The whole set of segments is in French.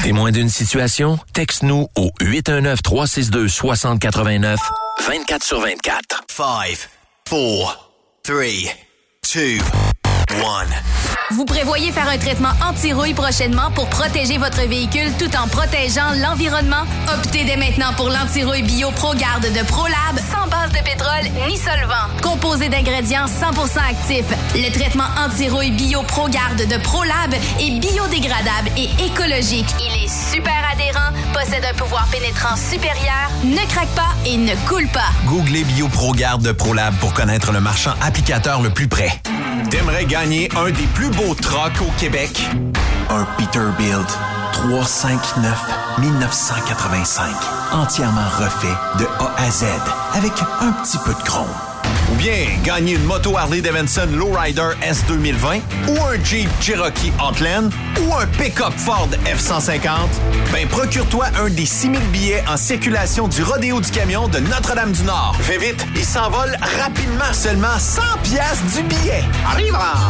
Témoin d'une situation? Texte-nous au 819-362-6089, 24/24. 5, 4, 3, 2, 1. Vous prévoyez faire un traitement anti-rouille prochainement pour protéger votre véhicule tout en protégeant l'environnement? Optez dès maintenant pour l'anti-rouille bio ProGarde de ProLab, sans base de pétrole ni solvant. Composé d'ingrédients 100% actifs, le traitement anti-rouille bio ProGarde de ProLab est biodégradable et écologique. Il est super adhérent, possède un pouvoir pénétrant supérieur, ne craque pas et ne coule pas. Googlez bio ProGarde de ProLab pour connaître le marchand applicateur le plus près. T'aimerais gagner un des plus beaux trucks au Québec? Un Peterbilt 359 1985. Entièrement refait de A à Z avec un petit peu de chrome. Ou bien gagner une moto Harley-Davidson Lowrider S 2020 ou un Jeep Cherokee Outland ou un pick-up Ford F-150? Ben, procure-toi un des 6000 billets en circulation du Rodéo du Camion de Notre-Dame-du-Nord. Fais vite, il s'envole rapidement. Seulement 100 piastres du billet. Arrive à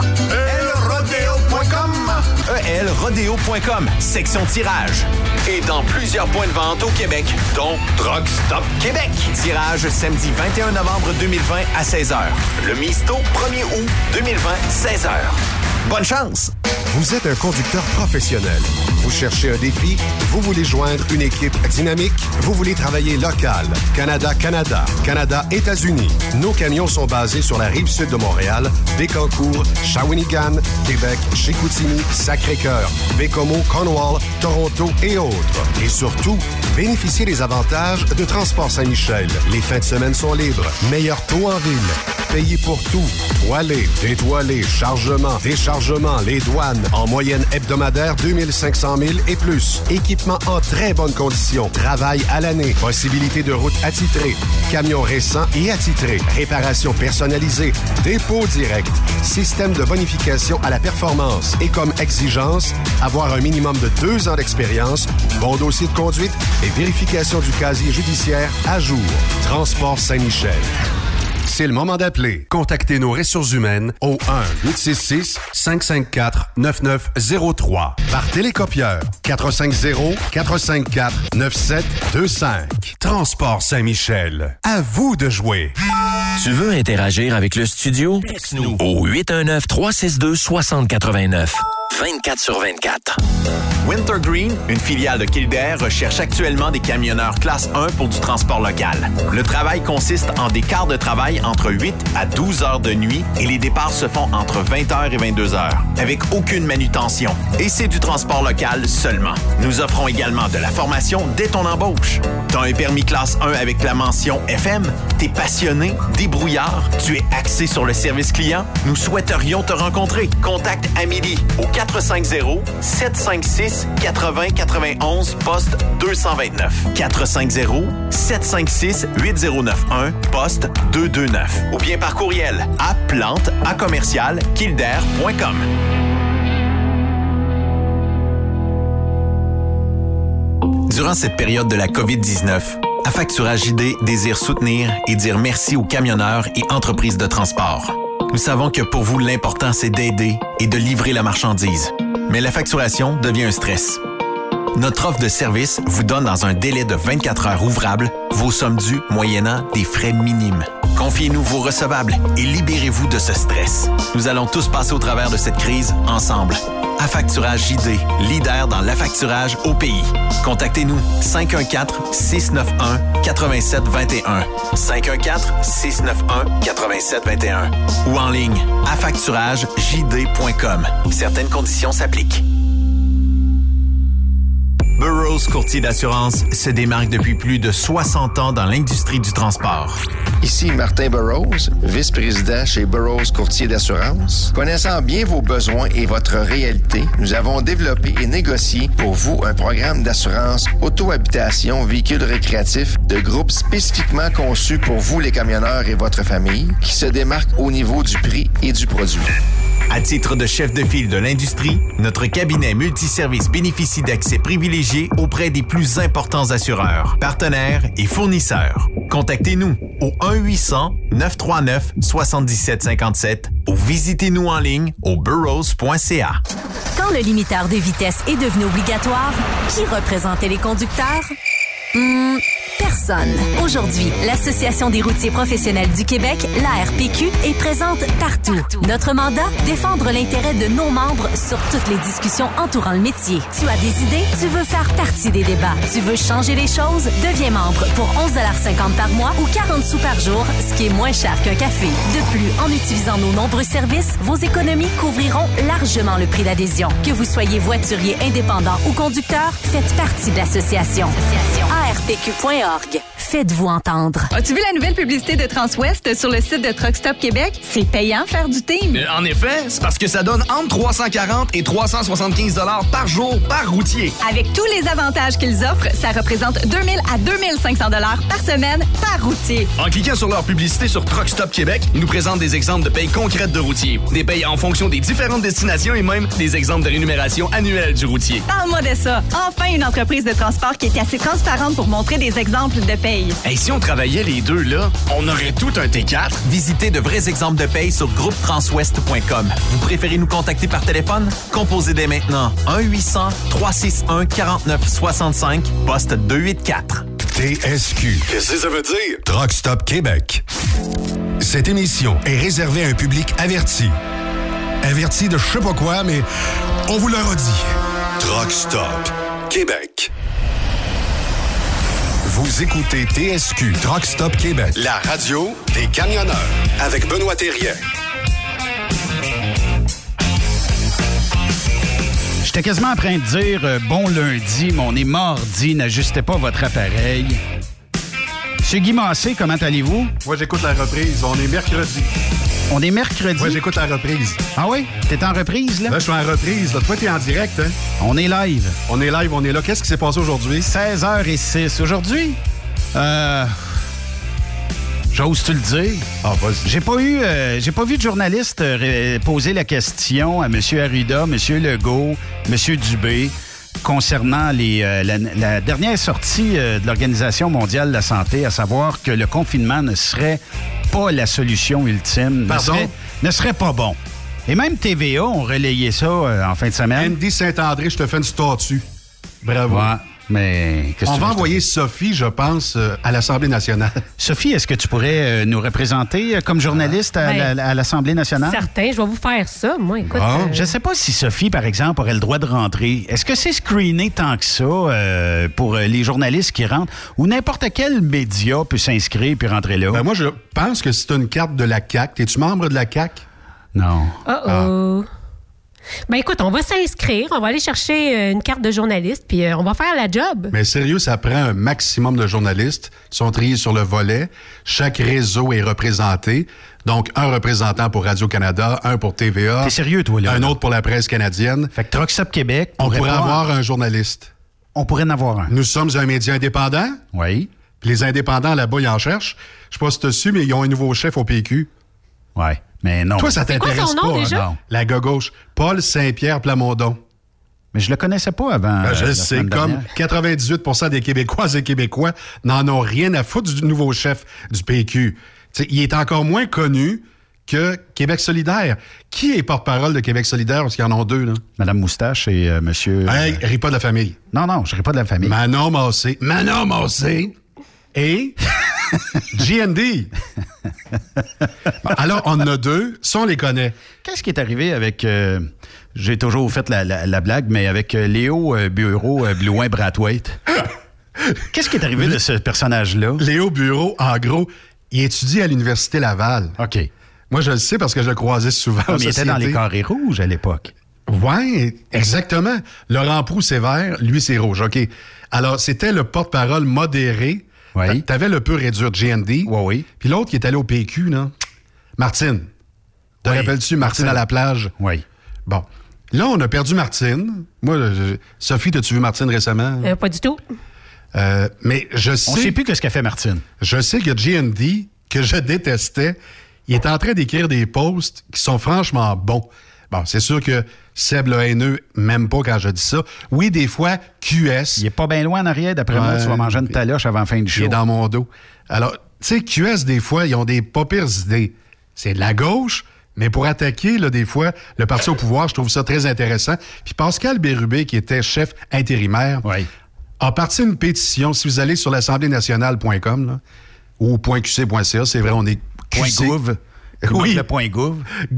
elrodeo.com. elrodeo.com, section tirage. Et dans plusieurs points de vente au Québec, dont Truck Stop Québec. Tirage samedi 21 novembre 2020 à 16h. Le Misto, 1er août 2020, 16h. Bonne chance! Vous êtes un conducteur professionnel. Vous cherchez un défi? Vous voulez joindre une équipe dynamique? Vous voulez travailler local? Canada-Canada, Canada-États-Unis. Nos camions sont basés sur la rive sud de Montréal, Bécancour, Shawinigan, Québec, Chicoutimi, Sacré-Cœur, Bécomo, Cornwall, Toronto et autres. Et surtout, bénéficiez des avantages de Transport Saint-Michel. Les fins de semaine sont libres. Meilleur taux en ville. Payé pour tout. Toilé, détoilé, chargement, déchargement, les douanes. En moyenne hebdomadaire, 2500 000 et plus. Équipement en très bonne condition. Travail à l'année. Possibilité de route attitrée. Camions récents et attitrés. Réparation personnalisée. Dépôt direct. Système de bonification à la performance. Et comme exigence, avoir un minimum de 2 ans d'expérience, bon dossier de conduite et vérification du casier judiciaire à jour. Transport Saint-Michel. C'est le moment d'appeler. Contactez nos ressources humaines au 1-866-554-9903. Par télécopieur, 450-454-9725. Transport Saint-Michel. À vous de jouer. Tu veux interagir avec le studio? Texte-nous au 819-362-6089. 24/24. Wintergreen, une filiale de Kildare, recherche actuellement des camionneurs classe 1 pour du transport local. Le travail consiste en des quarts de travail entre 8 à 12 heures de nuit et les départs se font entre 20h et 22h, avec aucune manutention. Et c'est du transport local seulement. Nous offrons également de la formation dès ton embauche. T'as un permis classe 1 avec la mention FM? T'es passionné, débrouillard, tu es axé sur le service client? Nous souhaiterions te rencontrer. Contacte Amélie au 450-756-8091, poste 229. 450-756-8091, poste 229. Ou bien par courriel à plante@commercial-kildare.com. Durant cette période de la COVID-19, Affacturage ID désire soutenir et dire merci aux camionneurs et entreprises de transport. Nous savons que pour vous, l'important, c'est d'aider et de livrer la marchandise. Mais la facturation devient un stress. Notre offre de service vous donne dans un délai de 24 heures ouvrables vos sommes dues moyennant des frais minimes. Confiez-nous vos recevables et libérez-vous de ce stress. Nous allons tous passer au travers de cette crise ensemble. Affacturage JD, leader dans l'affacturage au pays. Contactez-nous 514-691-8721. 514-691-8721. Ou en ligne, affacturagejd.com. Certaines conditions s'appliquent. Burroughs Courtier d'assurance se démarque depuis plus de 60 ans dans l'industrie du transport. Ici Martin Burroughs, vice-président chez Burroughs Courtier d'assurance. Connaissant bien vos besoins et votre réalité, nous avons développé et négocié pour vous un programme d'assurance auto-habitation véhicules récréatifs de groupe spécifiquement conçu pour vous les camionneurs et votre famille, qui se démarque au niveau du prix et du produit. À titre de chef de file de l'industrie, notre cabinet multiservice bénéficie d'accès privilégié auprès des plus importants assureurs, partenaires et fournisseurs. Contactez-nous au 1-800-939-7757 ou visitez-nous en ligne au burroughs.ca. Quand le limiteur de vitesse est devenu obligatoire, qui représentait les conducteurs? Personne. Aujourd'hui, l'Association des routiers professionnels du Québec, l'ARPQ, est présente partout. Notre mandat, défendre l'intérêt de nos membres sur toutes les discussions entourant le métier. Tu as des idées? Tu veux faire partie des débats? Tu veux changer les choses? Deviens membre pour 11,50 par mois ou 40 sous par jour, ce qui est moins cher qu'un café. De plus, en utilisant nos nombreux services, vos économies couvriront largement le prix d'adhésion. Que vous soyez voiturier indépendant ou conducteur, faites partie de l'association. ARPQ.org. Faites-vous entendre. As-tu vu la nouvelle publicité de Transwest sur le site de Truck Stop Québec? C'est payant faire du team. En effet, c'est parce que ça donne entre 340 et 375 $ par jour par routier. Avec tous les avantages qu'ils offrent, ça représente 2000 à 2500 $ par semaine par routier. En cliquant sur leur publicité sur Truck Stop Québec, ils nous présentent des exemples de payes concrètes de routiers, des payes en fonction des différentes destinations et même des exemples de rémunération annuelle du routier. Parle-moi de ça. Enfin, une entreprise de transport qui est assez transparente pour montrer des exemples de paye. Hey, si on travaillait les deux, là, on aurait tout un T4. Visitez de vrais exemples de paye sur groupetranswest.com. Vous préférez nous contacter par téléphone? Composez dès maintenant 1-800-361-4965, poste 284. TSQ. Qu'est-ce que ça veut dire? Truck Stop Québec. Cette émission est réservée à un public averti. Averti de je sais pas quoi, mais on vous le redit. Truck Stop Québec. Vous écoutez TSQ Truck Stop Québec, la radio des camionneurs avec Benoît Thérien. J'étais quasiment en train de dire bon lundi, mais on est mardi, n'ajustez pas votre appareil. Monsieur Guy Massé, comment allez-vous? Moi, j'écoute la reprise. On est mercredi. On est mercredi? Moi, j'écoute la reprise. Ah oui? T'es en reprise, là? Là, je suis en reprise. Là, toi, t'es en direct, hein? On est live. On est live, on est là. Qu'est-ce qui s'est passé aujourd'hui? 16h06. Aujourd'hui, j'ose-tu le dire? Ah, vas-y. J'ai pas vu de journaliste poser la question à M. Arruda, M. Legault, M. Dubé concernant la dernière sortie de l'Organisation mondiale de la santé, à savoir que le confinement ne serait pas la solution ultime. Ne serait pas bon. Et même TVA ont relayé ça en fin de semaine. Andy Saint-André, je te fais une statue. Bravo. Ouais. Mais on va envoyer Sophie, je pense, à l'Assemblée nationale. Sophie, est-ce que tu pourrais nous représenter comme journaliste à l'Assemblée nationale? Certain, je vais vous faire ça. Moi, écoute. Je ne sais pas si Sophie, par exemple, aurait le droit de rentrer. Est-ce que c'est screené tant que ça pour les journalistes qui rentrent ou n'importe quel média peut s'inscrire puis rentrer là? Ben moi, je pense que c'est une carte de la CAQ. Es-tu membre de la CAQ? Non. Ben écoute, on va s'inscrire, on va aller chercher une carte de journaliste, puis on va faire la job. Mais sérieux, ça prend un maximum de journalistes qui sont triés sur le volet. Chaque réseau est représenté. Donc, un représentant pour Radio-Canada, un pour TVA. T'es sérieux, toi, là? Un autre pour la presse canadienne. Fait que Truck Stop Québec... On pourrait avoir un journaliste. On pourrait en avoir un. Nous sommes un média indépendant. Oui. Puis les indépendants, là-bas, ils en cherchent. Je sais pas si tu as su, mais ils ont un nouveau chef au PQ. Oui. Mais non. Toi, ça t'intéresse pas. C'est quoi son nom, déjà? Hein? La gauche. Paul Saint-Pierre Plamondon. Mais je le connaissais pas avant. Je le sais, comme 98% des Québécoises et Québécois n'en ont rien à foutre du nouveau chef du PQ. T'sais, il est encore moins connu que Québec solidaire. Qui est porte-parole de Québec solidaire? Parce qu'ils en ont deux, là. Madame Moustache et monsieur... Hey, ris pas de la famille. Non, je ris pas de la famille. Manon Massé. Et... GND. Alors, on en a deux. Ça, on les connaît. Qu'est-ce qui est arrivé avec... j'ai toujours fait la blague, mais avec Léo Bureau Blouin-Brathwaite. Qu'est-ce qui est arrivé de ce personnage-là? Léo Bureau, en gros, il étudie à l'Université Laval. OK. Moi, je le sais parce que je le croisais souvent. Mais il était dans les carrés rouges à l'époque. Oui, exactement. Laurent Proulx, c'est vert, lui, c'est rouge. OK. Alors, c'était le porte-parole modéré. Oui. T'avais le pur et dur GND. Oui. Puis l'autre qui est allé au PQ, là, Martine. Te rappelles-tu Martine à la plage? Oui. Bon. Là, on a perdu Martine. Moi, Sophie, t'as-tu vu Martine récemment? Pas du tout. Mais je sais... On sait plus ce qu'a fait Martine. Je sais que GND, que je détestais, il est en train d'écrire des posts qui sont franchement bons. Bon, c'est sûr que Seb le haineux m'aime pas quand je dis ça. Oui, des fois, QS... Il est pas bien loin en arrière, d'après moi. Tu vas manger une taloche avant la fin du show. Il est dans mon dos. Alors, tu sais, QS, des fois, ils ont des pas pires idées. C'est de la gauche, Mais pour attaquer, là, des fois, le parti au pouvoir, je trouve ça très intéressant. Puis Pascal Bérubé, qui était chef intérimaire, a parti une pétition. Si vous allez sur l'assembléenationale.com là, ou .qc.ca, c'est vrai, on est QC. .gouv. Oui. Le .gouv.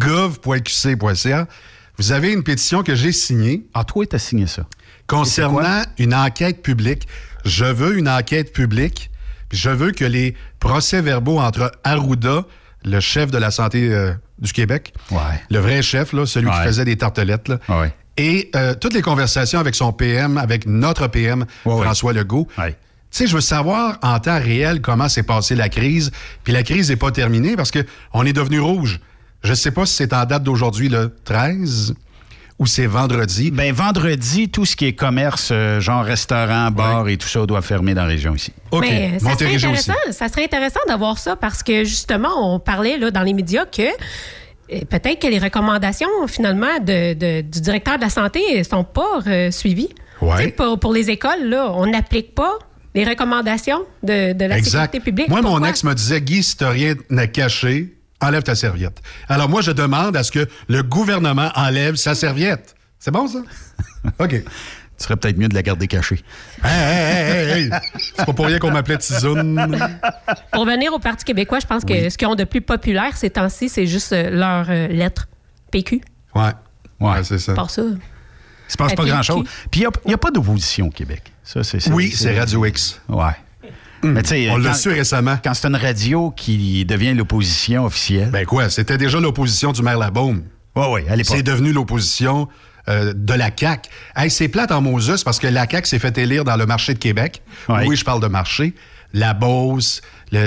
gov.qc.ca. Vous avez une pétition que j'ai signée. Ah, toi, tu as signé ça. Concernant une enquête publique. Je veux une enquête publique. Puis je veux que les procès-verbaux entre Arruda, le chef de la santé du Québec, le vrai chef, là, celui qui faisait des tartelettes, là, et toutes les conversations avec son PM, avec notre PM, François Legault. Tu sais, je veux savoir en temps réel comment s'est passée la crise. Puis la crise n'est pas terminée parce qu'on est devenu rouge. Je ne sais pas si c'est en date d'aujourd'hui, le 13... ou c'est vendredi? Bien, vendredi, tout ce qui est commerce, genre restaurant, bar et tout ça, doit fermer dans la région ici. OK. Mais ça serait intéressant d'avoir ça parce que, justement, on parlait là, dans les médias que peut-être que les recommandations, finalement, du directeur de la santé ne sont pas suivies. Pour les écoles, là, on n'applique pas les recommandations de la sécurité publique. Moi, mon ex me disait, Guy, si tu n'as rien à cacher, enlève ta serviette. Alors, moi, je demande à ce que le gouvernement enlève sa serviette. C'est bon, ça? OK. Tu serais peut-être mieux de la garder cachée. Hey. C'est pas pour rien qu'on m'appelait Tizoune. Pour revenir au Parti québécois, je pense que ce qu'ils ont de plus populaire ces temps-ci, c'est juste leur lettre PQ. Ouais, c'est ça. Par ça. Il se passe pas grand-chose. Puis il n'y a pas d'opposition au Québec. Ça, c'est Radio X. Ouais. Mais on l'a su récemment. Quand c'est une radio qui devient l'opposition officielle. Ben quoi, c'était déjà l'opposition du maire Labaume. Oui, à l'époque. C'est devenu l'opposition de la CAQ. Hey, c'est plate en Moses parce que la CAQ s'est fait élire dans le marché de Québec. Oui, je parle de marché. La Beauce,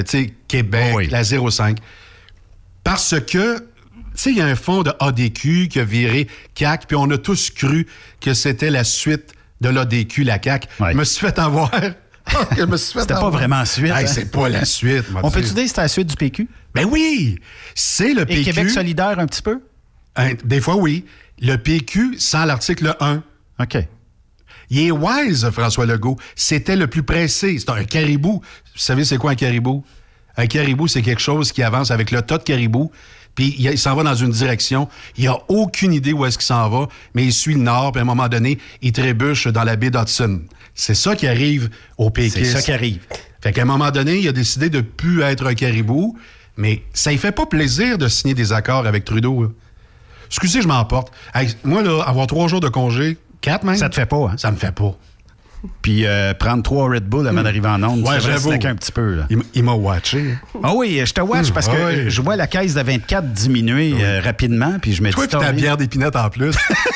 Québec, la 05. Parce que, tu sais, il y a un fonds de ADQ qui a viré CAQ, puis on a tous cru que c'était la suite de l'ADQ, la CAQ. Je me suis fait avoir... C'était pas vraiment la suite. Hey, c'est pas la suite. On peut-tu dire que c'était la suite du PQ? Ben oui! C'est le PQ. Et Québec solidaire un petit peu? Des fois, oui. Le PQ sans l'article 1. OK. Il est wise, François Legault. C'était le plus pressé. C'est un caribou. Vous savez, c'est quoi un caribou? Un caribou, c'est quelque chose qui avance avec le tas de caribou. Puis il s'en va dans une direction. Il n'a aucune idée où est-ce qu'il s'en va, mais il suit le nord, puis à un moment donné, il trébuche dans la baie d'Hudson. C'est ça qui arrive au péquistes. C'est ça qui arrive. Fait qu'à un moment donné, il a décidé de ne plus être un caribou, mais ça ne fait pas plaisir de signer des accords avec Trudeau. Là. Excusez, je m'emporte. Hey, moi, là, avoir 3 jours de congé, 4 même... Ça te fait pas, hein? Ça me fait pas. Puis prendre 3 Red Bull avant d'arriver en onde, ça va snacker un petit peu. Là. Il m'a watché. Ah oui, je te watch parce que je vois la caisse de 24 diminuer rapidement, puis je me dis... Toi et ta bière d'épinette en plus.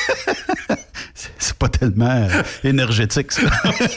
C'est pas tellement énergétique, ça.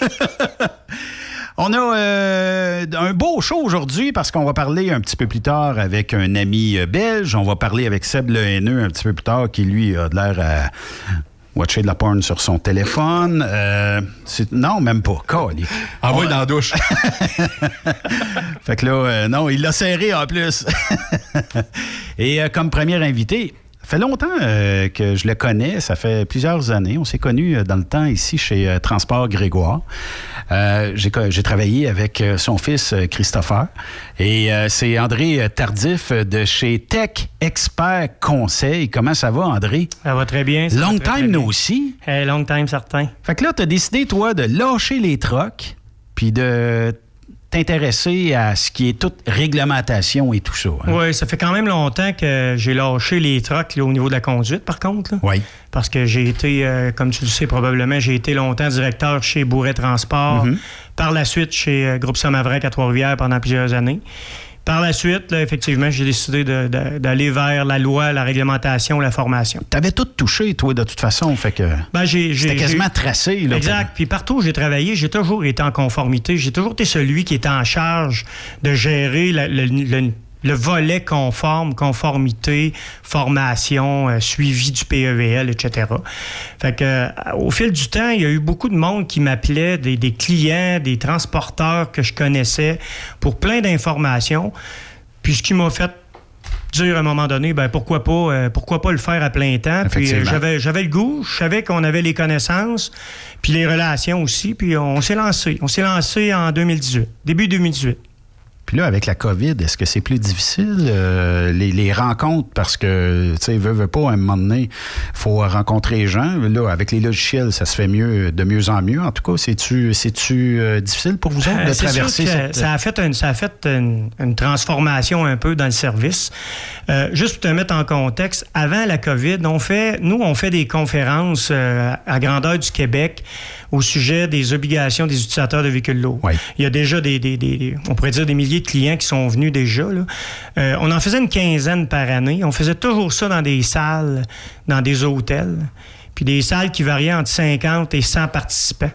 On a un beau show aujourd'hui parce qu'on va parler un petit peu plus tard avec un ami belge. On va parler avec Seb Le Haineux un petit peu plus tard qui, lui, a de l'air à... watcher de la porn sur son téléphone. Non, même pas. Envoie dans la douche. Fait que là, non, il l'a serré en plus. Et comme premier invité, ça fait longtemps que je le connais. Ça fait plusieurs années. On s'est connus dans le temps ici chez Transport Grégoire. J'ai travaillé avec son fils Christopher. Et c'est André Tardif de chez Tech Expert Conseil. Comment ça va, André? Ça va très bien. Long time, nous aussi. Long time, certain. Fait que là, tu as décidé, toi, de lâcher les trucks puis de t'intéresser à ce qui est toute réglementation et tout ça. Hein? Oui, ça fait quand même longtemps que j'ai lâché les trucks là, au niveau de la conduite, par contre. Oui. Parce que j'ai été, comme tu le sais probablement, j'ai été longtemps directeur chez Bourret Transport. Mm-hmm. Par la suite, chez Groupe Somavrac à Trois-Rivières pendant plusieurs années. Par la suite, là, effectivement, j'ai décidé d'aller vers la loi, la réglementation, la formation. Tu avais tout touché, toi, de toute façon. Fait que c'était quasiment tracé. Là, exact. Puis partout où j'ai travaillé, j'ai toujours été en conformité. J'ai toujours été celui qui était en charge de gérer le volet conformité, formation, suivi du PEVL, etc. Fait que, au fil du temps, il y a eu beaucoup de monde qui m'appelait, des clients, des transporteurs que je connaissais pour plein d'informations. Puis ce qui m'a fait dire à un moment donné, pourquoi pas le faire à plein temps. Puis j'avais le goût, je savais qu'on avait les connaissances, puis les relations aussi, puis on s'est lancé. On s'est lancé en 2018, début 2018. Puis là, avec la COVID, est-ce que c'est plus difficile, les rencontres? Parce que, tu sais, veut pas, à un moment donné, il faut rencontrer les gens. Là, avec les logiciels, ça se fait de mieux en mieux. En tout cas, c'est-tu difficile pour vous autres de traverser cette... Ça a fait une transformation un peu dans le service. Juste pour te mettre en contexte, avant la COVID, on fait des conférences à grandeur du Québec au sujet des obligations des utilisateurs de véhicules lourds. Oui. Il y a déjà on pourrait dire des milliers de clients qui sont venus déjà. Là. On en faisait une quinzaine par année. On faisait toujours ça dans des salles, dans des hôtels, puis des salles qui variaient entre 50 et 100 participants.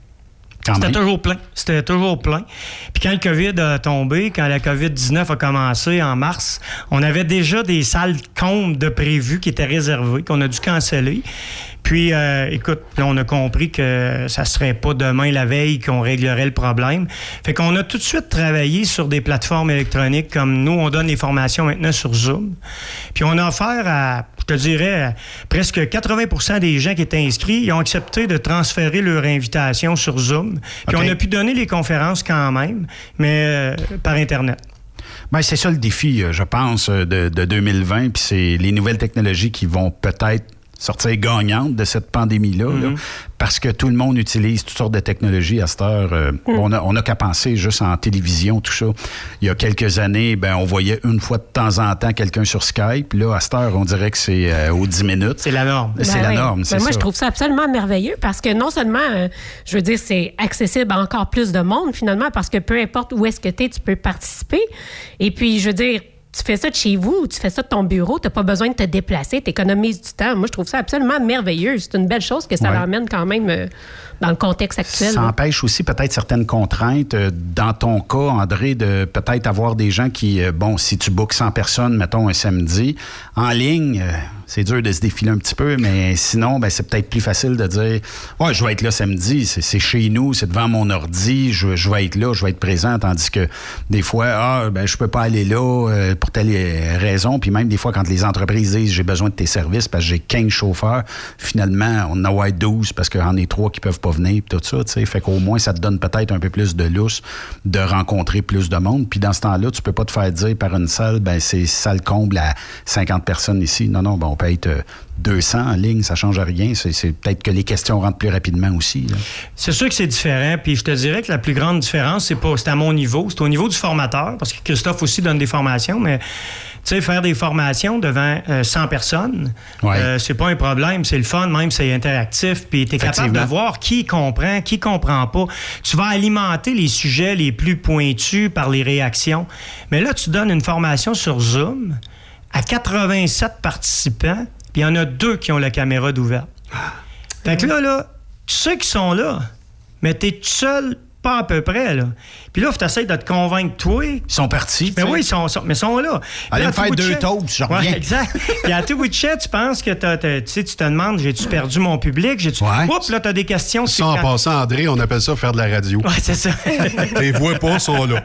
C'était toujours plein. Puis quand le COVID a tombé, quand la COVID-19 a commencé en mars, on avait déjà des salles combles de prévues qui étaient réservées, qu'on a dû canceller. Puis, écoute, là, on a compris que ça serait pas demain, la veille, qu'on réglerait le problème. Fait qu'on a tout de suite travaillé sur des plateformes électroniques comme nous, on donne les formations maintenant sur Zoom. Puis on a offert à, je te dirais, presque 80% des gens qui étaient inscrits, ils ont accepté de transférer leur invitation sur Zoom. Puis on a pu donner les conférences quand même, mais par Internet. Bien, c'est ça le défi, je pense, de 2020. Puis c'est les nouvelles technologies qui vont peut-être sortir gagnante de cette pandémie-là, là, parce que tout le monde utilise toutes sortes de technologies à cette heure. On a qu'à penser juste en télévision, tout ça. Il y a quelques années, on voyait une fois de temps en temps quelqu'un sur Skype. Là, à cette heure, on dirait que c'est aux 10 minutes. C'est la norme. C'est la norme, c'est ça. Moi, je trouve ça absolument merveilleux parce que non seulement, je veux dire, c'est accessible à encore plus de monde, finalement, parce que peu importe où est-ce que tu es, tu peux participer. Et puis, je veux dire, tu fais ça de chez vous ou tu fais ça de ton bureau, tu n'as pas besoin de te déplacer, tu économises du temps. Moi, je trouve ça absolument merveilleux. C'est une belle chose que ça l'emmène quand même dans le contexte actuel. Ça empêche aussi peut-être certaines contraintes. Dans ton cas, André, de peut-être avoir des gens qui, si tu bookes 100 personnes, mettons un samedi, en ligne, c'est dur de se défiler un petit peu, mais sinon, c'est peut-être plus facile de dire « Ouais, je vais être là samedi, c'est chez nous, c'est devant mon ordi, je vais être là, je vais être présent. » Tandis que des fois, je peux pas aller là pour telle raison. Puis même des fois, quand les entreprises disent « J'ai besoin de tes services parce que j'ai 15 chauffeurs », finalement, on en a 12 parce qu'il y en a 3 qui peuvent pas venir, puis tout ça, tu sais. Fait qu'au moins, ça te donne peut-être un peu plus de lousse de rencontrer plus de monde. Puis dans ce temps-là, tu peux pas te faire dire par une salle, c'est salle comble à 50 personnes ici. Non, on peut être 200 en ligne, ça change rien. C'est peut-être que les questions rentrent plus rapidement aussi. Là. C'est sûr que c'est différent, puis je te dirais que la plus grande différence, c'est à mon niveau, c'est au niveau du formateur, parce que Christophe aussi donne des formations, mais tu sais, faire des formations devant 100 personnes, c'est pas un problème, c'est le fun, même c'est interactif, puis tu es capable de voir qui comprend pas. Tu vas alimenter les sujets les plus pointus par les réactions. Mais là, tu donnes une formation sur Zoom à 87 participants, puis il y en a 2 qui ont la caméra d'ouverte. Fait que là, tu sais qu'ils sont là, mais t'es tout seul, pas à peu près, là. Puis là, tu essaies de te convaincre, toi. Ils sont partis. Mais oui, ils sont là. Allez me faire 2 toasts, je reviens. Exact. Puis à tout bout de chat, tu penses que tu te demandes, j'ai-tu perdu mon public? Oups, là, t'as des questions. Ça, en passant, André, on appelle ça faire de la radio. Oui, c'est ça. Tes voix pas sont là.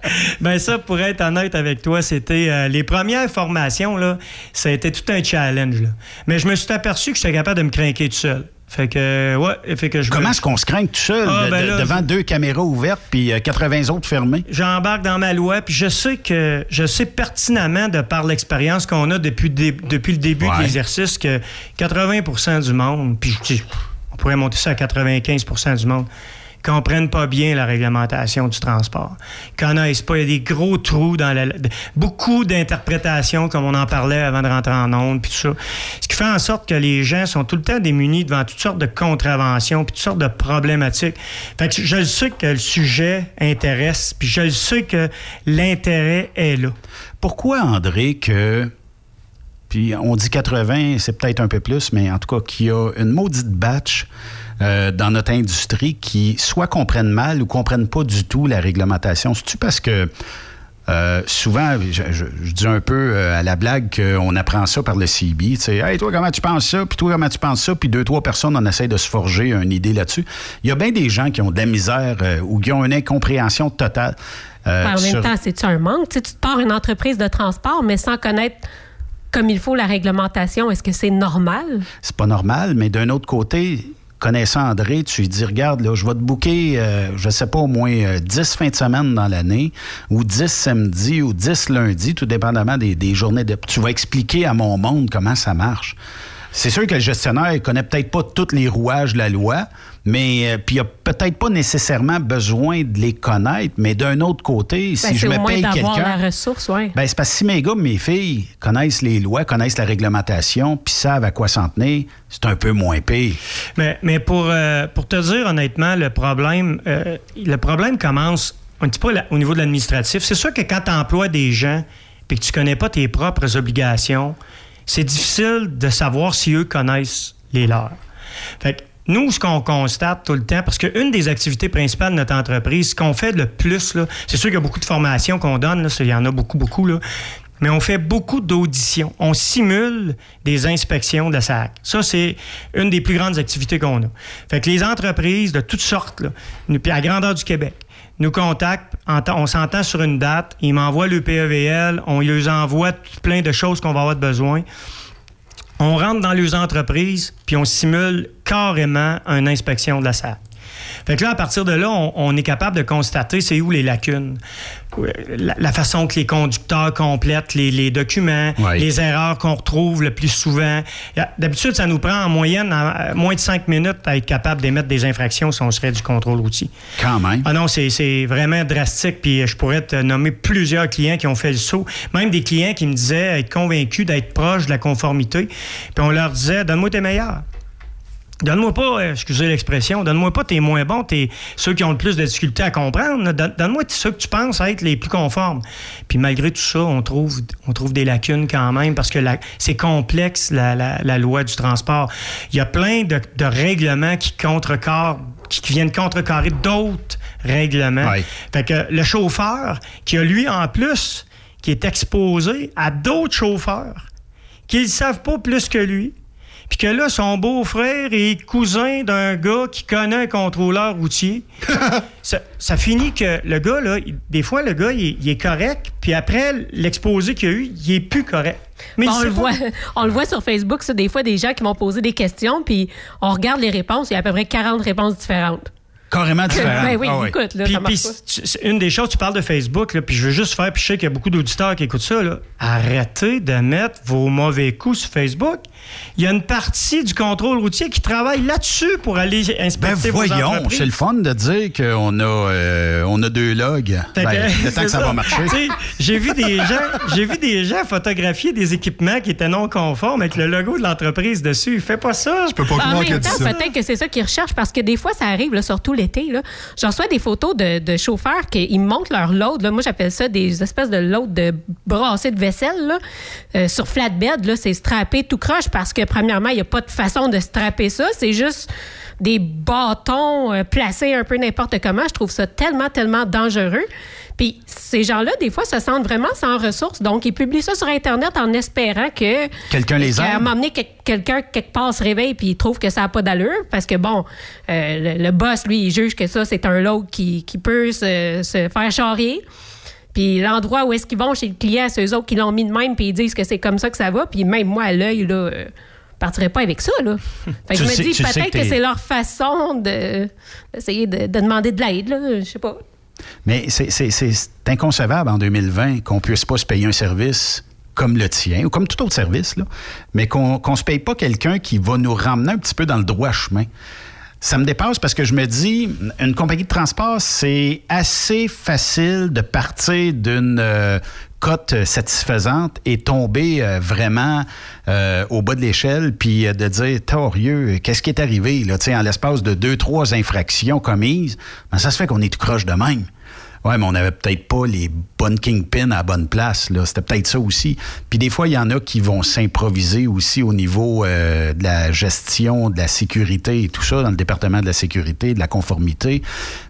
Ben ça, pour être honnête avec toi, c'était les premières formations, là, ça a été tout un challenge, là. Mais je me suis aperçu que j'étais capable de me craquer tout seul. Fait que Comment est-ce qu'on se craint tout seul devant 2 caméras ouvertes puis 80 autres fermées? J'embarque dans ma loi, puis je sais pertinemment, de par l'expérience qu'on a depuis le début de l'exercice, que 80% du monde, puis on pourrait monter ça à 95% du monde, comprennent pas bien la réglementation du transport. Connaissent pas, il y a des gros trous dans beaucoup d'interprétations, comme on en parlait avant de rentrer en ondes, puis tout ça. Ce qui fait en sorte que les gens sont tout le temps démunis devant toutes sortes de contraventions, puis toutes sortes de problématiques. Fait que je le sais que le sujet intéresse, puis je le sais que l'intérêt est là. Pourquoi, André, que... Puis on dit 80, c'est peut-être un peu plus, mais en tout cas, qu'il y a une maudite batch dans notre industrie qui soit comprennent mal ou comprennent pas du tout la réglementation. C'est-tu parce que souvent, je dis un peu à la blague qu'on apprend ça par le CB. Tu sais, hey, toi, comment tu penses ça? Puis toi, comment tu penses ça? Puis 2-3 personnes, on essaie de se forger une idée là-dessus. Il y a bien des gens qui ont de la misère ou qui ont une incompréhension totale. En même temps, c'est-tu un manque? Tu te pars une entreprise de transport, mais sans connaître comme il faut la réglementation. Est-ce que c'est normal? C'est pas normal, mais d'un autre côté... connaissant André, tu lui dis, regarde, là, je vais te booker, je sais pas, au moins 10 fins de semaine dans l'année, ou 10 samedis, ou 10 lundis, tout dépendamment des journées. Tu vas expliquer à mon monde comment ça marche. C'est sûr que le gestionnaire ne connaît peut-être pas tous les rouages de la loi, mais puis il n'a peut-être pas nécessairement besoin de les connaître, mais d'un autre côté, si je me paye quelqu'un... C'est au moins d'avoir la ressource, oui. C'est parce que si mes gars et mes filles connaissent les lois, connaissent la réglementation, puis savent à quoi s'en tenir, c'est un peu moins pire. Mais pour te dire honnêtement, le problème commence un petit peu au niveau de l'administratif. C'est sûr que quand tu emploies des gens et que tu ne connais pas tes propres obligations, c'est difficile de savoir si eux connaissent les leurs. Fait que nous, ce qu'on constate tout le temps, parce qu'une des activités principales de notre entreprise, ce qu'on fait le plus, là, c'est sûr qu'il y a beaucoup de formations qu'on donne, là, il y en a beaucoup, là, mais on fait beaucoup d'auditions. On simule des inspections de la SAC. Ça, c'est une des plus grandes activités qu'on a. Fait que les entreprises de toutes sortes, là, puis à grandeur du Québec, nous contactent, on s'entend sur une date, ils m'envoient le PEVL, on leur envoie plein de choses qu'on va avoir besoin. On rentre dans les entreprises, puis on simule carrément une inspection de la SAC. Fait que là, à partir de là, on est capable de constater c'est où les lacunes. La façon que les conducteurs complètent les documents, les erreurs qu'on retrouve le plus souvent. D'habitude, ça nous prend en moyenne moins de 5 minutes à être capable d'émettre des infractions si on serait du contrôle routier. Quand même. Ah non, c'est vraiment drastique. Puis je pourrais te nommer plusieurs clients qui ont fait le saut. Même des clients qui me disaient être convaincus d'être proches de la conformité. Puis on leur disait, donne-moi tes meilleurs. Donne-moi pas, excusez l'expression, donne-moi pas tes moins bons, ceux qui ont le plus de difficultés à comprendre. Donne-moi ceux que tu penses être les plus conformes. Puis malgré tout ça, on trouve des lacunes quand même parce que c'est complexe, la loi du transport. Il y a plein de règlements qui viennent contrecarrer d'autres règlements. Oui. Fait que le chauffeur, qui a lui en plus, qui est exposé à d'autres chauffeurs qui ne savent pas plus que lui, puis que là, son beau-frère est cousin d'un gars qui connaît un contrôleur routier. ça finit que le gars, là, des fois, le gars, il est correct, puis après l'exposé qu'il a eu, il est plus correct. Mais on le voit sur Facebook, ça, des fois, des gens qui m'ont posé des questions, puis on regarde les réponses, il y a à peu près 40 réponses différentes. Carrément différent. Ben oui, écoute, là, ça marche pas. Une des choses, tu parles de Facebook, là, puis je veux juste faire, puis je sais qu'il y a beaucoup d'auditeurs qui écoutent ça, là. Arrêtez de mettre vos mauvais coups sur Facebook. Il y a une partie du contrôle routier qui travaille là-dessus pour aller inspecter vos entreprises. C'est le fun de dire qu'on a 2 logs. Le temps que ça va marcher. J'ai vu des gens photographier des équipements qui étaient non conformes avec le logo de l'entreprise dessus. Fais pas ça. Je peux pas croire que tu ça. Peut-être que c'est ça qu'ils recherchent parce que des fois, ça arrive, là, surtout l'été. Là. J'en reçois des photos de chauffeurs qui me montrent leur load. Là. Moi, j'appelle ça des espèces de load de brassée de vaisselle. Là. Sur flatbed, là, c'est strappé tout croche parce que, premièrement, il n'y a pas de façon de strapper ça. C'est juste des bâtons placés un peu n'importe comment. Je trouve ça tellement, tellement dangereux. Puis ces gens-là, des fois, se sentent vraiment sans ressources. Donc, ils publient ça sur Internet en espérant que... Quelqu'un les aide. À un moment donné, quelqu'un, quelque part, se réveille puis il trouve que ça n'a pas d'allure. Parce que, bon, le boss, lui, il juge que ça, c'est un load qui peut se faire charrier. Puis l'endroit où est-ce qu'ils vont chez le client, c'est eux autres qui l'ont mis de même puis ils disent que c'est comme ça que ça va. Puis même moi, à l'œil, là... partirais pas avec ça, là. Fait que je me dis, peut-être que c'est leur façon d'essayer de demander de l'aide, là. Je sais pas. Mais c'est inconcevable en 2020 qu'on puisse pas se payer un service comme le tien, ou comme tout autre service, là, mais qu'on se paye pas quelqu'un qui va nous ramener un petit peu dans le droit chemin. Ça me dépasse parce que je me dis, une compagnie de transport, c'est assez facile de partir d'une cote satisfaisante et tomber vraiment au bas de l'échelle, puis de dire, torieux, qu'est-ce qui est arrivé là, en l'espace de 2-3 infractions commises, ben, ça se fait qu'on est tout croche de même. Ouais, mais on n'avait peut-être pas les bonnes kingpins à la bonne place. Là. C'était peut-être ça aussi. Puis des fois, il y en a qui vont s'improviser aussi au niveau de la gestion, de la sécurité et tout ça, dans le département de la sécurité, de la conformité,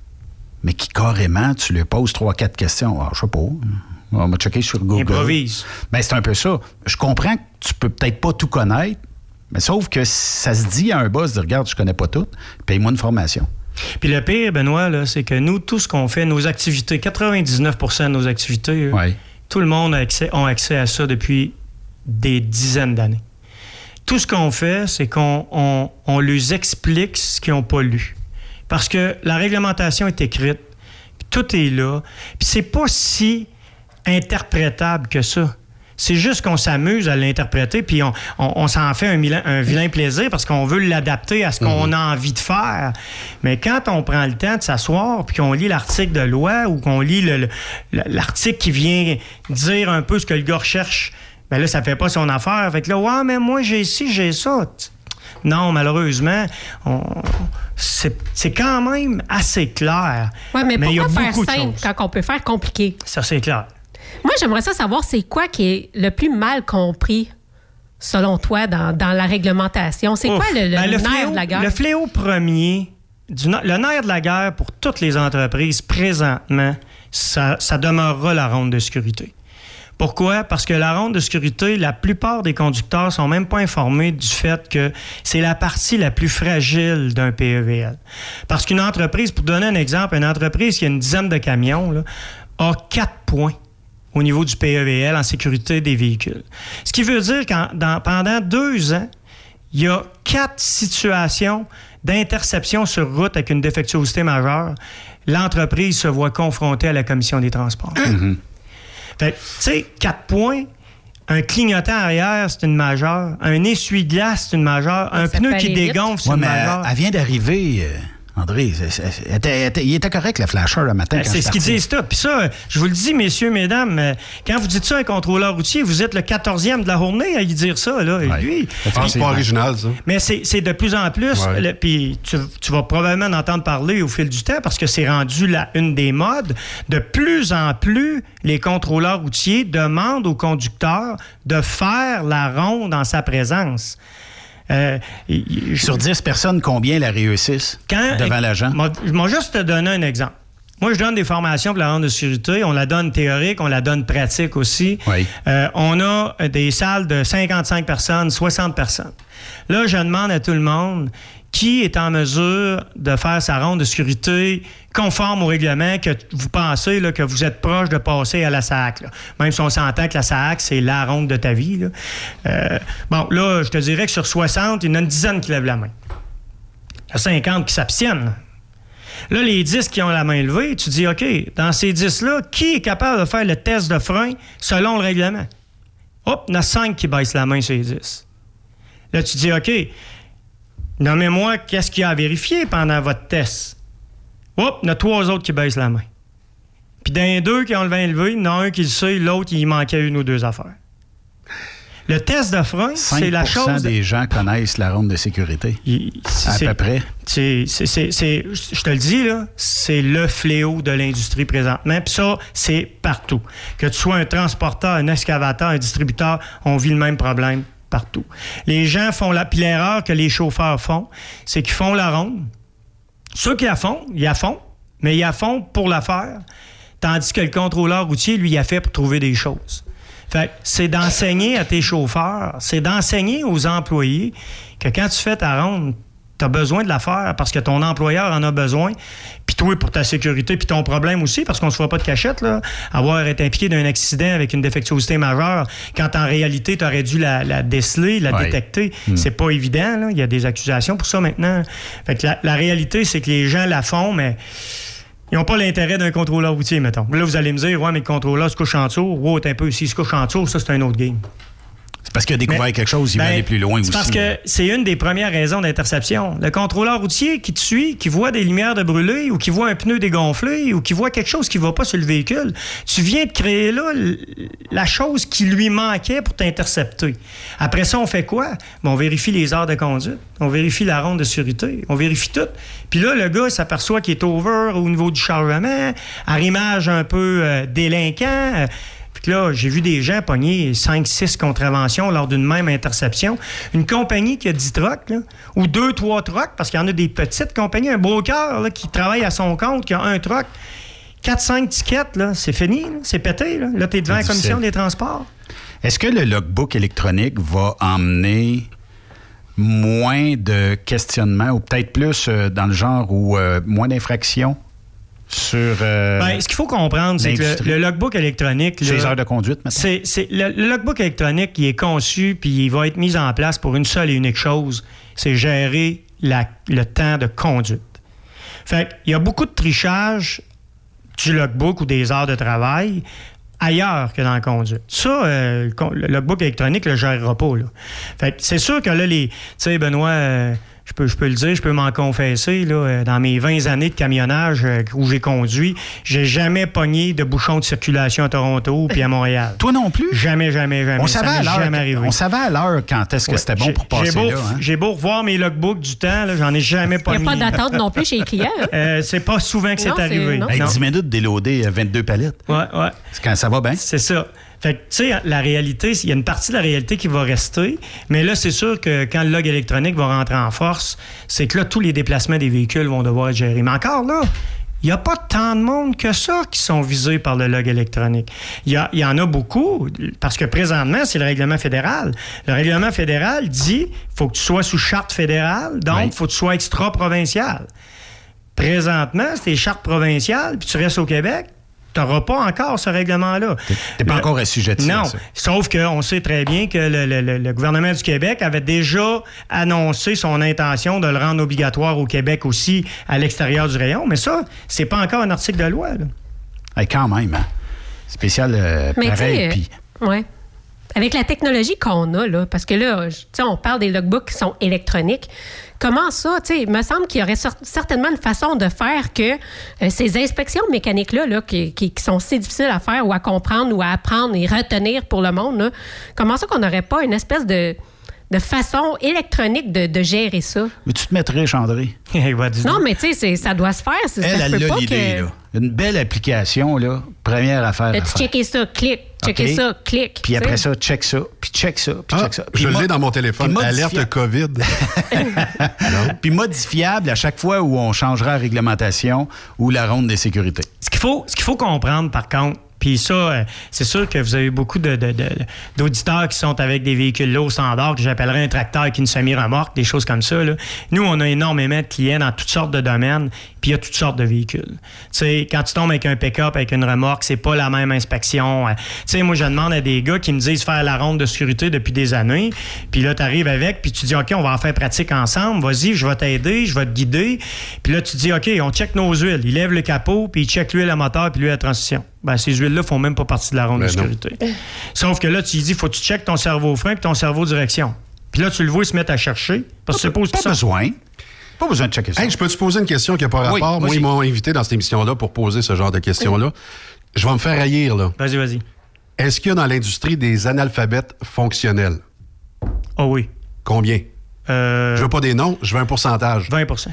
mais qui carrément, tu leur poses 3-4 questions. Ah, je sais pas. On va checker sur Google. Improvise. Ben, c'est un peu ça. Je comprends que tu peux peut-être pas tout connaître, mais sauf que ça se dit à un boss de regarde, je connais pas tout, paye-moi une formation. Puis le pire, Benoît, là, c'est que nous, tout ce qu'on fait, nos activités, 99% de nos activités, tout le monde a accès à ça depuis des dizaines d'années. tout ce qu'on fait, c'est qu'on leur explique ce qu'ils n'ont pas lu. Parce que la réglementation est écrite, puis tout est là, puis c'est pas si interprétable que ça. C'est juste qu'on s'amuse à l'interpréter, puis on s'en fait un vilain plaisir parce qu'on veut l'adapter à ce qu'on a envie de faire. Mais quand on prend le temps de s'asseoir, puis qu'on lit l'article de loi ou qu'on lit l'article qui vient dire un peu ce que le gars recherche, bien là, ça fait pas son affaire. Fait que là, ouais, mais moi, j'ai ci, j'ai ça. Non, malheureusement, c'est quand même assez clair. Oui, mais pourquoi faire beaucoup simple quand on peut faire compliqué? Ça, c'est clair. Moi, j'aimerais ça savoir c'est quoi qui est le plus mal compris, selon toi, dans la réglementation. C'est quoi le nerf de la guerre? Le fléau premier, le nerf de la guerre pour toutes les entreprises présentement, ça demeurera la ronde de sécurité. Pourquoi? Parce que la ronde de sécurité, la plupart des conducteurs sont même pas informés du fait que c'est la partie la plus fragile d'un PEVL. Parce qu'une entreprise, pour donner un exemple, une entreprise qui a une dizaine de camions là, a 4 points au niveau du PEVL en sécurité des véhicules. Ce qui veut dire que pendant 2 ans, il y a 4 situations d'interception sur route avec une défectuosité majeure. L'entreprise se voit confrontée à la commission des transports. Fait tu sais, 4 points, un clignotant arrière, c'est une majeure. Un essuie-glace, c'est une majeure. Un pneu qui dégonfle, c'est une majeure. Elle vient d'arriver... André, il était correct, le flasher, le matin. C'est ce qu'ils disent tout. Puis ça, je vous le dis, messieurs, mesdames, quand vous dites ça à un contrôleur routier, vous êtes le 14e de la journée à y dire ça. Là. Ouais. Lui, c'est pas original, ça. Mais c'est de plus en plus. Ouais. Puis tu vas probablement en entendre parler au fil du temps parce que c'est rendu une des modes. De plus en plus, les contrôleurs routiers demandent aux conducteurs de faire la ronde en sa présence. Sur 10 personnes, combien la réussissent devant l'agent? Je vais juste te donner un exemple. Moi, je donne des formations pour la ronde de sécurité. On la donne théorique, on la donne pratique aussi. Oui. On a des salles de 55 personnes, 60 personnes. Là, je demande à tout le monde qui est en mesure de faire sa ronde de sécurité conforme au règlement que vous pensez là, que vous êtes proche de passer à la SAAC. Là. Même si on s'entend que la SAAC, c'est la ronde de ta vie. Là. Bon, là, je te dirais que sur 60, il y en a une dizaine qui lèvent la main. Il y a 50 qui s'abstiennent. Là, les 10 qui ont la main levée, tu dis, OK, dans ces 10-là, qui est capable de faire le test de frein selon le règlement? Hop, il y en a 5 qui baissent la main sur les 10. Là, tu dis, OK, nommez-moi qu'est-ce qu'il y a à vérifier pendant votre test. Hop, il y en a 3 autres qui baissent la main. Puis dans les 2 qui ont le main levé, il y en a un qui le sait, l'autre, il manquait 1 ou 2 affaires. Le test de frein, c'est la chose... 5% des gens connaissent la ronde de sécurité. À peu près. Je te le dis, là, c'est le fléau de l'industrie présentement. Puis ça, c'est partout. Que tu sois un transporteur, un excavateur, un distributeur, on vit le même problème partout. Les gens font puis l'erreur que les chauffeurs font, c'est qu'ils font la ronde. Ceux qui la font, ils la font, mais ils la font pour la faire. Tandis que le contrôleur routier, lui, il a fait pour trouver des choses. Fait que c'est d'enseigner à tes chauffeurs, c'est d'enseigner aux employés que quand tu fais ta ronde, tu as besoin de la faire parce que ton employeur en a besoin. Puis toi, pour ta sécurité, puis ton problème aussi, parce qu'on ne se fera pas de cachette, là, avoir été impliqué d'un accident avec une défectuosité majeure, quand en réalité, tu aurais dû la déceler, la détecter. C'est pas évident. Là. Il y a des accusations pour ça maintenant. Fait que la réalité, c'est que les gens la font, mais... Ils n'ont pas l'intérêt d'un contrôleur routier, mettons. Là, vous allez me dire, ouais, mais le contrôleur se couche en dessous. Wow, t'es un peu ici, il se couche en dessous, ça, c'est un autre game. C'est parce qu'il a découvert quelque chose, il va aller plus loin aussi. C'est parce que c'est une des premières raisons d'interception. Le contrôleur routier qui te suit, qui voit des lumières de brûler ou qui voit un pneu dégonflé ou qui voit quelque chose qui ne va pas sur le véhicule, tu viens de créer là la chose qui lui manquait pour t'intercepter. Après ça, on fait quoi? Bon, on vérifie les heures de conduite, on vérifie la ronde de sécurité, on vérifie tout. Puis là, le gars s'aperçoit qu'il est over au niveau du chargement, arrimage un peu délinquant. Puis là, j'ai vu des gens pogner 5-6 contraventions lors d'une même interception. Une compagnie qui a 10 trucks, là, ou 2-3 trucks, parce qu'il y en a des petites compagnies, un broker là, qui travaille à son compte, qui a un truck, 4-5 tickets, là, c'est fini, là, c'est pété. Là, tu es devant la commission des transports. Est-ce que le logbook électronique va emmener moins de questionnements ou peut-être plus dans le genre ou moins d'infractions? sur... ce qu'il faut comprendre, c'est que le logbook électronique... Ces heures de conduite, maintenant. Le logbook électronique, il est conçu puis il va être mis en place pour une seule et unique chose, c'est gérer le temps de conduite. Fait qu'il y a beaucoup de trichage du logbook ou des heures de travail ailleurs que dans la conduite. Ça, le logbook électronique ne le gérera pas. Là. Fait que c'est sûr que là, tu sais, Benoît... Je peux le dire, je peux m'en confesser. Là, dans mes 20 années de camionnage où j'ai conduit, j'ai jamais pogné de bouchon de circulation à Toronto puis à Montréal. Toi non plus? Jamais. On savait à l'heure quand est-ce que c'était bon pour passer là. J'ai beau revoir mes logbooks du temps, là, j'en ai jamais pogné. Il n'y a pas d'attente non plus chez les clients. C'est pas souvent que c'est arrivé. 10 minutes déloader 22 palettes. Ouais. C'est quand ça va bien. C'est ça. Fait que, tu sais, la réalité, il y a une partie de la réalité qui va rester, mais là, c'est sûr que quand le log électronique va rentrer en force, c'est que là, tous les déplacements des véhicules vont devoir être gérés. Mais encore là, il n'y a pas tant de monde que ça qui sont visés par le log électronique. Il y en a beaucoup, parce que présentement, c'est le règlement fédéral. Le règlement fédéral dit qu'il faut que tu sois sous charte fédérale, donc il faut que tu sois extra-provincial. Présentement, c'est charte provinciale, puis tu restes au Québec, tu n'auras pas encore ce règlement-là. Tu n'es pas encore assujetti. Non, sauf qu'on sait très bien que le gouvernement du Québec avait déjà annoncé son intention de le rendre obligatoire au Québec aussi à l'extérieur du rayon, mais ça, c'est pas encore un article de loi. Là. Hey, quand même, hein? Spécial pareil. Puis... Oui. Avec la technologie qu'on a, là, parce que là, on parle des logbooks qui sont électroniques. Comment ça? Il me semble qu'il y aurait certainement une façon de faire que ces inspections mécaniques-là, là, qui sont si difficiles à faire ou à comprendre ou à apprendre et retenir pour le monde, là, comment ça qu'on n'aurait pas une espèce de façon électronique de gérer ça? Mais tu te mettrais, Chandré. Non, mais tu sais, ça doit se faire. Elle a l'idée, là. Une belle application, là. Première affaire. Tu checker ça, clic. Checker ça, clic. Puis après ça, check ça, puis check ça, puis check ça. Puis je l'ai dans mon téléphone. Alerte COVID. Puis modifiable à chaque fois où on changera la réglementation ou la ronde des sécurités. Ce qu'il faut comprendre, par contre, puis ça, c'est sûr que vous avez beaucoup d'auditeurs qui sont avec des véhicules lourds standards, que j'appellerais un tracteur qui est une semi-remorque, des choses comme ça. Là. Nous, on a énormément de clients dans toutes sortes de domaines, puis il y a toutes sortes de véhicules. Tu sais, quand tu tombes avec un pick-up, avec une remorque, c'est pas la même inspection. Tu sais, moi, je demande à des gars qui me disent faire la ronde de sécurité depuis des années, puis là, tu arrives avec, puis tu dis, OK, on va en faire pratique ensemble, vas-y, je vais t'aider, je vais te guider. Puis là, tu dis, OK, on check nos huiles. Il lève le capot, puis il check l'huile à moteur, puis l'huile à transmission. Ben, ces huiles-là font même pas partie de la ronde de sécurité. Sauf que là, tu lui dis, faut que tu checkes ton cerveau frein puis ton cerveau direction. Puis là, tu le vois, ils se mettent à chercher. Parce que pas besoin. Pas besoin de checker ça. Hey, je peux te poser une question qui n'a pas rapport? Moi, ils m'ont invité dans cette émission-là pour poser ce genre de questions-là. Je vais me faire haïr, là. Vas-y. Est-ce qu'il y a dans l'industrie des analphabètes fonctionnels? Oh oui. Combien? Je veux pas des noms, je veux un pourcentage. 20%.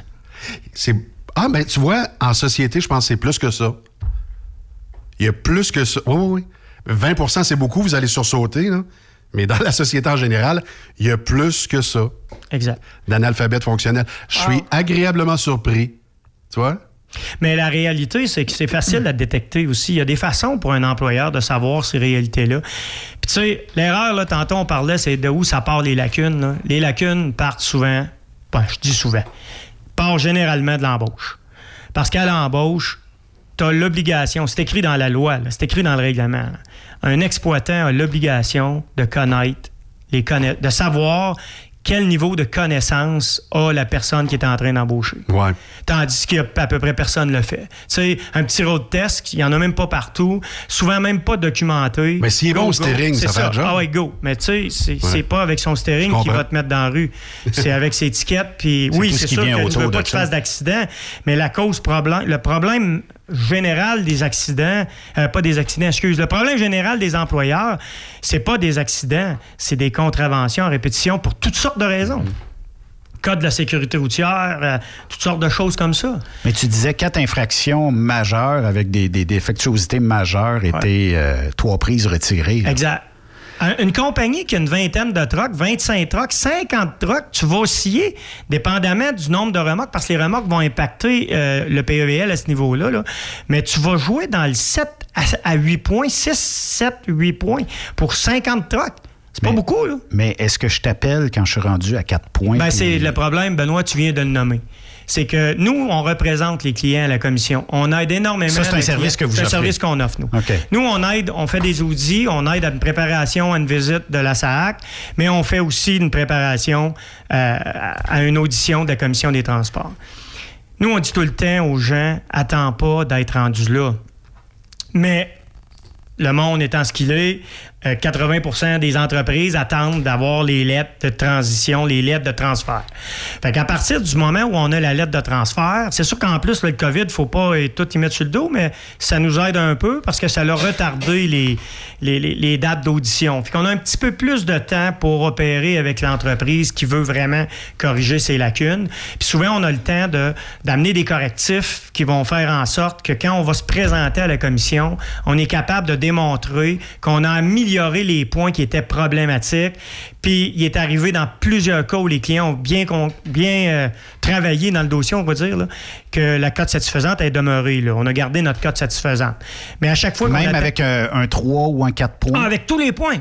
Ben, tu vois, en société, je pense que c'est plus que ça. Il y a plus que ça. Oui. 20%, c'est beaucoup, vous allez sursauter, là. Mais dans la société en général, il y a plus que ça. Exact. D'analphabètes fonctionnels. Je suis agréablement surpris. Tu vois? Mais la réalité, c'est que c'est facile à détecter aussi. Il y a des façons pour un employeur de savoir ces réalités-là. Puis tu sais, l'erreur, là, tantôt on parlait, c'est de où ça part les lacunes. Là. Les lacunes partent souvent, je dis souvent, partent généralement de l'embauche. Parce qu'à l'embauche, tu as l'obligation, c'est écrit dans la loi, là, c'est écrit dans le règlement. Là. Un exploitant a l'obligation de connaître, de savoir quel niveau de connaissance a la personne qui est en train d'embaucher. Ouais. Tandis qu'à peu près personne ne le fait. Tu sais, un petit road test, il n'y en a même pas partout, souvent même pas documenté. Mais s'il est bon au steering, ça fait le job. Ah ouais, go. Mais tu sais, c'est pas avec son steering qu'il va te mettre dans la rue. C'est avec ses étiquettes. Puis oui, c'est sûr que tu veux pas que tu fasses d'accident, mais le problème général des accidents, le problème général des employeurs, c'est pas des accidents, c'est des contraventions en répétition pour toutes sortes de raisons. Code de la sécurité routière, toutes sortes de choses comme ça. Mais tu disais 4 infractions majeures avec des défectuosités majeures étaient 3 prises retirées. Là. Exact. Une compagnie qui a une vingtaine de trucks, 25 trucks, 50 trucks, tu vas osciller dépendamment du nombre de remorques, parce que les remorques vont impacter le PEVL à ce niveau-là. Là. Mais tu vas jouer dans le 7 à 8 points, 6, 7, 8 points pour 50 trucks. C'est pas beaucoup, là. Mais est-ce que je t'appelle quand je suis rendu à 4 points? Ben, c'est le problème, Benoît, tu viens de le nommer. c'est que nous, on représente les clients à la commission. On aide énormément. Ça, c'est un service que vous offrez. C'est un service qu'on offre, nous. Okay. Nous, on fait des audits, on aide à une préparation à une visite de la SAAC, mais on fait aussi une préparation à une audition de la commission des transports. Nous, on dit tout le temps aux gens, attends pas d'être rendu là. Mais le monde étant ce qu'il est, 80% des entreprises attendent d'avoir les lettres de transition, les lettres de transfert. Fait qu'à partir du moment où on a la lettre de transfert, c'est sûr qu'en plus, le COVID, il ne faut pas tout y mettre sur le dos, mais ça nous aide un peu parce que ça a retardé les dates d'audition. Fait qu'on a un petit peu plus de temps pour opérer avec l'entreprise qui veut vraiment corriger ses lacunes. Puis souvent, on a le temps d'amener des correctifs qui vont faire en sorte que quand on va se présenter à la commission, on est capable de démontrer qu'on a amélioré les points qui étaient problématiques. Puis, il est arrivé dans plusieurs cas où les clients ont bien travaillé dans le dossier, on va dire, là, que la cote satisfaisante est demeurée. Là. On a gardé notre cote satisfaisante. Mais à chaque fois... Même avec un 3 ou un 4 points? Ah, avec tous les points.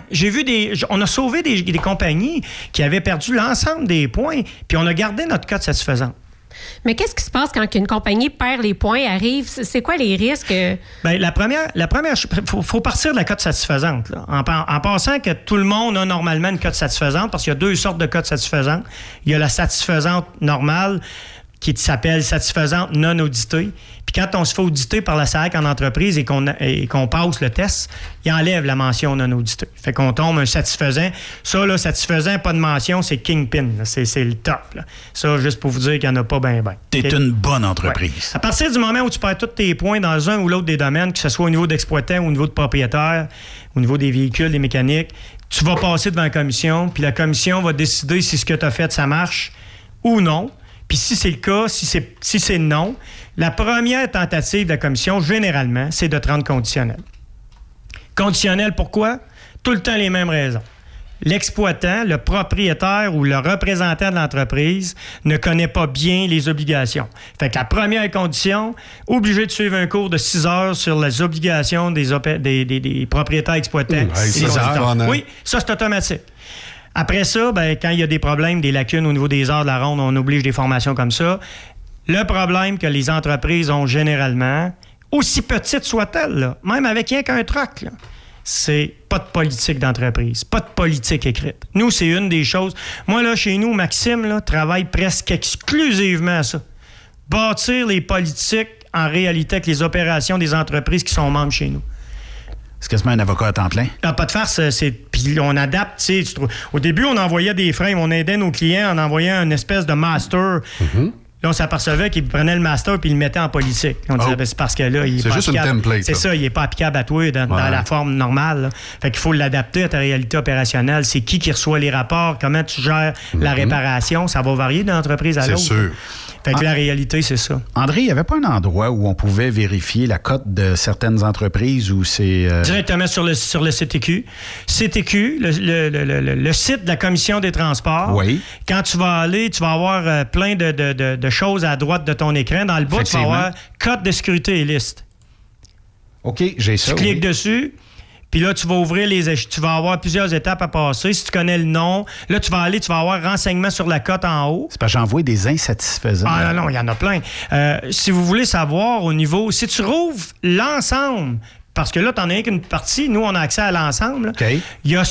On a sauvé des compagnies qui avaient perdu l'ensemble des points, puis on a gardé notre cote satisfaisante. Mais qu'est-ce qui se passe quand une compagnie perd les points, arrive? C'est quoi les risques? Bien, la première, faut partir de la cote satisfaisante. Là. En pensant que tout le monde a normalement une cote satisfaisante, parce qu'il y a deux sortes de cotes satisfaisantes. Il y a la satisfaisante normale, qui s'appelle satisfaisante non auditée. Puis quand on se fait auditer par la SAAC en entreprise et qu'on passe le test, il enlève la mention non auditée. Fait qu'on tombe un satisfaisant. Ça, là, satisfaisant, pas de mention, c'est Kingpin. C'est le top. Là. Ça, juste pour vous dire qu'il n'y en a pas bien. T'es une bonne entreprise. Ouais. À partir du moment où tu perds tous tes points dans un ou l'autre des domaines, que ce soit au niveau d'exploitant ou au niveau de propriétaire, au niveau des véhicules, des mécaniques, tu vas passer devant la commission, puis la commission va décider si ce que tu as fait, ça marche ou non. Puis si c'est le cas, si c'est non, la première tentative de la commission, généralement, c'est de te rendre conditionnel. Conditionnel, pourquoi? Tout le temps les mêmes raisons. L'exploitant, le propriétaire ou le représentant de l'entreprise ne connaît pas bien les obligations. Fait que la première condition, obligé de suivre un cours de 6 heures sur les obligations des propriétaires exploitants. 6 heures. Oui, ça, c'est automatique. Après ça, quand il y a des problèmes, des lacunes au niveau des heures de la ronde, on oblige des formations comme ça. Le problème que les entreprises ont généralement, aussi petites soient-elles, là, même avec rien qu'un troc, là, c'est pas de politique d'entreprise, pas de politique écrite. Nous, c'est une des choses. Moi, là, chez nous, Maxime, là, travaille presque exclusivement à ça. Bâtir les politiques, en réalité, avec les opérations des entreprises qui sont membres chez nous. C'est quasiment un avocat à temps plein. Ah, pas de farce, puis on adapte, tu sais. Au début, on envoyait des frames, on aidait nos clients en envoyant une espèce de master. Mm-hmm. Là, on s'apercevait qu'ils prenaient le master puis ils le mettaient en politique. On disait, c'est parce que là, il est c'est pas juste applicable. Une template. C'est ça, il n'est pas applicable à toi dans la forme normale. Là. Fait qu'il faut l'adapter à ta réalité opérationnelle. C'est qui reçoit les rapports, comment tu gères la réparation. Ça va varier d'une entreprise à l'autre. C'est sûr. Fait que la réalité, c'est ça. André, il n'y avait pas un endroit où on pouvait vérifier la cote de certaines entreprises où c'est... Directement sur le CTQ. CTQ, le site de la Commission des transports. Oui. Quand tu vas aller, tu vas avoir plein de choses à droite de ton écran. Dans le bas, tu vas avoir cote de sécurité et liste. OK, j'ai ça. Tu cliques dessus. Puis là, tu vas ouvrir tu vas avoir plusieurs étapes à passer. Si tu connais le nom, là, tu vas avoir renseignement sur la cote en haut. C'est parce que j'envoie des insatisfaisants. Ah non, il y en a plein. Si vous voulez savoir au niveau... Si tu rouvres l'ensemble, parce que là, tu n'en as qu'une partie, nous, on a accès à l'ensemble. Okay. Il y a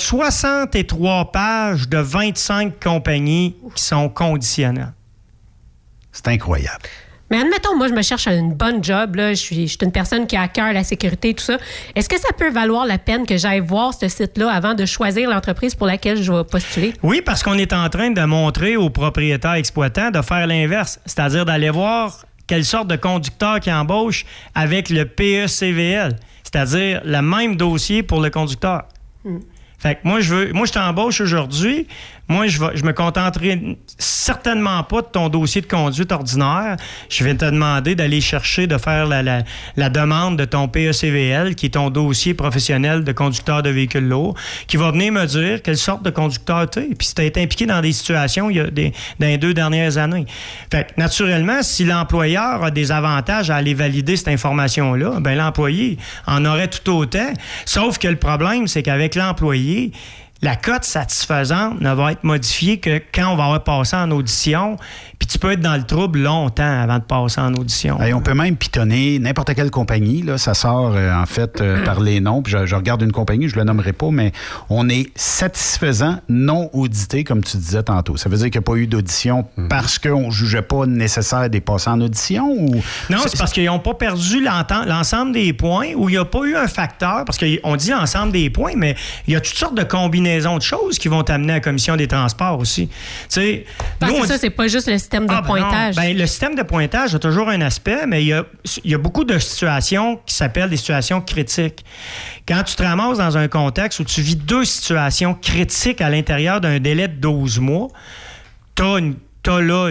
63 pages de 25 compagnies qui sont conditionnelles. C'est incroyable. Mais admettons, moi, je me cherche une bonne job. Là. Je suis une personne qui a à cœur la sécurité, tout ça. Est-ce que ça peut valoir la peine que j'aille voir ce site-là avant de choisir l'entreprise pour laquelle je vais postuler? Oui, parce qu'on est en train de montrer aux propriétaires exploitants de faire l'inverse, c'est-à-dire d'aller voir quelle sorte de conducteur qui embauche avec le PECVL, c'est-à-dire le même dossier pour le conducteur. Fait que moi, je t'embauche aujourd'hui. Moi, je me contenterai certainement pas de ton dossier de conduite ordinaire. Je vais te demander d'aller chercher, de faire la demande de ton PECVL, qui est ton dossier professionnel de conducteur de véhicules lourds, qui va venir me dire quelle sorte de conducteur tu es. Puis si tu as été impliqué dans des situations dans les 2 dernières années. Fait que, naturellement, si l'employeur a des avantages à aller valider cette information-là, bien, l'employé en aurait tout autant. Sauf que le problème, c'est qu'avec l'employé, la cote satisfaisante ne va être modifiée que quand on va avoir passé en audition, puis tu peux être dans le trouble longtemps avant de passer en audition. Et on peut même pitonner n'importe quelle compagnie. Là, ça sort, en fait, par les noms. Puis je regarde une compagnie, je ne le nommerai pas, mais on est satisfaisant, non audité, comme tu disais tantôt. Ça veut dire qu'il n'y a pas eu d'audition parce qu'on ne jugeait pas nécessaire de passer en audition? Ou... Non, c'est parce qu'ils n'ont pas perdu l'ensemble des points ou il n'y a pas eu un facteur, parce qu'on dit l'ensemble des points, mais il y a toutes sortes de combinaisons de choses qui vont t'amener à la Commission des transports aussi. Tu sais, c'est pas juste le système de pointage. Le système de pointage a toujours un aspect, mais il y a beaucoup de situations qui s'appellent des situations critiques. Quand tu te ramasses dans un contexte où tu vis 2 situations critiques à l'intérieur d'un délai de 12 mois, t'as là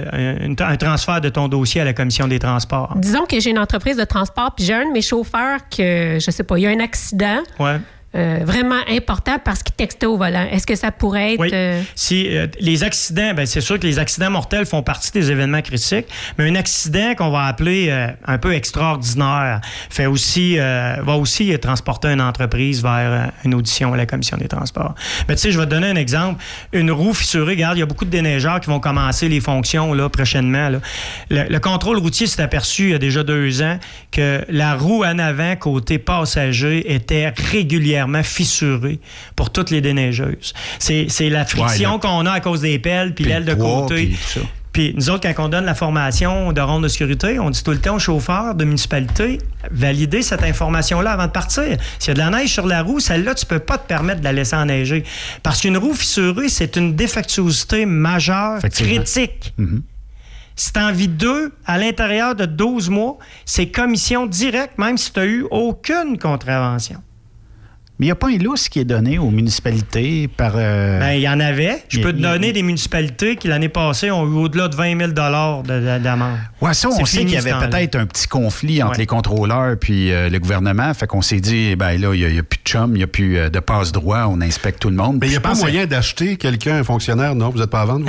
un transfert de ton dossier à la Commission des transports. Disons que j'ai une entreprise de transport, puis j'ai un de mes chauffeurs que, je sais pas, il y a un accident. Ouais. Vraiment important parce qu'il textait au volant. Est-ce que ça pourrait être... Oui. Si les accidents, c'est sûr que les accidents mortels font partie des événements critiques, mais un accident qu'on va appeler un peu extraordinaire va aussi transporter une entreprise vers une audition à la Commission des transports. Mais tu sais, je vais te donner un exemple. Une roue fissurée, regarde, il y a beaucoup de déneigeurs qui vont commencer les fonctions là, prochainement. Là. Le contrôle routier s'est aperçu il y a déjà 2 ans que la roue en avant, côté passager, était régulièrement fissurée pour toutes les déneigeuses. C'est la friction qu'on a à cause des pelles puis l'aile de côté. Puis nous autres, quand on donne la formation de ronde de sécurité, on dit tout le temps aux chauffeurs de municipalité, validez cette information-là avant de partir. S'il y a de la neige sur la roue, celle-là, tu peux pas te permettre de la laisser enneiger. Parce qu'une roue fissurée, c'est une défectuosité majeure, critique. Mm-hmm. Si tu en vis 2 à l'intérieur de 12 mois, c'est commission directe, même si tu n'as eu aucune contravention. Mais il n'y a pas un lousse qui est donné aux municipalités par... il y en avait. Je peux te donner des municipalités qui, l'année passée, ont eu au-delà de 20 000 d'amende. Oui, ça, on sait qu'il y avait peut-être un petit conflit entre les contrôleurs puis le gouvernement. Fait qu'on s'est dit, là, il n'y a plus de chum, il n'y a plus de passe-droit, on inspecte tout le monde. Mais il n'y a pas moyen d'acheter quelqu'un, un fonctionnaire, non? Vous n'êtes pas à vendre?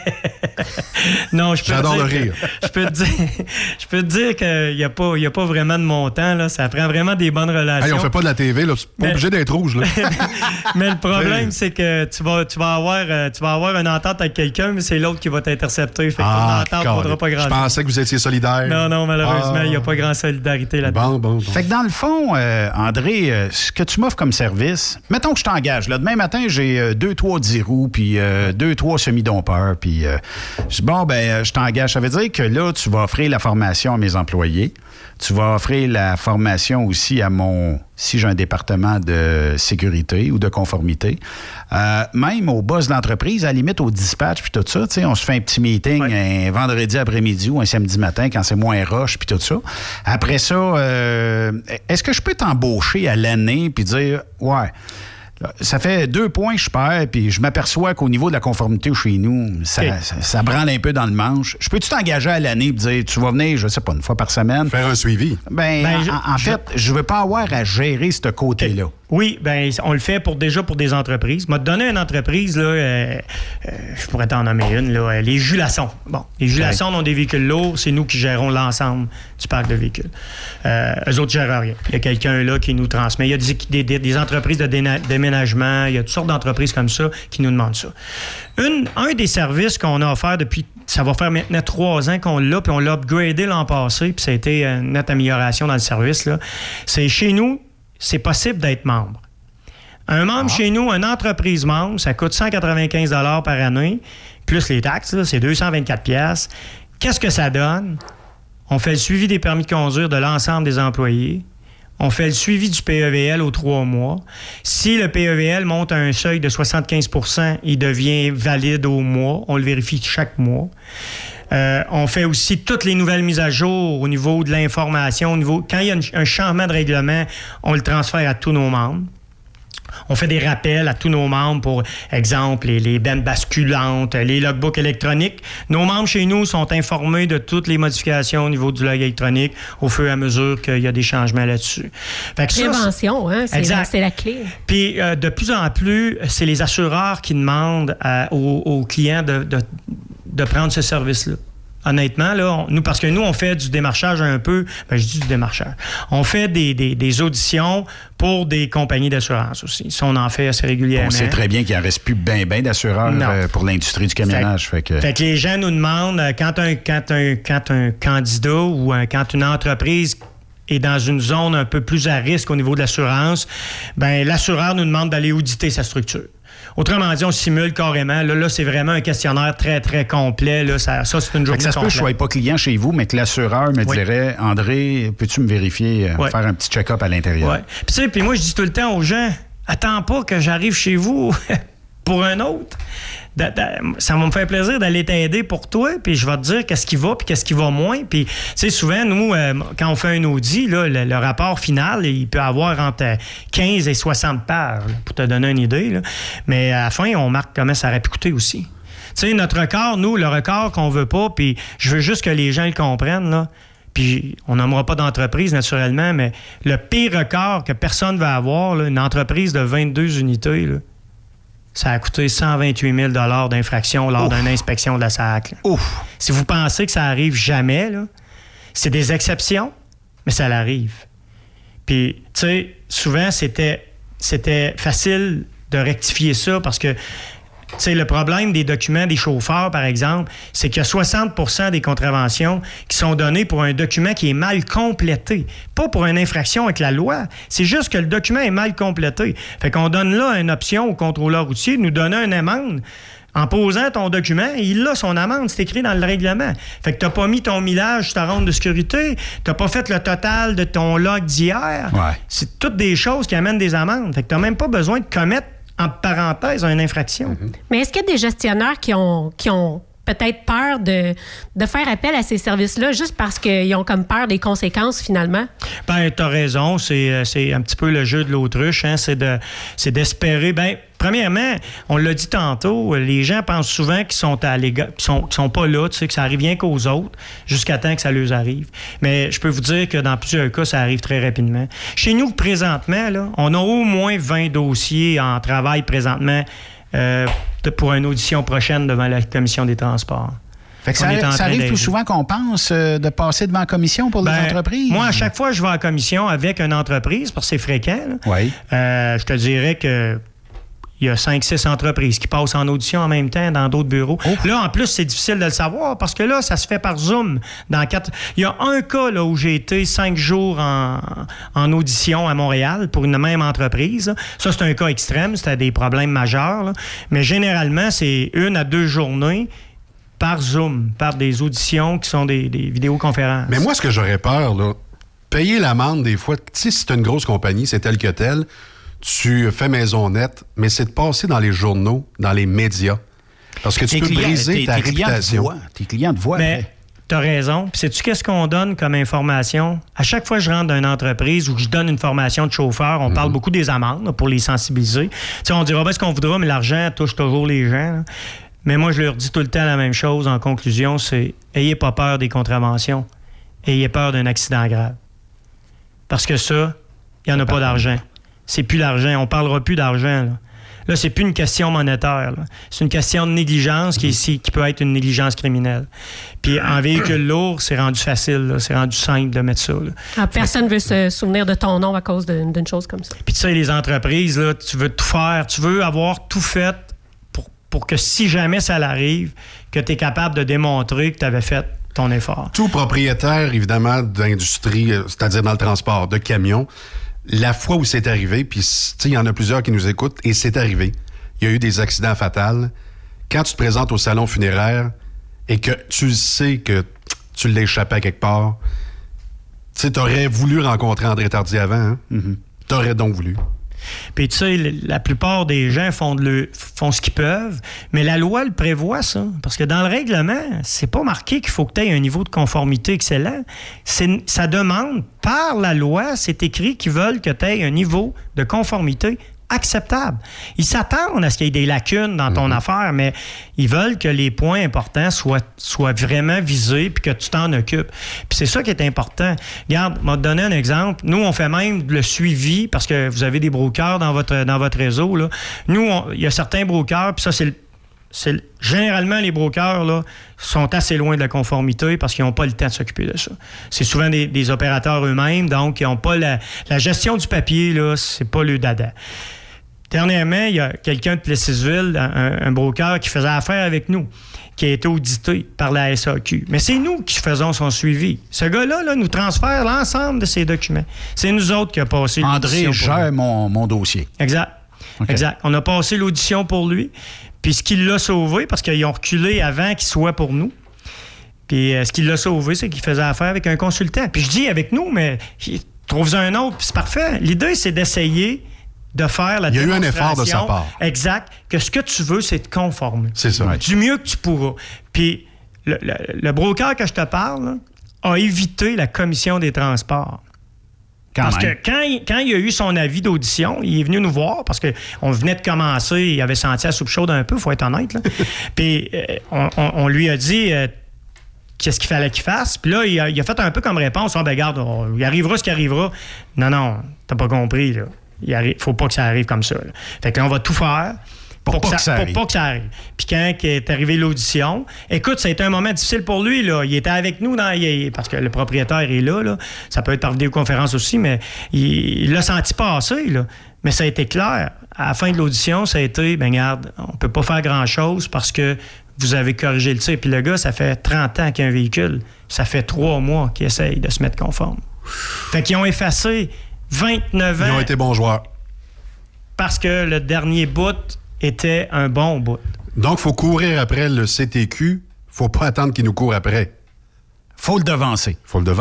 Non, je peux J'adore le rire. Je peux te dire qu'il n'y a pas vraiment de montant. Là. Ça prend vraiment des bonnes relations. Hey, on fait pas de la TV, là. C'est pas obligé d'être rouge, là. Mais le problème, c'est que tu vas avoir une entente avec quelqu'un, mais c'est l'autre qui va t'intercepter. Fait que ton entente ne vaudra pas grand-chose. Je pensais que vous étiez solidaire. Non, malheureusement, il n'y a pas grande solidarité là-dedans. Bon. Fait que dans le fond, André, ce que tu m'offres comme service, mettons que je t'engage. Là, demain matin, j'ai 2-3 10 roues, puis 2-3 semi-dompeurs, puis je dis, je t'engage. Ça veut dire que là, tu vas offrir la formation à mes employés. Tu vas offrir la formation aussi à si j'ai un département de sécurité ou de conformité. Même au boss de l'entreprise, à la limite au dispatch puis tout ça, on se fait un petit meeting un vendredi après-midi ou un samedi matin quand c'est moins rush puis tout ça. Après ça, est-ce que je peux t'embaucher à l'année puis dire, ça fait 2 points que je perds, puis je m'aperçois qu'au niveau de la conformité chez nous, ça branle un peu dans le manche. Je peux-tu t'engager à l'année et dire, tu vas venir, je sais pas, 1 fois par semaine? Faire un suivi. En fait, je veux pas avoir à gérer ce côté-là. Oui, on le fait pour des entreprises. M'a donné une entreprise, là, je pourrais t'en nommer une, là, les Julassons. Bon, les Julassons ont des véhicules lourds, c'est nous qui gérons l'ensemble du parc de véhicules. Eux autres gèrent rien. Il y a quelqu'un là qui nous transmet. Il y a des entreprises de déménagement, il y a toutes sortes d'entreprises comme ça qui nous demandent ça. Un des services qu'on a offert depuis, ça va faire maintenant 3 ans qu'on l'a, puis on l'a upgradé l'an passé, puis ça a été une nette amélioration dans le service, là. C'est chez nous, c'est possible d'être membre. Un membre chez nous, une entreprise membre, ça coûte 195 $ par année, plus les taxes, là, c'est 224 $. Qu'est-ce que ça donne? On fait le suivi des permis de conduire de l'ensemble des employés. On fait le suivi du PEVL aux 3 mois. Si le PEVL monte à un seuil de 75 %, il devient valide au mois. On le vérifie chaque mois. On fait aussi toutes les nouvelles mises à jour au niveau de l'information. Quand il y a un changement de règlement, on le transfère à tous nos membres. On fait des rappels à tous nos membres pour, exemple, les bennes basculantes, les logbooks électroniques. Nos membres chez nous sont informés de toutes les modifications au niveau du log électronique au fur et à mesure qu'il y a des changements là-dessus. Prévention, c'est la clé. Puis, de plus en plus, c'est les assureurs qui demandent aux clients de prendre ce service-là. Honnêtement, là, parce que nous, on fait du démarchage un peu. Ben, je dis du démarchage. On fait des auditions pour des compagnies d'assurance aussi. Ça, on en fait assez régulièrement. On sait très bien qu'il n'en reste plus ben d'assureurs pour l'industrie du camionnage. Fait que les gens nous demandent, quand un candidat ou quand une entreprise est dans une zone un peu plus à risque au niveau de l'assurance, ben l'assureur nous demande d'aller auditer sa structure. Autrement dit, on simule carrément. Là, c'est vraiment un questionnaire très, très complet. Là, ça c'est une journée complète. Ça se peut que je ne sois pas client chez vous, mais que l'assureur me dirait, André, peux-tu me vérifier, faire un petit check-up à l'intérieur? Oui. Puis moi, je dis tout le temps aux gens, attends pas que j'arrive chez vous pour un autre. Ça va me faire plaisir d'aller t'aider pour toi, puis je vais te dire qu'est-ce qui va puis qu'est-ce qui va moins. Puis, tu sais, souvent, nous, quand on fait un audit, là, le rapport final, il peut avoir entre 15 et 60 pages, là, pour te donner une idée. Là. Mais à la fin, on marque comment ça aurait pu coûter aussi. Tu sais, notre record, nous, le record qu'on veut pas, puis je veux juste que les gens le comprennent, là. Puis on nommera pas d'entreprise, naturellement, mais le pire record que personne ne va avoir, là, une entreprise de 22 unités, là, ça a coûté 128 000 $ d'infraction lors d'une inspection de la SAC. Si vous pensez que ça arrive jamais, là, c'est des exceptions, mais ça l'arrive. Puis, tu sais, souvent, c'était facile de rectifier ça parce que, tu sais, le problème des documents des chauffeurs, par exemple, c'est qu'il y a 60 % des contraventions qui sont données pour un document qui est mal complété. Pas pour une infraction avec la loi. C'est juste que le document est mal complété. Fait qu'on donne là une option au contrôleur routier de nous donner une amende. En posant ton document, il a son amende, c'est écrit dans le règlement. Fait que t'as pas mis ton millage sur ta ronde de sécurité, t'as pas fait le total de ton log d'hier. Ouais. C'est toutes des choses qui amènent des amendes. Fait que t'as même pas besoin de commettre en parenthèse, une infraction. Mm-hmm. Mais est-ce qu'il y a des gestionnaires qui ont peut-être peur de faire appel à ces services-là juste parce qu'ils ont comme peur des conséquences, finalement? Bien, tu as raison. C'est un petit peu le jeu de l'autruche. Hein? C'est d'espérer. Bien, premièrement, on l'a dit tantôt, les gens pensent souvent qu'ils sont sont pas là, tu sais, que ça arrive rien qu'aux autres, jusqu'à temps que ça leur arrive. Mais je peux vous dire que dans plusieurs cas, ça arrive très rapidement. Chez nous, présentement, là, on a au moins 20 dossiers en travail présentement pour une audition prochaine devant la Commission des transports. Fait que ça arrive plus souvent qu'on pense de passer devant la commission pour les entreprises? Moi, à chaque fois, je vais en commission avec une entreprise, parce que c'est fréquent. Oui. Je te dirais que il y a 5-6 entreprises qui passent en audition en même temps dans d'autres bureaux. Oh. Là, en plus, c'est difficile de le savoir parce que là, ça se fait par Zoom. Il y a un cas là, où j'ai été 5 jours en audition à Montréal pour une même entreprise. Ça, c'est un cas extrême. C'était des problèmes majeurs. Là. Mais généralement, c'est 1 à 2 journées par Zoom, par des auditions qui sont des vidéoconférences. Mais moi, ce que j'aurais peur, là, payer l'amende des fois, tu sais, si c'est une grosse compagnie, c'est tel que tel, tu fais maison nette, mais c'est de passer dans les journaux, dans les médias. Parce que tu peux briser ta réputation. Tes clients te voient. Mais tu as raison. Puis sais-tu qu'est-ce qu'on donne comme information? À chaque fois que je rentre dans une entreprise ou que je donne une formation de chauffeur, on parle beaucoup des amendes pour les sensibiliser. Tu sais, on dira ce qu'on voudra, mais l'argent touche toujours les gens. Là. Mais moi, je leur dis tout le temps la même chose en conclusion, c'est ayez pas peur des contraventions. Ayez peur d'un accident grave. Parce que ça, il n'y en a pas d'argent. C'est plus l'argent. On ne parlera plus d'argent. Là, c'est plus une question monétaire. Là. C'est une question de négligence qui peut être une négligence criminelle. Puis en véhicule lourd, c'est rendu facile. Là. C'est rendu simple de mettre ça. Là. Personne ne veut se souvenir de ton nom à cause d'une chose comme ça. Puis tu sais, les entreprises, là, tu veux tout faire. Tu veux avoir tout fait pour que si jamais ça l'arrive, que tu es capable de démontrer que tu avais fait ton effort. Tout propriétaire, évidemment, d'industrie, c'est-à-dire dans le transport, de camions, la fois où c'est arrivé, puis il y en a plusieurs qui nous écoutent, et c'est arrivé. Il y a eu des accidents fatals. Quand tu te présentes au salon funéraire et que tu sais que tu l'as échappé à quelque part, tu aurais voulu rencontrer André Tardy avant. Hein? Mm-hmm. Tu aurais donc voulu. Puis tu sais, la plupart des gens font ce qu'ils peuvent, mais la loi le prévoit, ça. Parce que dans le règlement, c'est pas marqué qu'il faut que tu aies un niveau de conformité excellent. Ça demande, par la loi, c'est écrit qu'ils veulent que tu aies un niveau de conformité acceptable. Ils s'attendent à ce qu'il y ait des lacunes dans ton affaire, mais ils veulent que les points importants soient vraiment visés puis que tu t'en occupes. Puis c'est ça qui est important. Regarde, je vais te donner un exemple. Nous, on fait même le suivi parce que vous avez des brokers dans votre réseau. Là. Nous, il y a certains brokers, puis ça, généralement, les brokers là, sont assez loin de la conformité parce qu'ils n'ont pas le temps de s'occuper de ça. C'est souvent des opérateurs eux-mêmes, donc ils n'ont pas la gestion du papier, là, c'est pas le dada. Dernièrement, il y a quelqu'un de Plessisville, un broker, qui faisait affaire avec nous, qui a été audité par la SAQ. Mais c'est nous qui faisons son suivi. Ce gars-là là, nous transfère l'ensemble de ses documents. C'est nous autres qui avons passé l'audition. André gère mon dossier. Exact. Okay. Exact. On a passé l'audition pour lui. Puis ce qui l'a sauvé, parce qu'ils ont reculé avant qu'il soit pour nous, puis ce qui l'a sauvé, c'est qu'il faisait affaire avec un consultant. Puis je dis avec nous, mais trouve-en un autre, puis c'est parfait. L'idée, c'est d'essayer de faire la démonstration. Il y a eu un effort de sa part. Exact. Que ce que tu veux, c'est te conformer. C'est ça. Du mieux que tu pourras. Puis le broker que je te parle là, a évité la commission des transports. Parce que quand il a eu son avis d'audition, il est venu nous voir parce qu'on venait de commencer, il avait senti la soupe chaude un peu, il faut être honnête. Là. Puis on lui a dit qu'est-ce qu'il fallait qu'il fasse. Puis là, il a fait un peu comme réponse, ben regarde, il arrivera ce qui arrivera. Non, t'as pas compris. Là. Faut pas que ça arrive comme ça. Là. Fait que là, on va tout faire pour pas que ça arrive. Puis quand est arrivé l'audition, écoute, ça a été un moment difficile pour lui. Là. Il était avec nous parce que le propriétaire est là. Ça peut être par vidéoconférence aussi, mais il l'a senti passer. Là. Mais ça a été clair. À la fin de l'audition, ça a été, ben regarde, on peut pas faire grand-chose parce que vous avez corrigé le tir. Puis le gars, ça fait 30 ans qu'il a un véhicule. Ça fait 3 mois qu'il essaye de se mettre conforme. Fait qu'ils ont effacé 29 ans. Ils ont été bons joueurs. Parce que le dernier bout était un bon bout. Donc, il faut courir après le CTQ. Faut pas attendre qu'il nous court après. Faut le devancer.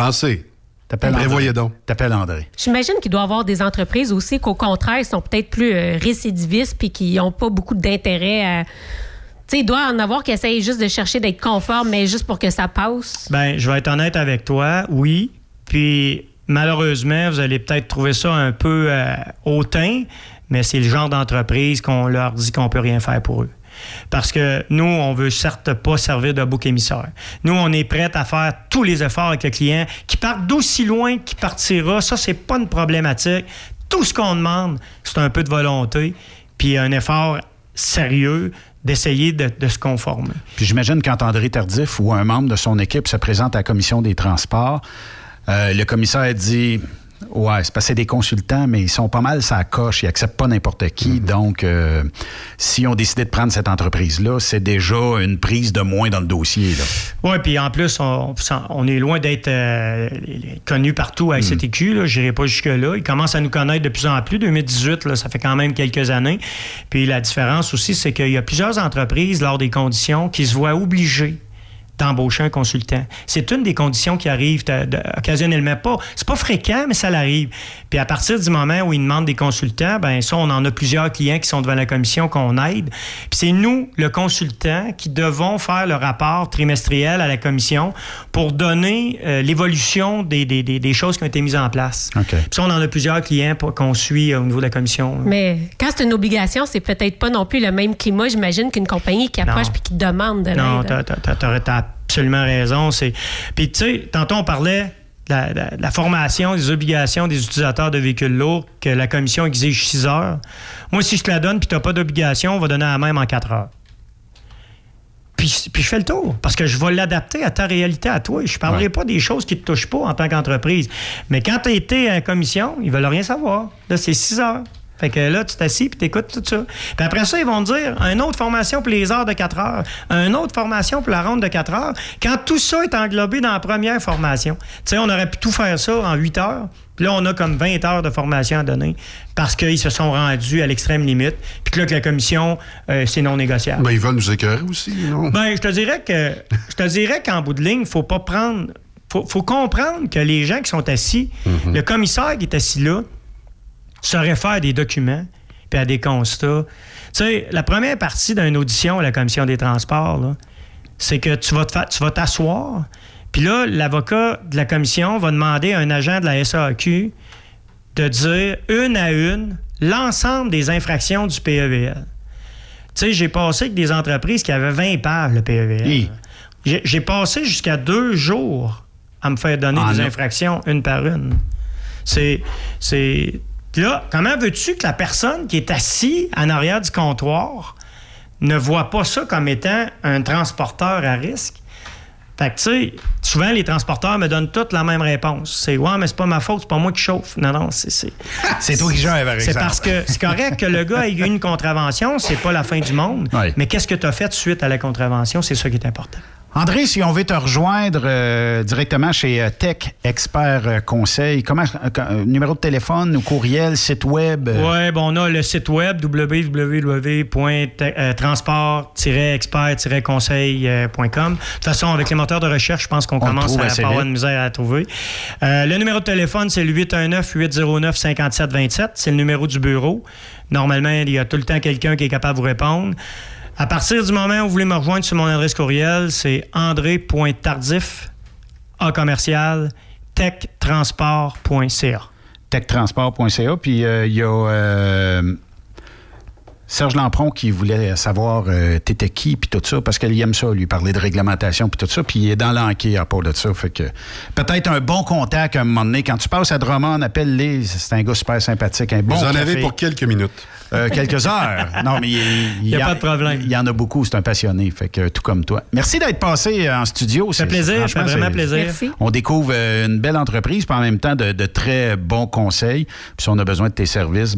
Prévoyez donc. T'appelles André. J'imagine qu'il doit y avoir des entreprises aussi qu'au contraire, sont peut-être plus récidivistes puis qui n'ont pas beaucoup d'intérêt à... Tu sais, il doit en avoir qui essayent juste de chercher d'être conforme, mais juste pour que ça passe. Bien, je vais être honnête avec toi, oui. Puis, malheureusement, vous allez peut-être trouver ça un peu hautain, mais c'est le genre d'entreprise qu'on leur dit qu'on peut rien faire pour eux. Parce que nous, on veut certes pas servir de bouc émissaire. Nous, on est prêts à faire tous les efforts avec le client, qui parte d'aussi loin qu'il partira. Ça, c'est pas une problématique. Tout ce qu'on demande, c'est un peu de volonté, puis un effort sérieux d'essayer de se conformer. Puis j'imagine quand André Tardif ou un membre de son équipe se présente à la commission des transports, le commissaire dit... Ouais, c'est parce que c'est des consultants, mais ils sont pas mal ça coche, ils acceptent pas n'importe qui. Donc, si on décidait de prendre cette entreprise-là, c'est déjà une prise de moins dans le dossier. Oui, puis en plus, on est loin d'être connu partout à SCTQ. Je n'irai pas jusque-là. Ils commencent à nous connaître de plus en plus. 2018, là, ça fait quand même quelques années. Puis la différence aussi, c'est qu'il y a plusieurs entreprises, lors des conditions, qui se voient obligées d'embaucher un consultant. C'est une des conditions qui arrivent occasionnellement. C'est pas fréquent, mais ça l'arrive. Puis à partir du moment où ils demandent des consultants, ben ça, on en a plusieurs clients qui sont devant la commission qu'on aide. Puis c'est nous, le consultant, qui devons faire le rapport trimestriel à la commission pour donner l'évolution des choses qui ont été mises en place. Okay. Puis ça, on en a plusieurs clients qu'on suit au niveau de la commission. Mais quand c'est une obligation, c'est peut-être pas non plus le même climat, j'imagine, qu'une compagnie qui approche puis qui demande de l'aide. Non, t'as absolument raison. Puis, tu sais, tantôt, on parlait de la formation, des obligations des utilisateurs de véhicules lourds que la commission exige 6 heures. Moi, si je te la donne puis tu n'as pas d'obligation, on va donner la même en 4 heures. Puis je fais le tour parce que je vais l'adapter à ta réalité, à toi. Je ne parlerai pas des choses qui ne te touchent pas en tant qu'entreprise. Mais quand tu as été à la commission, ils ne veulent rien savoir. Là, c'est 6 heures. Fait que là, tu t'assis puis t'écoutes tout ça. Puis après ça, ils vont te dire une autre formation pour les heures de 4 heures, une autre formation pour la ronde de 4 heures. Quand tout ça est englobé dans la première formation, tu sais, on aurait pu tout faire ça en 8 heures. Puis là, on a comme 20 heures de formation à donner parce qu'ils se sont rendus à l'extrême limite. Puis que là, que la commission, c'est non négociable. Ben, ils veulent nous écœurer aussi, non? Ben, je te dirais qu'en bout de ligne, faut pas prendre... Faut comprendre que les gens qui sont assis, le commissaire qui est assis là, se réfère à des documents puis à des constats. Tu sais, la première partie d'une audition à la commission des transports, là, c'est que tu vas t'asseoir, puis là, l'avocat de la commission va demander à un agent de la SAQ de dire une à une l'ensemble des infractions du PEVL. Tu sais, j'ai passé avec des entreprises qui avaient 20 pages, le PEVL. Oui. J'ai passé jusqu'à 2 jours à me faire donner des infractions une par une. C'est... Puis là, comment veux-tu que la personne qui est assise en arrière du comptoir ne voient pas ça comme étant un transporteur à risque. Fait que, tu sais, souvent, les transporteurs me donnent toutes la même réponse. C'est « Ouais, mais c'est pas ma faute, c'est pas moi qui chauffe. » Non, c'est... C'est toi qui gères, par exemple. C'est parce que c'est correct que le gars ait eu une contravention, c'est pas la fin du monde. Oui. Mais qu'est-ce que tu as fait suite à la contravention? C'est ça qui est important. André, si on veut te rejoindre directement chez Tech Expert Conseil, numéro de téléphone ou courriel, site web? Oui, bon, on a le site web www.transport-expert-conseil.com. De toute façon, avec les moteurs de recherche, je pense qu'on commence à pas avoir de misère à trouver. Le numéro de téléphone, c'est le 819-809-5727. C'est le numéro du bureau. Normalement, il y a tout le temps quelqu'un qui est capable de vous répondre. À partir du moment où vous voulez me rejoindre sur mon adresse courriel, c'est andré.tardif@techtransport.ca. Techtransport.ca. Puis il y a Serge Lampron qui voulait savoir t'étais qui, puis tout ça, parce qu'il aime ça, lui, parler de réglementation, puis tout ça, puis il est dans l'enquête à part de ça. Fait que peut-être un bon contact à un moment donné. Quand tu passes à Drummond, appelle-les. C'est un gars super sympathique, un bon Vous en café. avez pour quelques minutes. Quelques heures. Non, mais il n'y a pas de problème. Il y en a beaucoup, c'est un passionné, fait que tout comme toi. Merci d'être passé en studio. Ça fait plaisir, ça fait vraiment plaisir. Merci. On découvre une belle entreprise, puis en même temps de très bons conseils. Puis si on a besoin de tes services,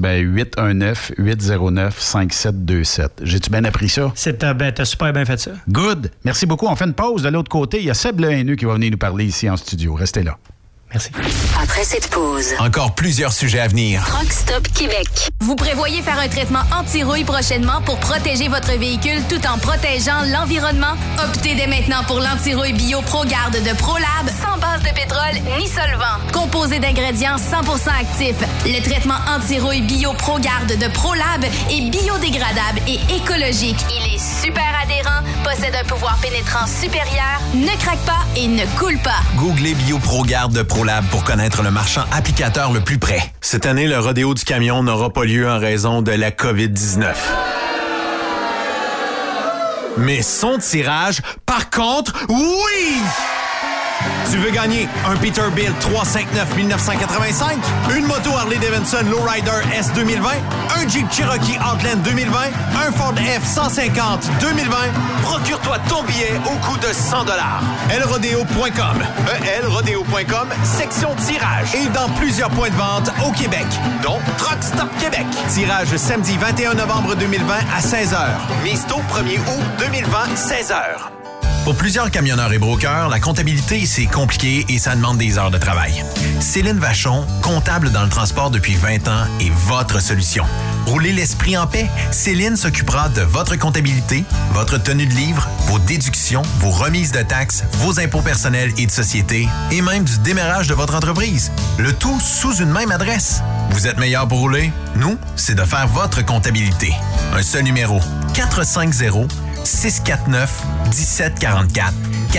819-809-5727. J'ai-tu bien appris ça? T'as super bien fait ça. Good. Merci beaucoup. On fait une pause. De l'autre côté, il y a Seb Lehaineux qui va venir nous parler ici en studio. Restez là. Merci. Après cette pause, encore plusieurs sujets à venir. Truck Stop Québec. Vous prévoyez faire un traitement anti-rouille prochainement pour protéger votre véhicule tout en protégeant l'environnement? Optez dès maintenant pour l'anti-rouille bio ProGarde de ProLab, sans base de pétrole ni solvant. Composé d'ingrédients 100% actifs, le traitement anti-rouille bio ProGarde de ProLab est biodégradable et écologique. Il est super adhérent, possède un pouvoir pénétrant supérieur, ne craque pas et ne coule pas. Googlez bio ProGarde de ProLab pour connaître le marchand applicateur le plus près. Cette année, le rodéo du camion n'aura pas lieu en raison de la COVID-19. Mais son tirage, par contre, oui! Tu veux gagner un Peterbilt 359 1985, une moto Harley-Davidson Lowrider S 2020, un Jeep Cherokee Outland 2020, un Ford F-150 2020? Procure-toi ton billet au coût de 100 $. elrodeo.com, elrodeo.com, section tirage. Et dans plusieurs points de vente au Québec, dont Truck Stop Québec. Tirage samedi 21 novembre 2020 à 16h. Mise tôt 1er août 2020, 16h. Pour plusieurs camionneurs et brokers, la comptabilité, c'est compliqué et ça demande des heures de travail. Céline Vachon, comptable dans le transport depuis 20 ans, est votre solution. Roulez l'esprit en paix. Céline s'occupera de votre comptabilité, votre tenue de livre, vos déductions, vos remises de taxes, vos impôts personnels et de société, et même du démarrage de votre entreprise. Le tout sous une même adresse. Vous êtes meilleur pour rouler? Nous, c'est de faire votre comptabilité. Un seul numéro. 450-649-1744.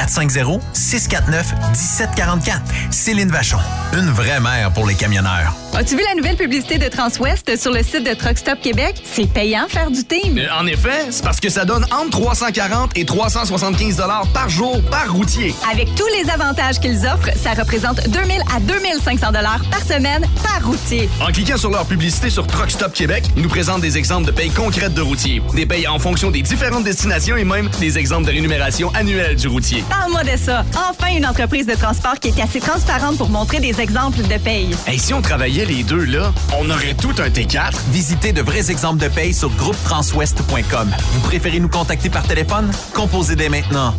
450-649-1744. Céline Vachon, une vraie mère pour les camionneurs. As-tu vu la nouvelle publicité de Transwest sur le site de Truck Stop Québec? C'est payant faire du team. En effet, c'est parce que ça donne entre 340 et 375 $ par jour par routier. Avec tous les avantages qu'ils offrent, ça représente 2000 à 2500 $ par semaine par routier. En cliquant sur leur publicité sur Truck Stop Québec, ils nous présentent des exemples de payes concrètes de routiers, des payes en fonction des différentes destinations et même des exemples de rémunération annuelle du routier. Parle-moi de ça. Enfin, une entreprise de transport qui est assez transparente pour montrer des exemples de paye. Hey, si on travaillait les deux, là, on aurait tout un T4. Visitez de vrais exemples de paye sur groupetranswest.com. Vous préférez nous contacter par téléphone? Composez dès maintenant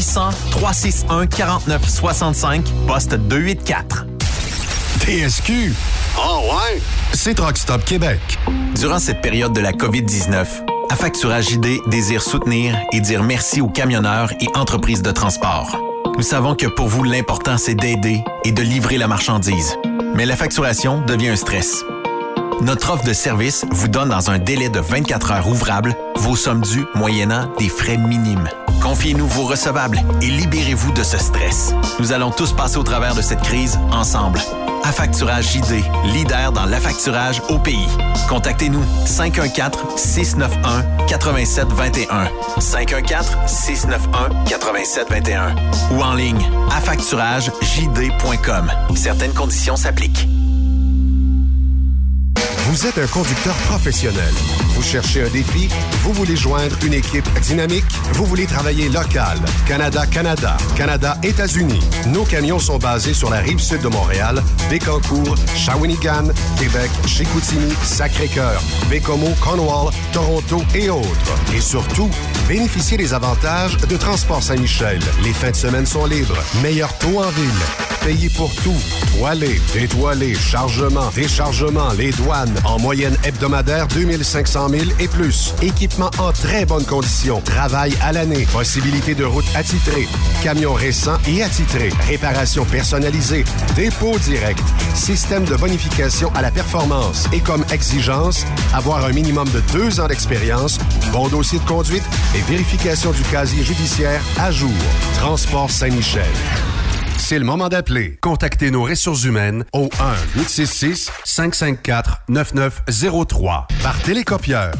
1-800-361-4965, poste 284. TSQ. Oh ouais? C'est Truck Stop Québec. Durant cette période de la COVID-19, Affacturage JD désire soutenir et dire merci aux camionneurs et entreprises de transport. Nous savons que pour vous, l'important, c'est d'aider et de livrer la marchandise. Mais la facturation devient un stress. Notre offre de service vous donne dans un délai de 24 heures ouvrables vos sommes dues moyennant des frais minimes. Confiez-nous vos recevables et libérez-vous de ce stress. Nous allons tous passer au travers de cette crise ensemble. Affacturage JD, leader dans l'affacturage au pays. Contactez-nous 514-691-8721. 514-691-8721. Ou en ligne, affacturagejd.com. Certaines conditions s'appliquent. Vous êtes un conducteur professionnel. Vous cherchez un défi? Vous voulez joindre une équipe dynamique? Vous voulez travailler local? Canada-Canada, Canada-États-Unis. Nos camions sont basés sur la rive sud de Montréal, Bécancour, Shawinigan, Québec, Chicoutimi, Sacré-Cœur, Bécomo, Cornwall, Toronto et autres. Et surtout, bénéficiez des avantages de Transport Saint-Michel. Les fins de semaine sont libres. Meilleur taux en ville. Payez pour tout. Toilé, détoilé, chargement, déchargement, les douanes. En moyenne hebdomadaire, 2500 000 et plus. Équipement en très bonne condition. Travail à l'année. Possibilité de route attitrée. Camions récents et attitrés. Réparation personnalisée. Dépôt direct. Système de bonification à la performance. Et comme exigence, avoir un minimum de 2 ans d'expérience, bon dossier de conduite et vérification du casier judiciaire à jour. Transport Saint-Michel. C'est le moment d'appeler. Contactez nos ressources humaines au 1-866-554-9903. Par télécopieur,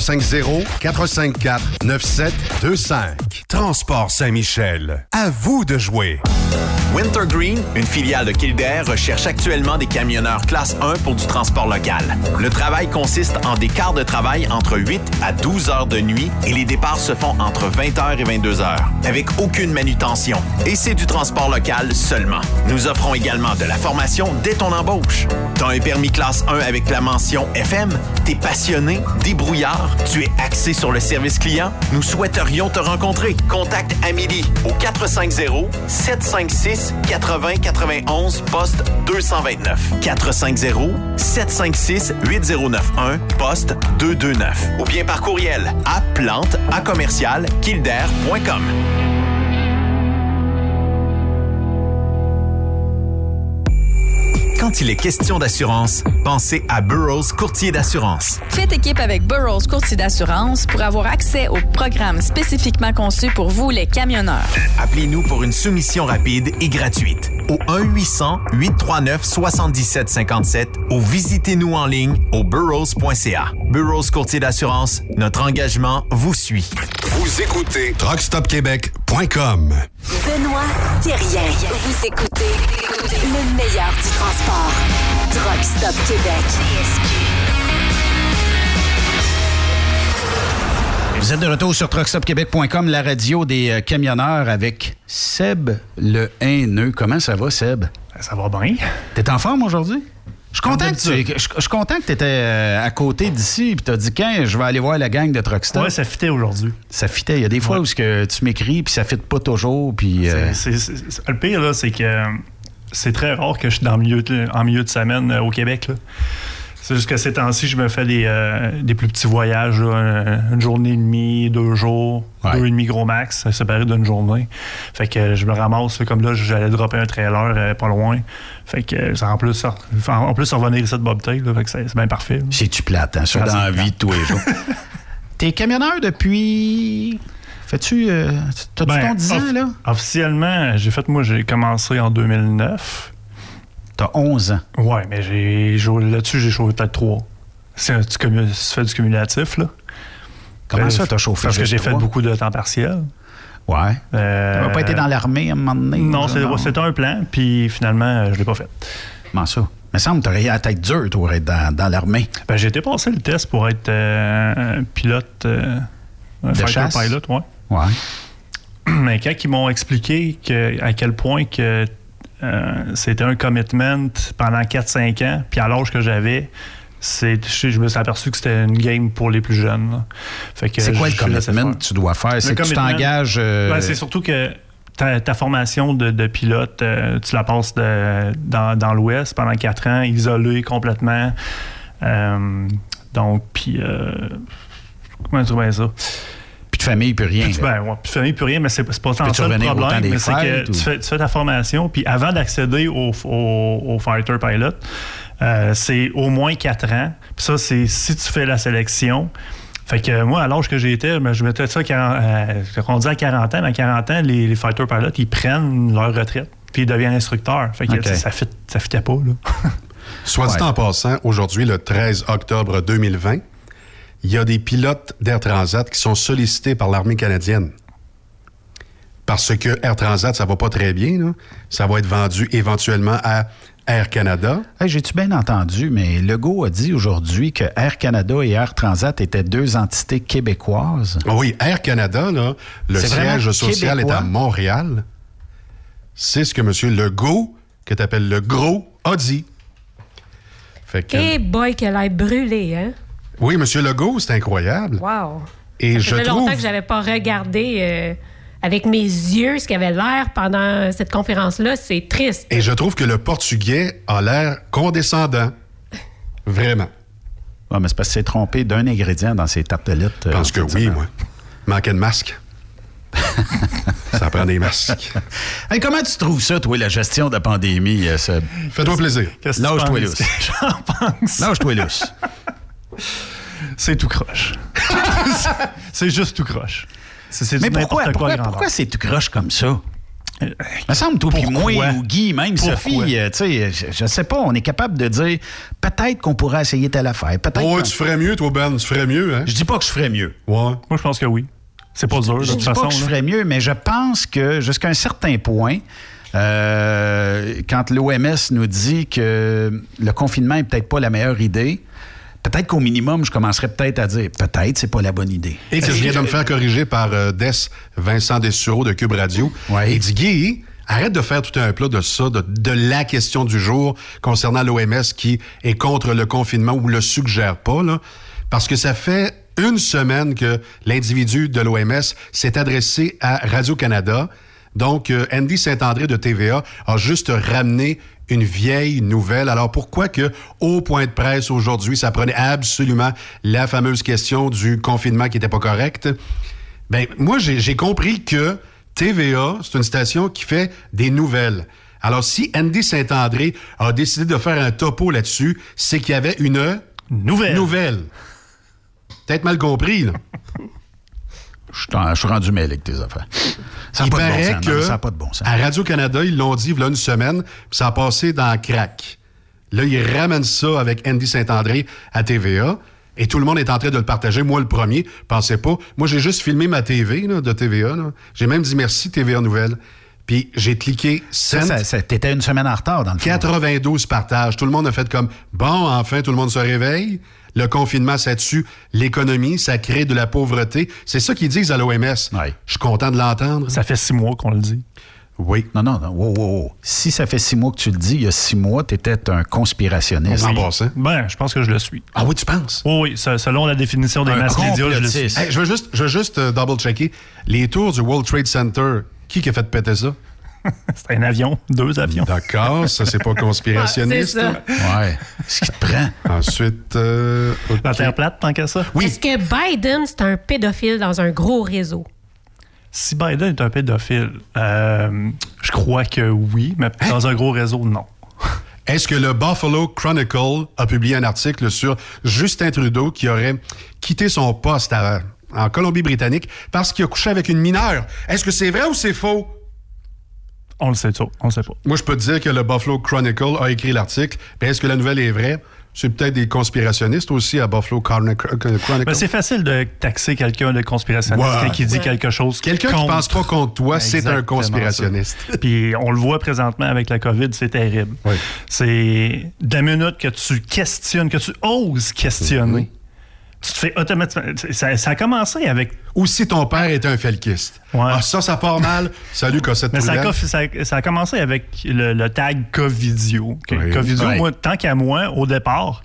450-454-9725. Transport Saint-Michel. À vous de jouer. Wintergreen, une filiale de Kildare, recherche actuellement des camionneurs classe 1 pour du transport local. Le travail consiste en des quarts de travail entre 8 à 12 heures de nuit et les départs se font entre 20h et 22h, avec aucune manutention. Et c'est du transport local seulement. Nous offrons également de la formation dès ton embauche. T'as un permis classe 1 avec la mention FM? T'es passionné, débrouillard, tu es axé sur le service client? Nous souhaiterions te rencontrer. Contacte Amélie au 450-756-8091, poste 229. 450-756-8091, poste 229. Ou bien par courriel à plante@commercial-kildare.com. Quand il est question d'assurance, pensez à Burroughs Courtier d'assurance. Faites équipe avec Burroughs Courtier d'assurance pour avoir accès aux programmes spécifiquement conçus pour vous, les camionneurs. Appelez-nous pour une soumission rapide et gratuite au 1-800-839-7757 ou visitez-nous en ligne au burroughs.ca. Burroughs Courtier d'assurance, notre engagement vous suit. Vous écoutez truckstopquebec.com. Benoît Thérien. Vous écoutez le meilleur du transport. Truck Stop Québec. Vous êtes de retour sur truckstopquebec.com, la radio des camionneurs avec Seb le haineux. Comment ça va, Seb? Ça va bien. T'es en forme aujourd'hui? Je suis content que tu étais à côté d'ici et tu as dit quand je vais aller voir la gang de Truck Stop. Ouais, ça fitait aujourd'hui. Ça fitait. Il y a des fois où tu m'écris puis ça fitte pas toujours. Puis, le pire, là, c'est que c'est très rare que je suis en milieu de semaine au Québec. Là. C'est juste que ces temps-ci, je me fais des plus petits voyages, là, une journée et demie, 2 jours, 2,5 gros max, séparé d'une journée. Fait que je me ramasse, comme là, j'allais dropper un trailer pas loin. Fait que en plus revenir ici de Bobtail, fait que c'est bien parfait. Là. C'est-tu plate, hein, ça, dans la vie de tous les jours? T'es camionneur depuis... T'as-tu ton 10 ans, là? Officiellement, j'ai commencé en 2009. T'as 11 ans. Ouais, mais là-dessus, j'ai chauffé peut-être 3. Si tu fais du cumulatif, là. Comment ça, t'as chauffé? Parce que j'ai fait beaucoup de temps partiel. Ouais. T'avais pas été dans l'armée à un moment donné? Non, c'était un plan, puis finalement, je l'ai pas fait. Comment ça? Il me semble que t'aurais la tête dure, toi, être dans l'armée. Ben, j'ai été passer le test pour être un pilote, un fighter pilot, ouais. Mais quand ils m'ont expliqué à quel point que c'était un commitment pendant 4-5 ans, puis à l'âge que j'avais, je me suis aperçu que c'était une game pour les plus jeunes. Là. Fait que c'est quoi le commitment que tu dois faire? C'est que tu t'engages... c'est surtout que ta formation de pilote, tu la passes dans l'Ouest pendant 4 ans, isolé complètement. Donc, puis... comment tu vois ça? Plus de famille, plus rien. Plus de famille, plus rien, mais c'est pas tant ça le problème. Mais c'est que tu fais ta formation, puis avant d'accéder au fighter pilot, c'est au moins 4 ans. Puis ça, c'est si tu fais la sélection. Fait que moi, à l'âge que j'étais, je mettais ça on dit à 40 ans, mais à 40 ans, les fighter pilots, ils prennent leur retraite, puis ils deviennent instructeurs. Fait que ça fitait pas, là. Soit dit en passant, aujourd'hui, le 13 octobre 2020, il y a des pilotes d'Air Transat qui sont sollicités par l'armée canadienne. Parce que Air Transat, ça va pas très bien, là. Ça va être vendu éventuellement à Air Canada. Hey, j'ai-tu bien entendu, mais Legault a dit aujourd'hui que Air Canada et Air Transat étaient 2 entités québécoises. Oui, Air Canada, là, le siège social québécois. Est à Montréal. C'est ce que M. Legault, que tu appelles le gros, a dit. Fait que... Hey boy, qu'elle a brûlé, hein? Oui, M. Legault, c'est incroyable. Wow. Et ça faisait longtemps que je n'avais pas regardé avec mes yeux ce qui avait l'air pendant cette conférence-là. C'est triste. Et je trouve que le portugais a l'air condescendant. Vraiment. Oui, mais c'est parce qu'il s'est trompé d'un ingrédient dans ses tartelettes. Je pense que oui, moi. Manquait de masque. Ça prend des masques. Hey, comment tu trouves ça, toi, la gestion de la pandémie, Seb? Fais-toi plaisir. Lâche-toi lousse. J'en pense. Lâche-toi lousse. C'est tout croche. C'est juste tout croche. Mais pourquoi c'est tout croche comme ça? Il me semble, toi, puis moi, ou Guy, même Sophie, tu sais, je sais pas, on est capable de dire peut-être qu'on pourrait essayer telle affaire. Tu ferais mieux, toi, Ben, tu ferais mieux, hein? Je dis pas que je ferais mieux. Ouais. Moi, je pense que oui. C'est pas dur, de toute façon. Je dis pas que je ferais mieux, mais je pense que jusqu'à un certain point, quand l'OMS nous dit que le confinement est peut-être pas la meilleure idée, peut-être qu'au minimum, je commencerais peut-être à dire peut-être c'est pas la bonne idée. Et que je viens de me faire corriger par Vincent Dessureau de Cube Radio. Ouais. Il dit, Guy, arrête de faire tout un plat de ça, de la question du jour concernant l'OMS qui est contre le confinement ou le suggère pas, là, parce que ça fait une semaine que l'individu de l'OMS s'est adressé à Radio-Canada. Donc, Andy Saint-André de TVA a juste ramené une vieille nouvelle. Alors, pourquoi que au point de presse aujourd'hui, ça prenait absolument la fameuse question du confinement qui n'était pas correct? Ben, moi, j'ai compris que TVA, c'est une station qui fait des nouvelles. Alors, si Andy Saint-André a décidé de faire un topo là-dessus, c'est qu'il y avait une nouvelle. Peut-être mal compris, là. Je suis rendu mêlé avec tes affaires. Ça Il paraît que ça n'a pas de bon sens. À Radio-Canada, ils l'ont dit il y a une semaine, puis ça a passé dans crack. Là, ils ramènent ça avec Andy Saint-André à TVA, et tout le monde est en train de le partager. Moi, le premier, pensez pas. Moi, j'ai juste filmé ma TV là, de TVA. Là. J'ai même dit merci, TVA Nouvelles. Puis j'ai cliqué send. T'étais une semaine en retard, dans le fond. 92 partages. Tout le monde a fait comme, bon, enfin, tout le monde se réveille. Le confinement, ça tue l'économie, ça crée de la pauvreté. C'est ça qu'ils disent à l'OMS. Ouais. Je suis content de l'entendre. Ça fait 6 mois qu'on le dit. Oui. Non. Wow. Si ça fait 6 mois que tu le dis, il y a 6 mois, tu étais un conspirationniste. En passant. Ben, je pense que je le suis. Ah oui, tu penses? Oui, selon la définition des mass médias, je le suis. Hey, je veux juste double-checker. Les tours du World Trade Center, qui a fait péter ça? C'est un avion, 2 avions. D'accord, ça, c'est pas conspirationniste. C'est ça. Ouais. Ce qui te prend. Ensuite, okay. La Terre plate, tant qu'à ça. Oui. Est-ce que Biden, c'est un pédophile dans un gros réseau? Si Biden est un pédophile, je crois que oui, mais dans un gros réseau, non. Est-ce que le Buffalo Chronicle a publié un article sur Justin Trudeau qui aurait quitté son poste en Colombie-Britannique parce qu'il a couché avec une mineure? Est-ce que c'est vrai ou c'est faux? On le sait pas. Moi, je peux te dire que le Buffalo Chronicle a écrit l'article. Mais est-ce que la nouvelle est vraie? C'est peut-être des conspirationnistes aussi à Buffalo Chronicle. Ben, c'est facile de taxer quelqu'un de conspirationniste quand il dit quelque chose Quelqu'un qui pense pas contre toi, c'est un conspirationniste. Puis on le voit présentement avec la COVID, c'est terrible. Oui. C'est de la minute que tu questionnes, que tu oses questionner. Tu te fais automatiquement... Ça a commencé avec... Ou si ton père était un felkiste. Ouais. Ah, ça part mal. Salut, Cossette. Mais ça a commencé avec le tag Covidio. Okay? Oui. Covidio, moi, tant qu'à moi, au départ,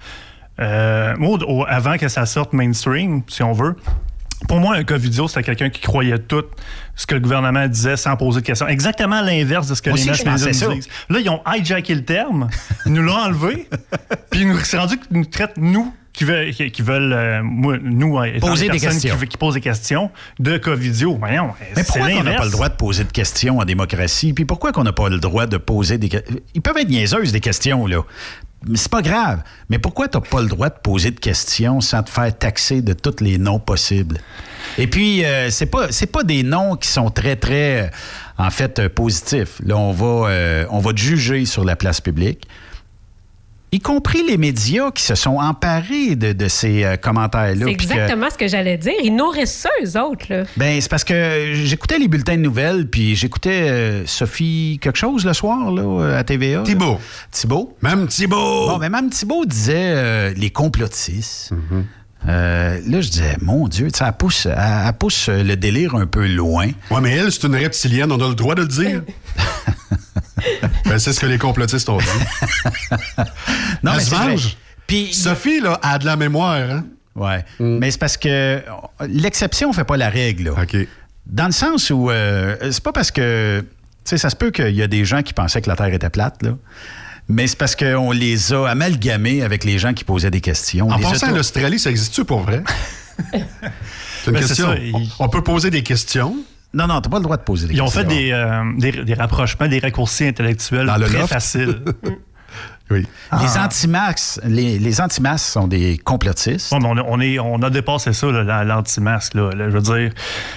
avant que ça sorte mainstream, si on veut, pour moi, un Covidio, c'était quelqu'un qui croyait tout ce que le gouvernement disait sans poser de questions. Exactement l'inverse de ce que les mass médias disent. Là, ils ont hijacké le terme, ils nous l'ont enlevé, puis c'est rendu qu'ils nous traitent, nous, qui veulent poser des questions. Qui posent des questions de Covidio. Voyons, mais pourquoi on n'a pas le droit de poser de questions en démocratie? Puis pourquoi qu'on n'a pas le droit de poser des questions? Ils peuvent être niaiseuses, des questions, là. Mais c'est pas grave. Mais pourquoi tu n'as pas le droit de poser de questions sans te faire taxer de tous les noms possibles? Et puis, c'est pas des noms qui sont très, très, en fait, positifs. Là, on va te juger sur la place publique. y compris les médias qui se sont emparés de ces commentaires-là. C'est exactement ce que j'allais dire. Ils nourrissent ça, eux autres. Là. Ben, c'est parce que j'écoutais les bulletins de nouvelles, puis j'écoutais Sophie quelque chose le soir là, à TVA. Thibault. Même Thibault. Bon, ben, même Thibault disait les complotistes. Là, je disais, mon Dieu, elle pousse le délire un peu loin. Ouais, mais elle, c'est une reptilienne, on a le droit de le dire. Ben, c'est ce que les complotistes ont dit. Non, elle mais se venge. Puis Sophie, là, a de la mémoire, hein? Ouais. Mais c'est parce que l'exception fait pas la règle, là. OK. Dans le sens où c'est pas parce que, tu sais, ça se peut qu'il y a des gens qui pensaient que la Terre était plate, là. Mais c'est parce qu'on les a amalgamés avec les gens qui posaient des questions. En passant, l'Australie, ça existe-tu pour vrai? C'est une question. Ça, on peut poser des questions. Non, t'as pas le droit de poser des questions. Ils ont fait des rapprochements, des raccourcis intellectuels très faciles. Oui. Les anti-masques sont des complotistes. Ouais, mais on a dépassé ça, là, l'anti-masque. Là, je veux dire,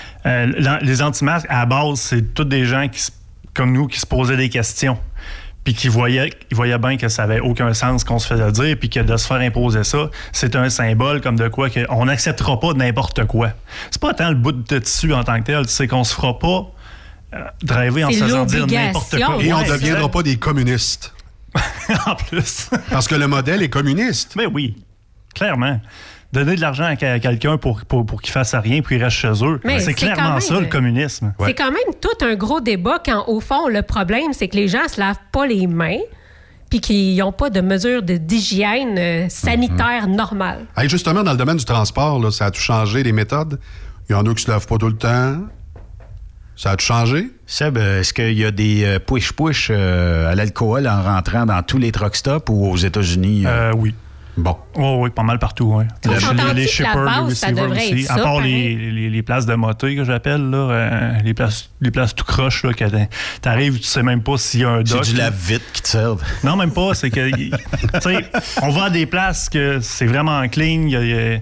les anti-masques, à la base, c'est tous des gens comme nous qui se posaient des questions. Puis qui voyaient bien que ça n'avait aucun sens qu'on se faisait dire, puis que de se faire imposer ça, c'est un symbole comme de quoi qu'on n'acceptera pas n'importe quoi. C'est pas tant le bout de tissu en tant que tel, c'est qu'on se fera pas driver en se faisant dire n'importe quoi. Et on ne deviendra pas des communistes. En plus. Parce que le modèle est communiste. Mais oui, clairement. Donner de l'argent à quelqu'un pour qu'il fasse rien puis qu'il reste chez eux. Mais c'est clairement même, ça, le communisme. C'est quand même tout un gros débat quand, au fond, le problème, c'est que les gens se lavent pas les mains puis qu'ils n'ont pas de mesures d'hygiène sanitaire normales. Hey, justement, dans le domaine du transport, là, ça a tout changé, les méthodes? Il y en a qui se lavent pas tout le temps. Ça a tout changé? Seb, est-ce qu'il y a des push-push à l'alcool en rentrant dans tous les truck stops ou aux États-Unis? Oui. Bon. Oh, oui, pas mal partout, oui. Les shippers, les receivers aussi. À part les places de moto que j'appelle, là, les places tout croche, là, que t'arrives, tu sais même pas s'il y a un dock. C'est du lave-vite qui te sert. Non, même pas. C'est que, tu sais, on va à des places que c'est vraiment clean. Tu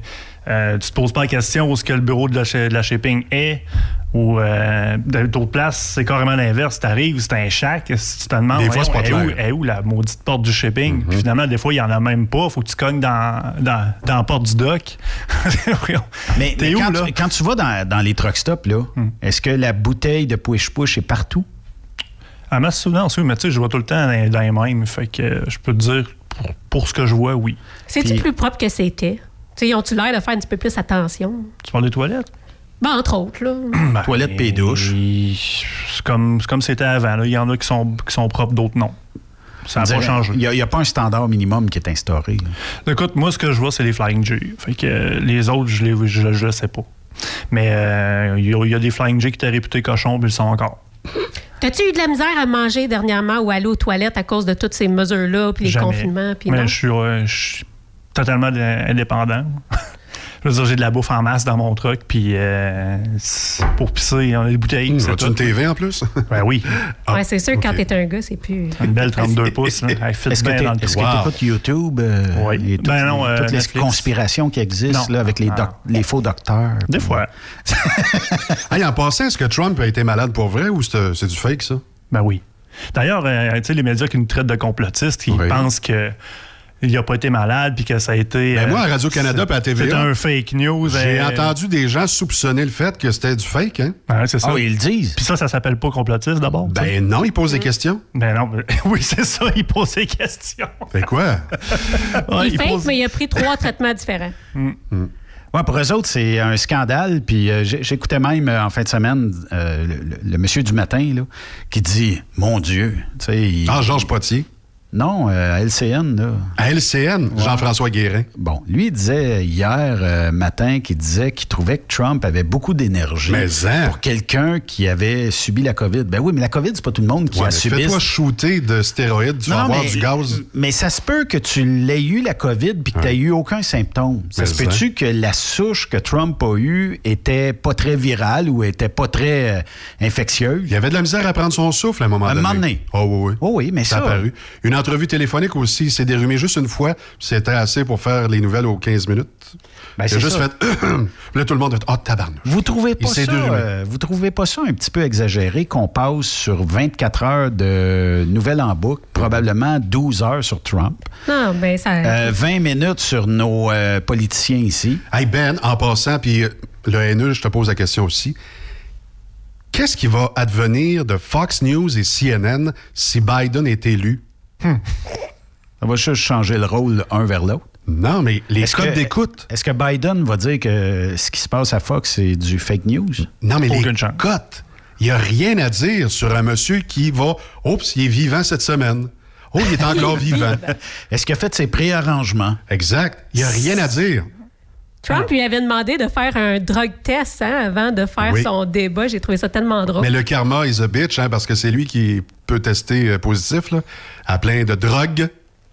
te poses pas la question où est-ce que le bureau de la shipping est. Ou d'autres places, c'est carrément l'inverse. Tu arrives, c'est un shack. Si tu te demandes, des fois, c'est pas clair. est où la maudite porte du shipping? Puis finalement, des fois, il n'y en a même pas. Faut que tu cognes dans la porte du dock. mais quand tu vas dans les truck stops, là, est-ce que la bouteille de push-push est partout? À ma souvenance, oui, mais tu sais, je vois tout le temps dans les mêmes. Fait que je peux te dire, pour ce que je vois, oui. C'est-tu plus propre que c'était? Tu sais, ont-tu l'air de faire un petit peu plus attention? Tu parles des toilettes? Ben, entre autres, là. Toilettes et douches. C'est comme c'était avant. Là. Il y en a qui sont propres, d'autres non. Ça n'a pas changé. Il n'y a pas un standard minimum qui est instauré. Là. Écoute, moi, ce que je vois, c'est les Flying J. Fait que les autres, je le sais pas. Mais il y a des Flying J qui étaient réputés cochons, puis ils le sont encore. T'as-tu eu de la misère à manger dernièrement ou aller aux toilettes à cause de toutes ces mesures-là, puis les confinements? Puis mais je suis totalement indépendant. Je veux dire, j'ai de la bouffe en masse dans mon truck, puis pour pisser, on a des bouteilles. As-tu une TV en plus? Ben oui. Ouais, c'est sûr que quand t'es un gars, c'est plus... Une belle 32 pouces, là. Elle fit bien dans le Est-ce que t'écoutes YouTube? Oui. Et toutes les conspirations qui existent là, avec les faux docteurs? Des fois. Hey, en passant, est-ce que Trump a été malade pour vrai ou c'est du fake, ça? Ben oui. D'ailleurs, tu sais, les médias qui nous traitent de complotistes, ils pensent que il n'a pas été malade, puis que ça a été... Ben moi, à Radio-Canada et à TVA... C'est un fake news. J'ai entendu des gens soupçonner le fait que c'était du fake, hein? Ouais, c'est ça. Ah, ils le disent. Puis ça s'appelle pas complotiste, d'abord? Ben non, ils posent des questions. Ben non, oui, c'est ça, ils posent des questions. Fait quoi? Ouais, il fake, mais il a pris 3 traitements différents. Ouais, pour eux autres, c'est un scandale. Puis j'écoutais même en fin de semaine le monsieur du matin là, qui dit « Mon Dieu! » Georges Potier. Non, à LCN. Là. À LCN, ouais. Jean-François Guérin. Bon, lui, il disait hier matin qu'il trouvait que Trump avait beaucoup d'énergie pour quelqu'un qui avait subi la COVID. Ben oui, mais la COVID, c'est pas tout le monde qui a subi. Fais-toi shooter de stéroïdes, tu vas avoir du gaz. Mais ça se peut que tu l'aies eu, la COVID, puis que tu n'aies eu aucun symptôme. Ça se peut-tu que la souche que Trump a eue était pas très virale ou était pas très infectieuse? Il y avait de la misère à prendre son souffle à un moment donné. Oh oui, mais ça... a apparu. Une entrevue téléphonique aussi, il s'est dérumé juste une fois, puis c'était assez pour faire les nouvelles aux 15 minutes. Ben, il a juste fait... là, tout le monde a fait « Ah, tabarnouche! » Vous trouvez pas ça un petit peu exagéré qu'on passe sur 24 heures de nouvelles en boucle, probablement 12 heures sur Trump? Non, ben ça... 20 minutes sur nos politiciens ici. Hey Ben, en passant, puis le haineux, je te pose la question aussi. Qu'est-ce qui va advenir de Fox News et CNN si Biden est élu? Ça va juste changer le rôle un vers l'autre. Non, mais les codes d'écoute... Est-ce que Biden va dire que ce qui se passe à Fox, c'est du fake news? Non, mais les cotes, il n'y a rien à dire sur un monsieur qui va... Oups, il est vivant cette semaine. Oh, il est encore vivant. Est-ce qu'il a fait ses préarrangements? Exact. Il n'y a rien à dire. Trump lui avait demandé de faire un drug test avant de faire son débat. J'ai trouvé ça tellement drôle. Mais le karma is a bitch, parce que c'est lui qui peut tester positif là, à plein de drogues.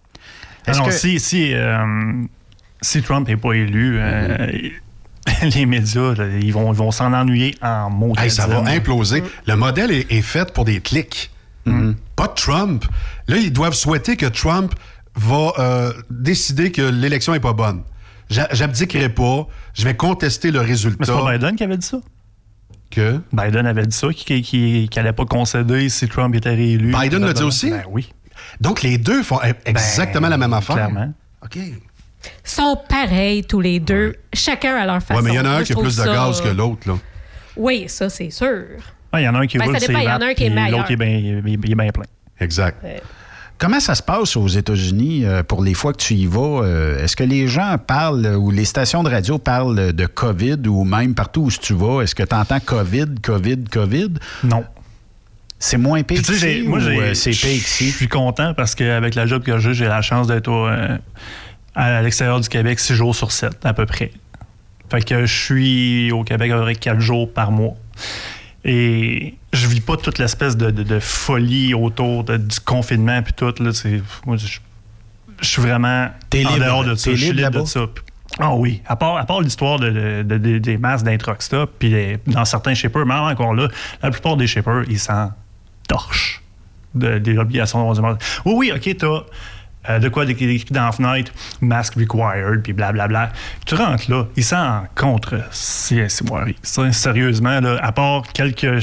Si Trump n'est pas élu, les médias, là, ils vont s'en ennuyer en mots. Ça va imploser. Le modèle est fait pour des clics. Pas de Trump. Là, ils doivent souhaiter que Trump va décider que l'élection n'est pas bonne. J'abdiquerai pas. Je vais contester le résultat. Mais c'est pas Biden qui avait dit ça? Que? Biden avait dit ça, qu'il n'allait pas concéder si Trump était réélu. Biden l'a dit aussi? Ben oui. Donc, les deux font exactement la même affaire? Clairement. OK. Sont pareils tous les deux, chacun à leur façon. Oui, mais il y en a un qui a plus de gaz que l'autre, là. Oui, ça, c'est sûr. Il y en a un qui roule ça dépend, il y en a un qui est meilleur. L'autre, il est bien plein. Exact. Comment ça se passe aux États-Unis pour les fois que tu y vas? Est-ce que les gens parlent ou les stations de radio parlent de COVID ou même partout où tu vas? Est-ce que tu entends COVID? Non. C'est moins pire ici ou c'est pire ici? Je suis content parce qu'avec la job que j'ai la chance d'être à l'extérieur du Québec 6 jours sur 7 à peu près. Fait que je suis au Québec à peu près 4 jours par mois. Et je vis pas toute l'espèce de folie autour du confinement puis tout. Là, moi, je suis vraiment en dehors de ça. Je suis libre de ça. Ah oui, à part l'histoire des masques d'Introxta, puis dans certains shippers, même encore là, la plupart des shippers, ils s'en torchent des obligations. Oui, OK, t'as de quoi écrit dans la fenêtre, mask required, puis blablabla. Tu rentres là, ils s'en contre sérieusement, là, à part quelques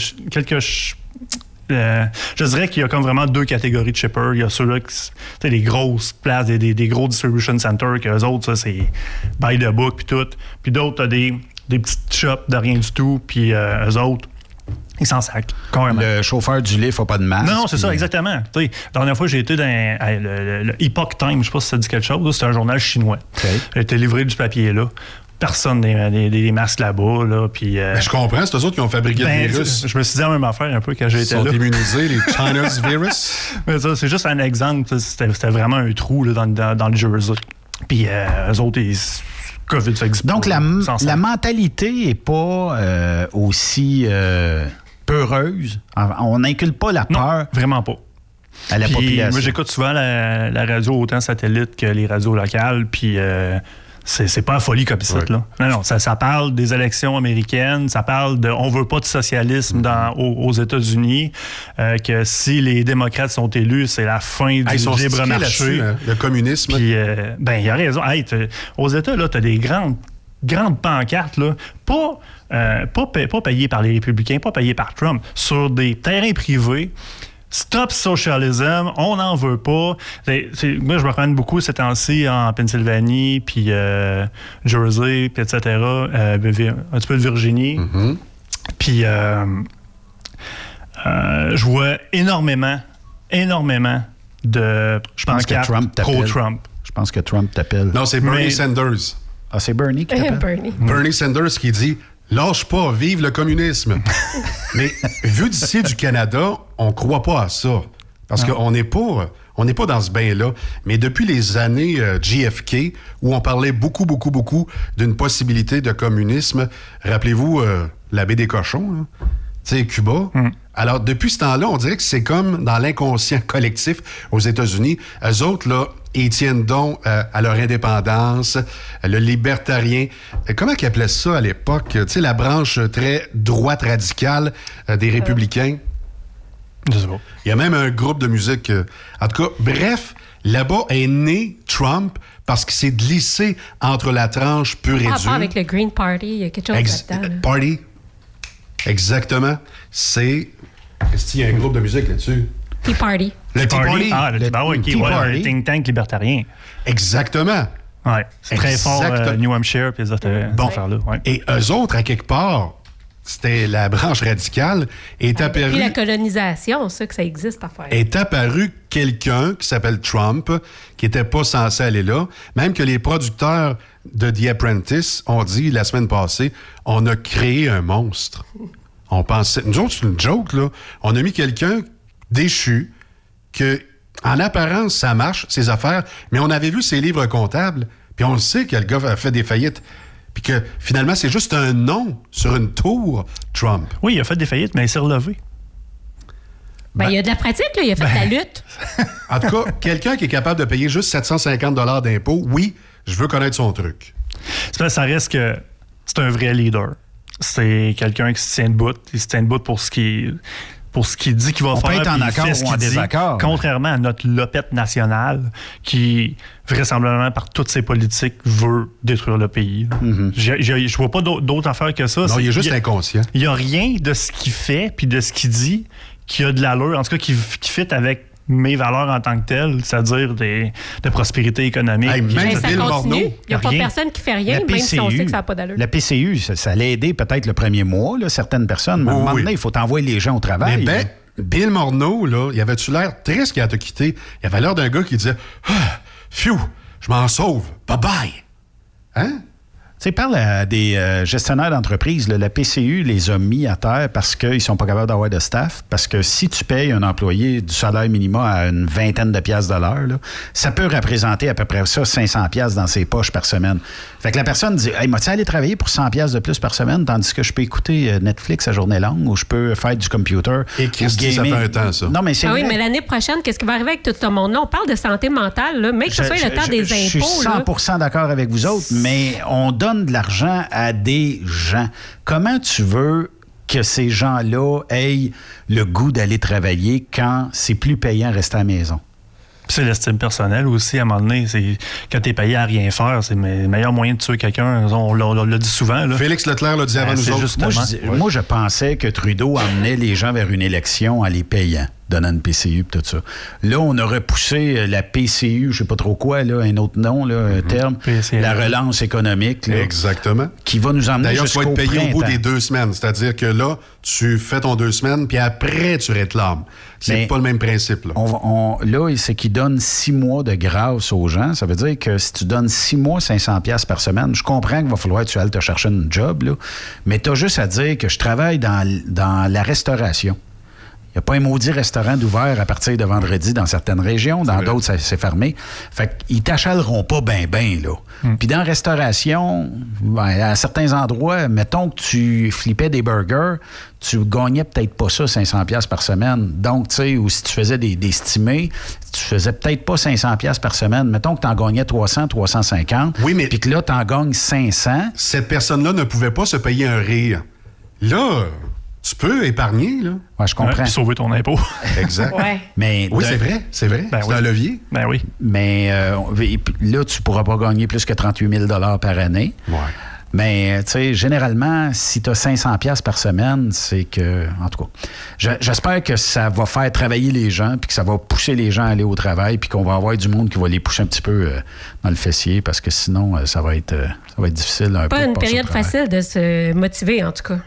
je dirais qu'il y a comme vraiment 2 catégories de shippers. Il y a ceux-là qui, des grosses places, des gros distribution centers, qu'eux autres, ça, c'est by the book, puis tout. Puis d'autres, t'as des petites shops de rien du tout, puis eux autres, ils s'en sacent, carrément. Le chauffeur du livre n'a pas de masque. Non, c'est ça, exactement. La dernière fois, j'ai été dans le Epoch Times, je ne sais pas si ça dit quelque chose, c'est un journal chinois. J'ai été livré du papier là. Personne des masques là-bas. Là, puis, mais je comprends, c'est eux autres qui ont fabriqué le virus. Je me suis dit la même affaire un peu quand j'ai été là. Ils sont immunisés, les China's virus. Mais ça, c'est juste un exemple. C'était vraiment un trou là, dans le Jersey. Puis eux autres, COVID, ça existe. Donc, la mentalité n'est pas aussi peureuse. On n'inculpe pas la peur. Non, vraiment pas. À la population. Moi, j'écoute souvent la radio autant satellite que les radios locales. Puis... c'est pas la folie comme ça, là. Non, ça parle des élections américaines, ça parle on veut pas de socialisme aux États-Unis, que si les démocrates sont élus, c'est la fin du libre marché. Le communisme. Puis, il a raison. Hey, aux États, là, t'as des grandes pancartes, là, pas payées par les républicains, pas payées par Trump, sur des terrains privés. Stop socialism, on n'en veut pas. Moi, je me promène beaucoup ces temps-ci en Pennsylvanie, puis Jersey, puis etc., un petit peu de Virginie. Mm-hmm. Puis je vois énormément de pancartes pro-Trump. Je pense que Trump t'appelle. Non, c'est Bernie Sanders. Ah, c'est Bernie qui t'appelle? Bernie Sanders qui dit... Lâche pas, vive le communisme. Mais vu d'ici du Canada, on croit pas à ça. Parce qu'on n'est pas dans ce bain-là. Mais depuis les années JFK, où on parlait beaucoup d'une possibilité de communisme, rappelez-vous la baie des cochons, tu sais, Cuba. Alors, depuis ce temps-là, on dirait que c'est comme dans l'inconscient collectif aux États-Unis. Eux autres, là, ils tiennent donc à leur indépendance, le libertarien. Comment ils appelaient ça à l'époque? Tu sais, la branche très droite radicale des républicains. Je sais pas. Il y a même un groupe de musique. En tout cas, bref, Là-bas est né Trump parce qu'il s'est glissé entre la tranche pure et dure. Pas avec le Green Party, il y a quelque chose là-dedans. Là. Party. Exactement. C'est... Est-ce qu'il y a un groupe de musique là-dessus? Tea Party. Le Tea Party. Ah, le Tea Party. Le think tank libertarien. Exactement. Ouais, c'est très fort, New Hampshire, puis les autres affaires-là. Ouais. Et eux autres, à quelque part, c'était la branche radicale, est apparue... Depuis la colonisation, ça, que ça existe à faire. Est apparu quelqu'un qui s'appelle Trump, qui n'était pas censé aller là. Même que les producteurs de The Apprentice ont dit la semaine passée, on a créé un monstre. On pensait... Nous autres, c'est une joke, là. On a mis quelqu'un déchu, que... En apparence, ça marche, ses affaires, mais on avait vu ses livres comptables, puis on le sait que le gars a fait des faillites, puis que finalement, c'est juste un nom sur une tour, Trump. Oui, il a fait des faillites, mais il s'est relevé. Il y a de la pratique, là. Il a fait de la lutte. En tout cas, quelqu'un qui est capable de payer juste 750 $ d'impôts, oui, je veux connaître son truc. Ça reste que c'est un vrai leader. C'est quelqu'un qui se tient debout. Il se tient debout pour ce qui... Pour ce qu'il dit qu'il va faire. On peut être en accord ou en désaccord. Contrairement à notre lopette nationale qui, vraisemblablement, par toutes ses politiques, veut détruire le pays. Mm-hmm. Je vois pas d'autre affaire que ça. Non, il est juste inconscient. Il n'y a rien de ce qu'il fait puis de ce qu'il dit qui a de l'allure, en tout cas qui fit avec mes valeurs en tant que telles, c'est-à-dire de prospérité économique. Hey, même ça continue. Il n'y a pas personne qui fait rien, même si on sait que ça n'a pas d'allure. La PCU, ça allait aider peut-être le premier mois, là, certaines personnes, mais à un moment donné, il faut envoyer les gens au travail. Mais Bill Morneau, là, il avait-tu l'air triste qu'il a te quitté? Il avait l'air d'un gars qui disait « Phew, je m'en sauve, bye-bye! » Hein? Tu sais, parle à des gestionnaires d'entreprise. La PCU les a mis à terre parce qu'ils ne sont pas capables d'avoir de staff. Parce que si tu payes un employé du salaire minimum à une vingtaine de piastres de l'heure, là, ça peut représenter à peu près ça, 500 piastres dans ses poches par semaine. Fait que la personne dit « Hey, m'as-tu allé travailler pour 100 piastres de plus par semaine tandis que je peux écouter Netflix à journée longue ou je peux faire du computer? » Et Christy, ça fait un temps, ça. Non, mais c'est oui, mais l'année prochaine, qu'est-ce qui va arriver avec tout ce monde-là? On parle de santé mentale, là, mais que ce soit le temps des impôts. Je suis 100% d'accord avec vous autres, mais on donne de l'argent à des gens. Comment tu veux que ces gens-là aient le goût d'aller travailler quand c'est plus payant rester à la maison? C'est l'estime personnelle aussi, à un moment donné. C'est, quand t'es payé à rien faire, c'est le meilleur moyen de tuer quelqu'un. On l'a dit souvent. Là. Félix Leclerc l'a dit avant nous autres. Moi, je pensais que Trudeau emmenait les gens vers une élection en les payant, donnant une PCU et tout ça. Là, on a repoussé la PCU, je sais pas trop quoi, là, un autre nom, là, un terme, la relance économique. Là, exactement. Qui va nous emmener jusqu'au printemps. D'ailleurs, tu vas être payé au bout des 2 semaines. C'est-à-dire que là, tu fais ton 2 semaines, puis après, tu réclames. C'est pas le même principe. Là, là c'est qu'ils donnent 6 mois de grâce aux gens. Ça veut dire que si tu donnes 6 mois, 500 piastres par semaine, je comprends qu'il va falloir que tu ailles te chercher un job, là, mais tu as juste à dire que je travaille dans la restauration. Il n'y a pas un maudit restaurant d'ouvert à partir de vendredi dans certaines régions. Dans d'autres, c'est fermé. Fait qu'ils t'achaleront pas ben, là. Puis dans la restauration, à certains endroits, mettons que tu flippais des burgers, tu gagnais peut-être pas ça 500 pièces par semaine. Donc, tu sais, ou si tu faisais des estimés, tu faisais peut-être pas 500 pièces par semaine. Mettons que tu en gagnais 300, 350. Oui, mais... Puis que là, tu en gagnes 500. Cette personne-là ne pouvait pas se payer un rire. Là... Tu peux épargner, là. Ouais, je comprends. Puis sauver ton impôt. Exact. Ouais. Mais oui, c'est vrai. Ben c'est un levier. Ben oui. Mais là, tu ne pourras pas gagner plus que 38 000 $ par année. Ouais. Mais, tu sais, généralement, si tu as 500 pièces par semaine, c'est que... En tout cas, j'espère que ça va faire travailler les gens puis que ça va pousser les gens à aller au travail puis qu'on va avoir du monde qui va les pousser un petit peu dans le fessier parce que sinon, ça va être difficile un peu. Pas une période facile de se motiver, en tout cas.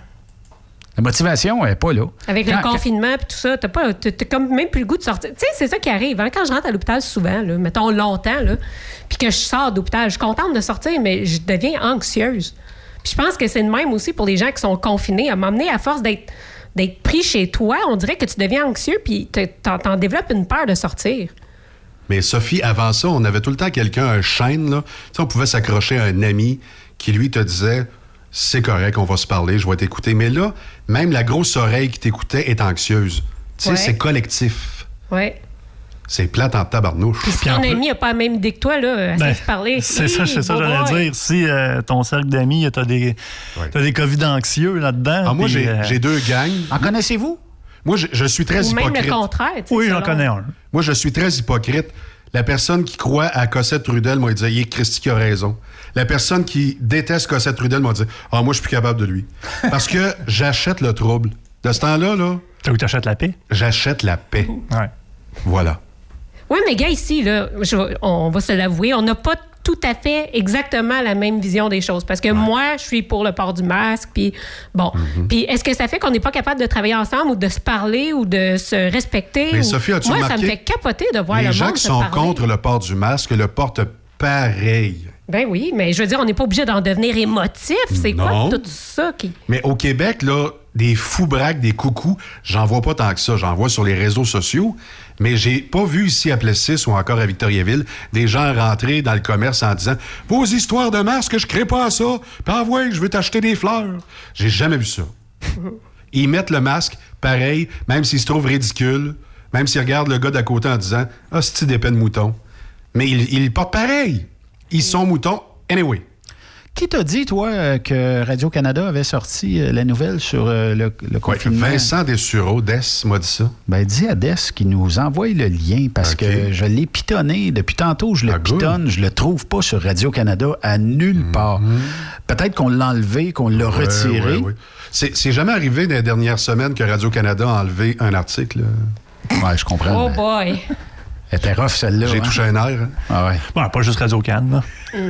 La motivation n'est pas là. Avec le confinement et tout ça, t'as comme même plus le goût de sortir. Tu sais, c'est ça qui arrive. Hein? Quand je rentre à l'hôpital souvent, là, mettons longtemps, puis que je sors d'hôpital, je suis contente de sortir, mais je deviens anxieuse. Puis je pense que c'est le même aussi pour les gens qui sont confinés. À m'emmener, à force d'être pris chez toi, on dirait que tu deviens anxieux puis t'en développes une peur de sortir. Mais Sophie, avant ça, on avait tout le temps quelqu'un, un chaîne, là. Tu sais, on pouvait s'accrocher à un ami qui, lui, te disait... C'est correct, on va se parler, je vais t'écouter. Mais là, même la grosse oreille qui t'écoutait est anxieuse. Tu sais, c'est collectif. Oui. C'est plate en tabarnouche. Puis si ton ami n'a pas la même idée que toi, là, à se parler. C'est ça, j'allais dire. Si ton cercle d'amis, t'as des COVID anxieux là-dedans. Ah, moi, j'ai 2 gangs. En connaissez-vous? Moi, je suis très hypocrite. Ou même le contraire. Oui, j'en connais un. Moi, je suis très hypocrite. La personne qui croit à Cossette Trudel m'a dit, il est Christy qui a raison. La personne qui déteste Cossette Trudel m'a dit, moi, je suis plus capable de lui. Parce que j'achète le trouble. De ce temps-là, là... Où t'achètes la paix? J'achète la paix. Ouais. Voilà. Oui, mais gars, ici, là, on va se l'avouer, on n'a pas tout à fait exactement la même vision des choses. Parce que moi, je suis pour le port du masque, puis bon. Puis est-ce que ça fait qu'on n'est pas capable de travailler ensemble ou de se parler ou de se respecter? Mais Sophie, as-tu remarqué? Moi, ça me fait capoter de voir le monde les gens qui sont contre le port du masque le portent pareil. Ben oui, mais je veux dire, on n'est pas obligé d'en devenir émotif. C'est quoi tout ça qui... Mais au Québec, là, des fous braques, des coucous, j'en vois pas tant que ça. J'en vois sur les réseaux sociaux. Mais j'ai pas vu ici à Plessis ou encore à Victoriaville des gens rentrer dans le commerce en disant « Vos histoires de masques, je crée pas à ça. Puis envoie, je veux t'acheter des fleurs. » J'ai jamais vu ça. Ils mettent le masque pareil, même s'ils se trouvent ridicules, même s'ils regardent le gars d'à côté en disant « Ah, c'est-tu des peines moutons? » Mais ils le portent pareil. Ils sont moutons. Anyway. Qui t'a dit, toi, que Radio-Canada avait sorti la nouvelle sur le confinement? Vincent Dessureau, Des m'a dit ça. Ben, dis à Des qu'il nous envoie le lien parce que je l'ai pitonné. Depuis tantôt, je le pitonne. Je le trouve pas sur Radio-Canada à nulle part. Peut-être qu'on l'a enlevé, qu'on l'a retiré. Oui. C'est jamais arrivé dans les dernières semaines que Radio-Canada a enlevé un article. Oui, je comprends. Oh boy! Elle était rough, celle-là. J'ai touché un air. Hein? Ah ouais. Bon, pas juste Radio-Can, là.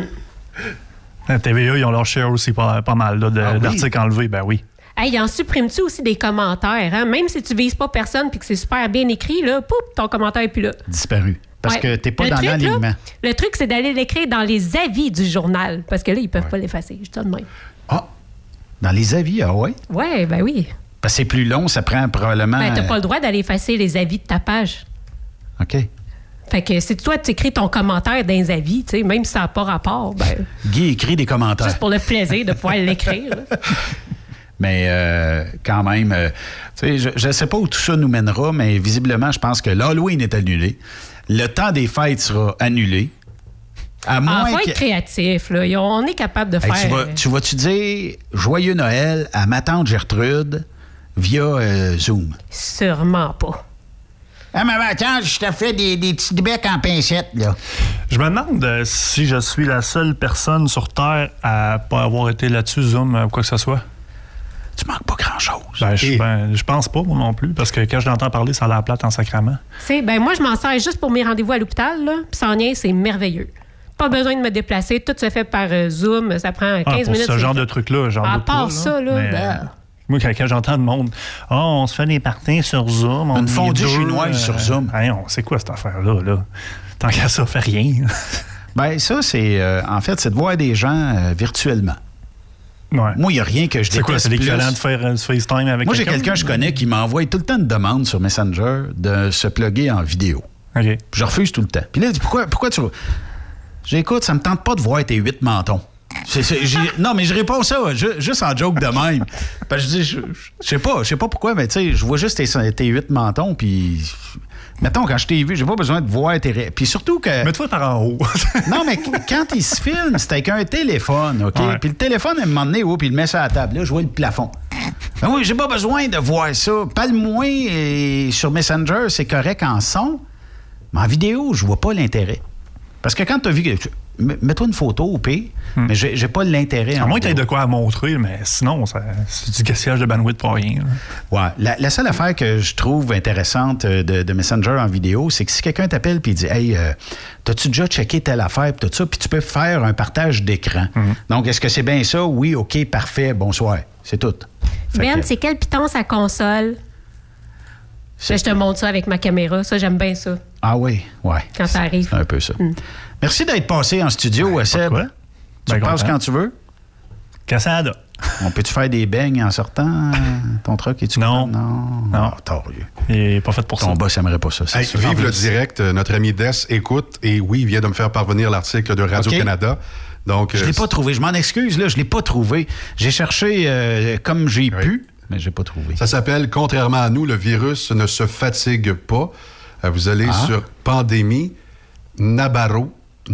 La TVA, ils ont lâché aussi pas mal là, d'articles enlevés, ben oui. Hey, en supprimes-tu aussi des commentaires, hein? Même si tu vises pas personne puis que c'est super bien écrit, là, pouf, ton commentaire est plus là. Disparu. Parce que t'es pas dans l'alignement. Le truc, c'est d'aller l'écrire dans les avis du journal. Parce que là, ils peuvent pas l'effacer. Je te dis de même. Ah! Dans les avis, ah ouais? Ouais, ben oui. Parce que c'est plus long, ça prend probablement... Ben, t'as pas le droit d'aller effacer les avis de ta page. OK. Fait que si toi, tu écris ton commentaire dans les avis, tu sais, même si ça n'a pas rapport, ben... Guy écrit des commentaires. Juste pour le plaisir de pouvoir l'écrire. Mais quand même, tu sais, je ne sais pas où tout ça nous mènera, mais visiblement, je pense que l'Halloween est annulé. Le temps des fêtes sera annulé. À moins faut être créatif, là. On est capable de faire... Tu vas-tu dire « Joyeux Noël » à ma tante Gertrude via Zoom? Sûrement pas. Ah, mais attends, je te fais des petits becs en pincette, là. Je me demande si je suis la seule personne sur Terre à pas avoir été là-dessus, Zoom, ou quoi que ce soit. Tu manques pas grand-chose. Je pense pas, moi non plus, parce que quand je l'entends parler, ça a l'air plate en sacrament. Moi, je m'en sers juste pour mes rendez-vous à l'hôpital, là. Puis sans rien, c'est merveilleux. Pas besoin de me déplacer. Tout se fait par Zoom. Ça prend 15 minutes. Ce genre de truc-là, À part ça, là... Moi, quand j'entends le monde, on se fait des parties sur Zoom. Une fondue chinoise sur Zoom. C'est quoi cette affaire-là? Là? Tant qu'à ça, fait rien. Bien, ça, c'est en fait, c'est de voir des gens virtuellement. Ouais. Moi, il n'y a rien que je déteste. C'est quoi, c'est l'équivalent de faire du FaceTime avec moi, j'ai quelqu'un que je connais qui m'envoie tout le temps une demande sur Messenger de se plugger en vidéo. OK. Puis je refuse tout le temps. Puis là, il dit pourquoi tu... J'écoute, ça me tente pas de voir tes 8 mentons. Non, mais je réponds ça juste en joke de même. Parce que je dis, je sais pas pourquoi, mais tu sais, je vois juste tes 8 mentons, puis... Mettons, quand je t'ai vu, j'ai pas besoin de voir tes... Puis surtout que... Mets-toi par en haut. Non, mais quand il se filme, c'est avec un téléphone, OK? Ouais. Puis le téléphone, à un moment donné, puis il le met sur la table. Là, je vois le plafond. Ben oui, j'ai pas besoin de voir ça. Parle-moi sur Messenger, c'est correct en son, mais en vidéo, je vois pas l'intérêt. Parce que quand tu as vu... Mets-toi une photo au pire, mais j'ai pas l'intérêt. À moins que tu aies de quoi à montrer, mais sinon, c'est du gaspillage de bandwidth pour rien. Ouais. La seule affaire que je trouve intéressante de Messenger en vidéo, c'est que si quelqu'un t'appelle et dit « Hey, t'as-tu déjà checké telle affaire? » Puis tout ça, puis tu peux faire un partage d'écran. Donc, est-ce que c'est bien ça? Oui, OK, parfait, bonsoir. C'est tout. C'est quel piton sa console? Je te montre ça avec ma caméra. Ça, j'aime bien ça. Ah oui, ouais. Quand ça arrive. C'est un peu ça. Merci d'être passé en studio, Seb. Tu passes quand tu veux. Cassada. On peut-tu faire des beignes en sortant? Ton truck, es-tu Non. Non. Torieux. Il n'est pas fait pour ça. Ton boss n'aimerait pas ça. Hey, vive le direct. Notre ami Des écoute. Et oui, il vient de me faire parvenir l'article de Radio-Canada. Donc, je ne l'ai pas trouvé. Je m'en excuse, là. Je ne l'ai pas trouvé. J'ai cherché comme j'ai pu, mais je n'ai pas trouvé. Ça s'appelle « Contrairement à nous, le virus ne se fatigue pas ». Vous allez sur Pandémie, Nabarro,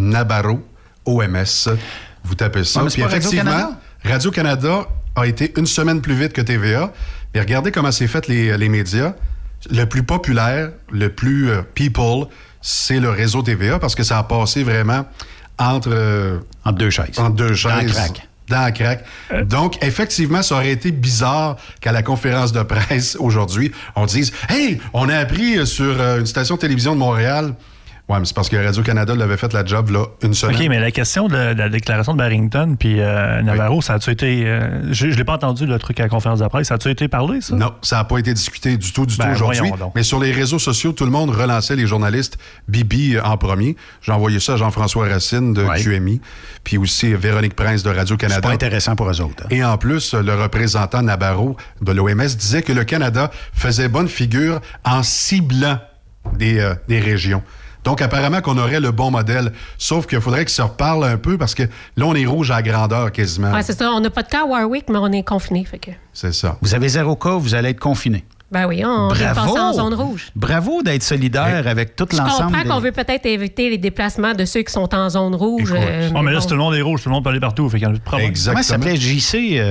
OMS. Vous tapez ça. Puis effectivement, Radio-Canada a été une semaine plus vite que TVA. Mais regardez comment c'est fait les médias. Le plus populaire, le plus people, c'est le réseau TVA parce que ça a passé vraiment entre deux chaises. Entre deux chaises. Dans le crack. Dans le crack. Donc, effectivement, ça aurait été bizarre qu'à la conférence de presse aujourd'hui, on dise « Hey, on a appris sur une station de télévision de Montréal... » Oui, mais c'est parce que Radio-Canada l'avait fait la job là une semaine. OK, mais la question de la déclaration de Barrington puis Navarro, ça a-tu été... je ne l'ai pas entendu, le truc à la conférence de presse. Ça a-tu été parlé, ça? Non, ça n'a pas été discuté du tout aujourd'hui. Mais sur les réseaux sociaux, tout le monde relançait les journalistes. Bibi en premier. J'ai envoyé ça à Jean-François Racine de QMI, puis aussi Véronique Prince de Radio-Canada. C'est pas intéressant pour eux autres. Hein? Et en plus, le représentant Navarro de l'OMS disait que le Canada faisait bonne figure en ciblant des régions. Donc, apparemment qu'on aurait le bon modèle. Sauf qu'il faudrait qu'ils se reparlent un peu parce que là, on est rouge à la grandeur quasiment. Oui, c'est ça. On n'a pas de cas à Warwick, mais on est confiné. Que... C'est ça. Vous avez 0 cas, vous allez être confiné. Ben oui, on vient de passer en zone rouge. Bravo d'être solidaire avec tout l'ensemble. Je comprends qu'on veut peut-être éviter les déplacements de ceux qui sont en zone rouge. mais là, si tout le monde est rouge, tout le monde peut aller partout. Fait qu'il y a un problème. Comment ça s'appelait JC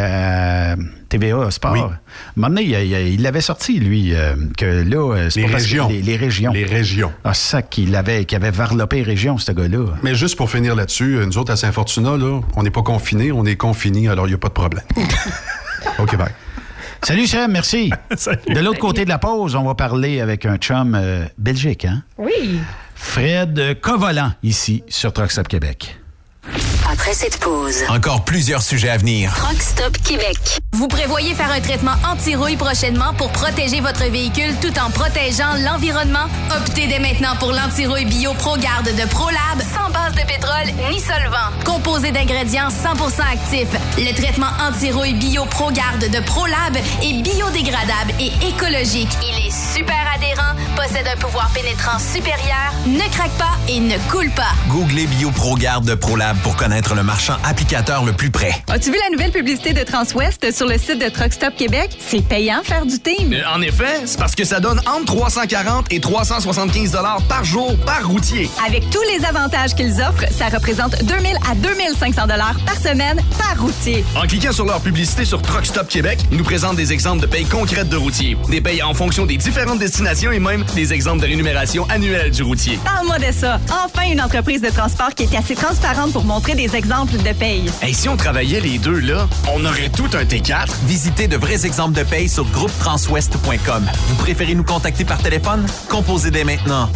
à TVA Sport? Oui. À un moment donné, il l'avait sorti, lui, que là... Les régions. Les régions. Les régions. Ah, c'est ça qui avait varlopé les régions, ce gars-là. Mais juste pour finir là-dessus, nous autres, à Saint-Fortuna, là, on n'est pas confinés, on est confinés, alors il n'y a pas de problème. OK, bye. Salut, Sam, merci. Salut. De l'autre côté de la pause, on va parler avec un chum belgique, hein? Oui. Fred Covolan, ici, sur Truck Stop Québec. Après cette pause, encore plusieurs sujets à venir. Truck Stop Québec. Vous prévoyez faire un traitement anti-rouille prochainement pour protéger votre véhicule tout en protégeant l'environnement? Optez dès maintenant pour l'anti-rouille bio ProGarde de ProLab, sans base de pétrole ni solvant. Composé d'ingrédients 100% actifs, le traitement anti-rouille bio ProGarde de ProLab est biodégradable et écologique. Il est super adhérent, possède un pouvoir pénétrant supérieur, ne craque pas et ne coule pas. Googlez bio ProGarde de ProLab pour connaître le marchand applicateur le plus près. As-tu vu la nouvelle publicité de Transwest sur le site de Truck Stop Québec? C'est payant faire du team. En effet, c'est parce que ça donne entre 340 et 375 $ par jour par routier. Avec tous les avantages qu'ils offrent, ça représente 2000 à 2500 $ par semaine par routier. En cliquant sur leur publicité sur Truck Stop Québec, ils nous présentent des exemples de payes concrètes de routiers, des payes en fonction des différentes destinations et même des exemples de rémunération annuelle du routier. Parle-moi de ça. Enfin, une entreprise de transport qui est assez transparente pour montrer des exemples de paye. Hey, si on travaillait les deux, là, on aurait tout un T4. Visitez de vrais exemples de paye sur groupetranswest.com. Vous préférez nous contacter par téléphone? Composez dès maintenant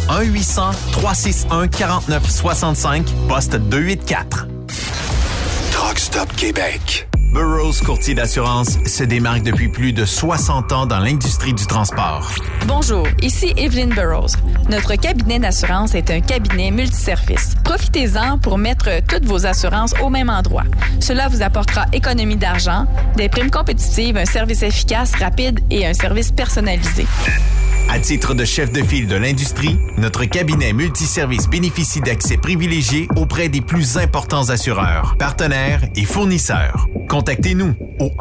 1-800-361-4965, poste 284. Truck Stop Québec. Burroughs Courtier d'assurance se démarque depuis plus de 60 ans dans l'industrie du transport. Bonjour, ici Evelyn Burroughs. Notre cabinet d'assurance est un cabinet multiservice. Profitez-en pour mettre toutes vos assurances au même endroit. Cela vous apportera économie d'argent, des primes compétitives, un service efficace, rapide et un service personnalisé. À titre de chef de file de l'industrie, notre cabinet multiservice bénéficie d'accès privilégié auprès des plus importants assureurs, partenaires et fournisseurs. Contactez-nous au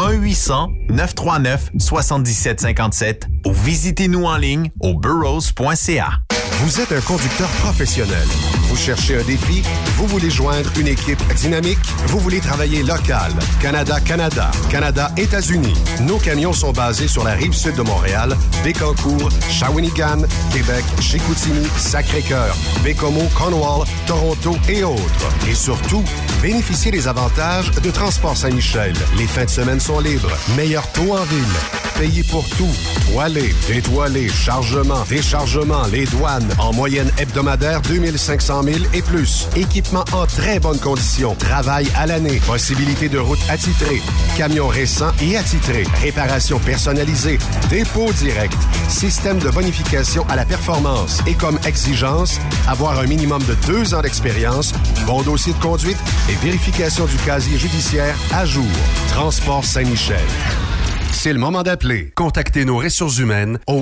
1-800-939-7757 ou visitez-nous en ligne au burroughs.ca. Vous êtes un conducteur professionnel. Vous cherchez un défi? Vous voulez joindre une équipe dynamique? Vous voulez travailler local? Canada-Canada, Canada-États-Unis. Nos camions sont basés sur la rive sud de Montréal, Bécancour, Shawinigan, Québec, Chicoutimi, Sacré-Cœur, Bécomo, Cornwall, Toronto et autres. Et surtout, bénéficiez des avantages de Transport Saint-Michel. Les fins de semaine sont libres. Meilleur taux en ville. Payez pour tout. Toilé, détoilé, chargement, déchargement, les douanes. En moyenne hebdomadaire, 2500 000 et plus. Équipement en très bonne condition. Travail à l'année. Possibilité de route attitrée. Camions récents et attitrés. Réparation personnalisée. Dépôt direct. Système de bonification à la performance. Et comme exigence, avoir un minimum de 2 ans d'expérience, bon dossier de conduite et vérification du casier judiciaire à jour. Transport Saint-Michel. C'est le moment d'appeler. Contactez nos ressources humaines au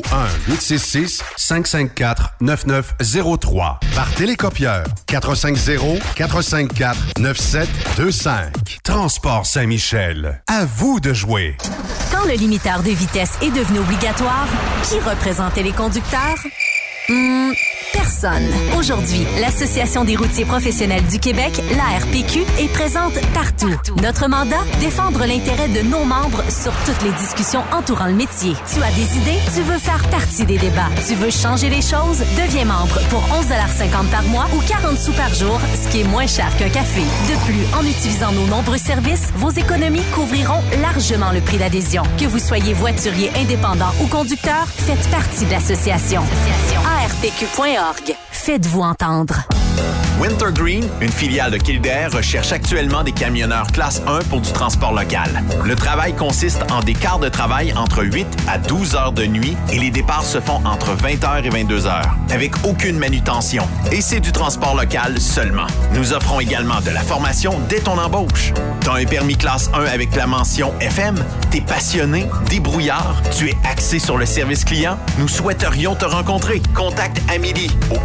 1-866-554-9903. Par télécopieur 450-454-9725. Transport Saint-Michel. À vous de jouer. Quand le limiteur de vitesse est devenu obligatoire, qui représentait les conducteurs? personne. Aujourd'hui, l'Association des routiers professionnels du Québec, l'ARPQ, est présente partout. Notre mandat, défendre l'intérêt de nos membres sur toutes les discussions entourant le métier. Tu as des idées? Tu veux faire partie des débats? Tu veux changer les choses? Deviens membre pour 11,50 par mois ou 40 sous par jour, ce qui est moins cher qu'un café. De plus, en utilisant nos nombreux services, vos économies couvriront largement le prix d'adhésion. Que vous soyez voiturier indépendant ou conducteur, faites partie de l'association. ARPQ.org. Faites-vous entendre. Wintergreen, une filiale de Kildare, recherche actuellement des camionneurs classe 1 pour du transport local. Le travail consiste en des quarts de travail entre 8 à 12 heures de nuit et les départs se font entre 20h et 22h, avec aucune manutention. Et c'est du transport local seulement. Nous offrons également de la formation dès ton embauche. T'as un permis classe 1 avec la mention FM? T'es passionné, débrouillard, tu es axé sur le service client? Nous souhaiterions te rencontrer. Contacte Amélie au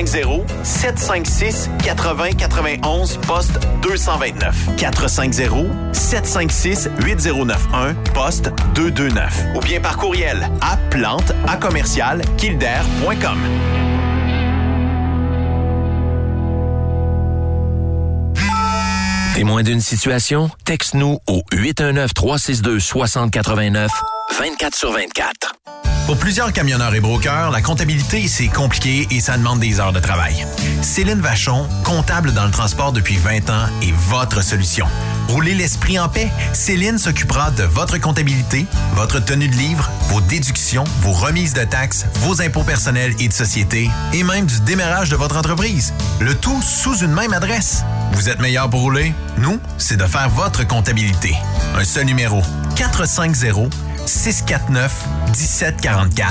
450-756-8091, poste 229. 450-756-8091, poste 229. Ou bien par courriel à plante@commercial-kildare.com. Témoin d'une situation? Texte-nous au 819-362-6089, 24/24. Pour plusieurs camionneurs et brokers, la comptabilité, c'est compliqué et ça demande des heures de travail. Céline Vachon, comptable dans le transport depuis 20 ans, est votre solution. Roulez l'esprit en paix. Céline s'occupera de votre comptabilité, votre tenue de livre, vos déductions, vos remises de taxes, vos impôts personnels et de société, et même du démarrage de votre entreprise. Le tout sous une même adresse. Vous êtes meilleur pour rouler? Nous, c'est de faire votre comptabilité. Un seul numéro. 450-649-1744.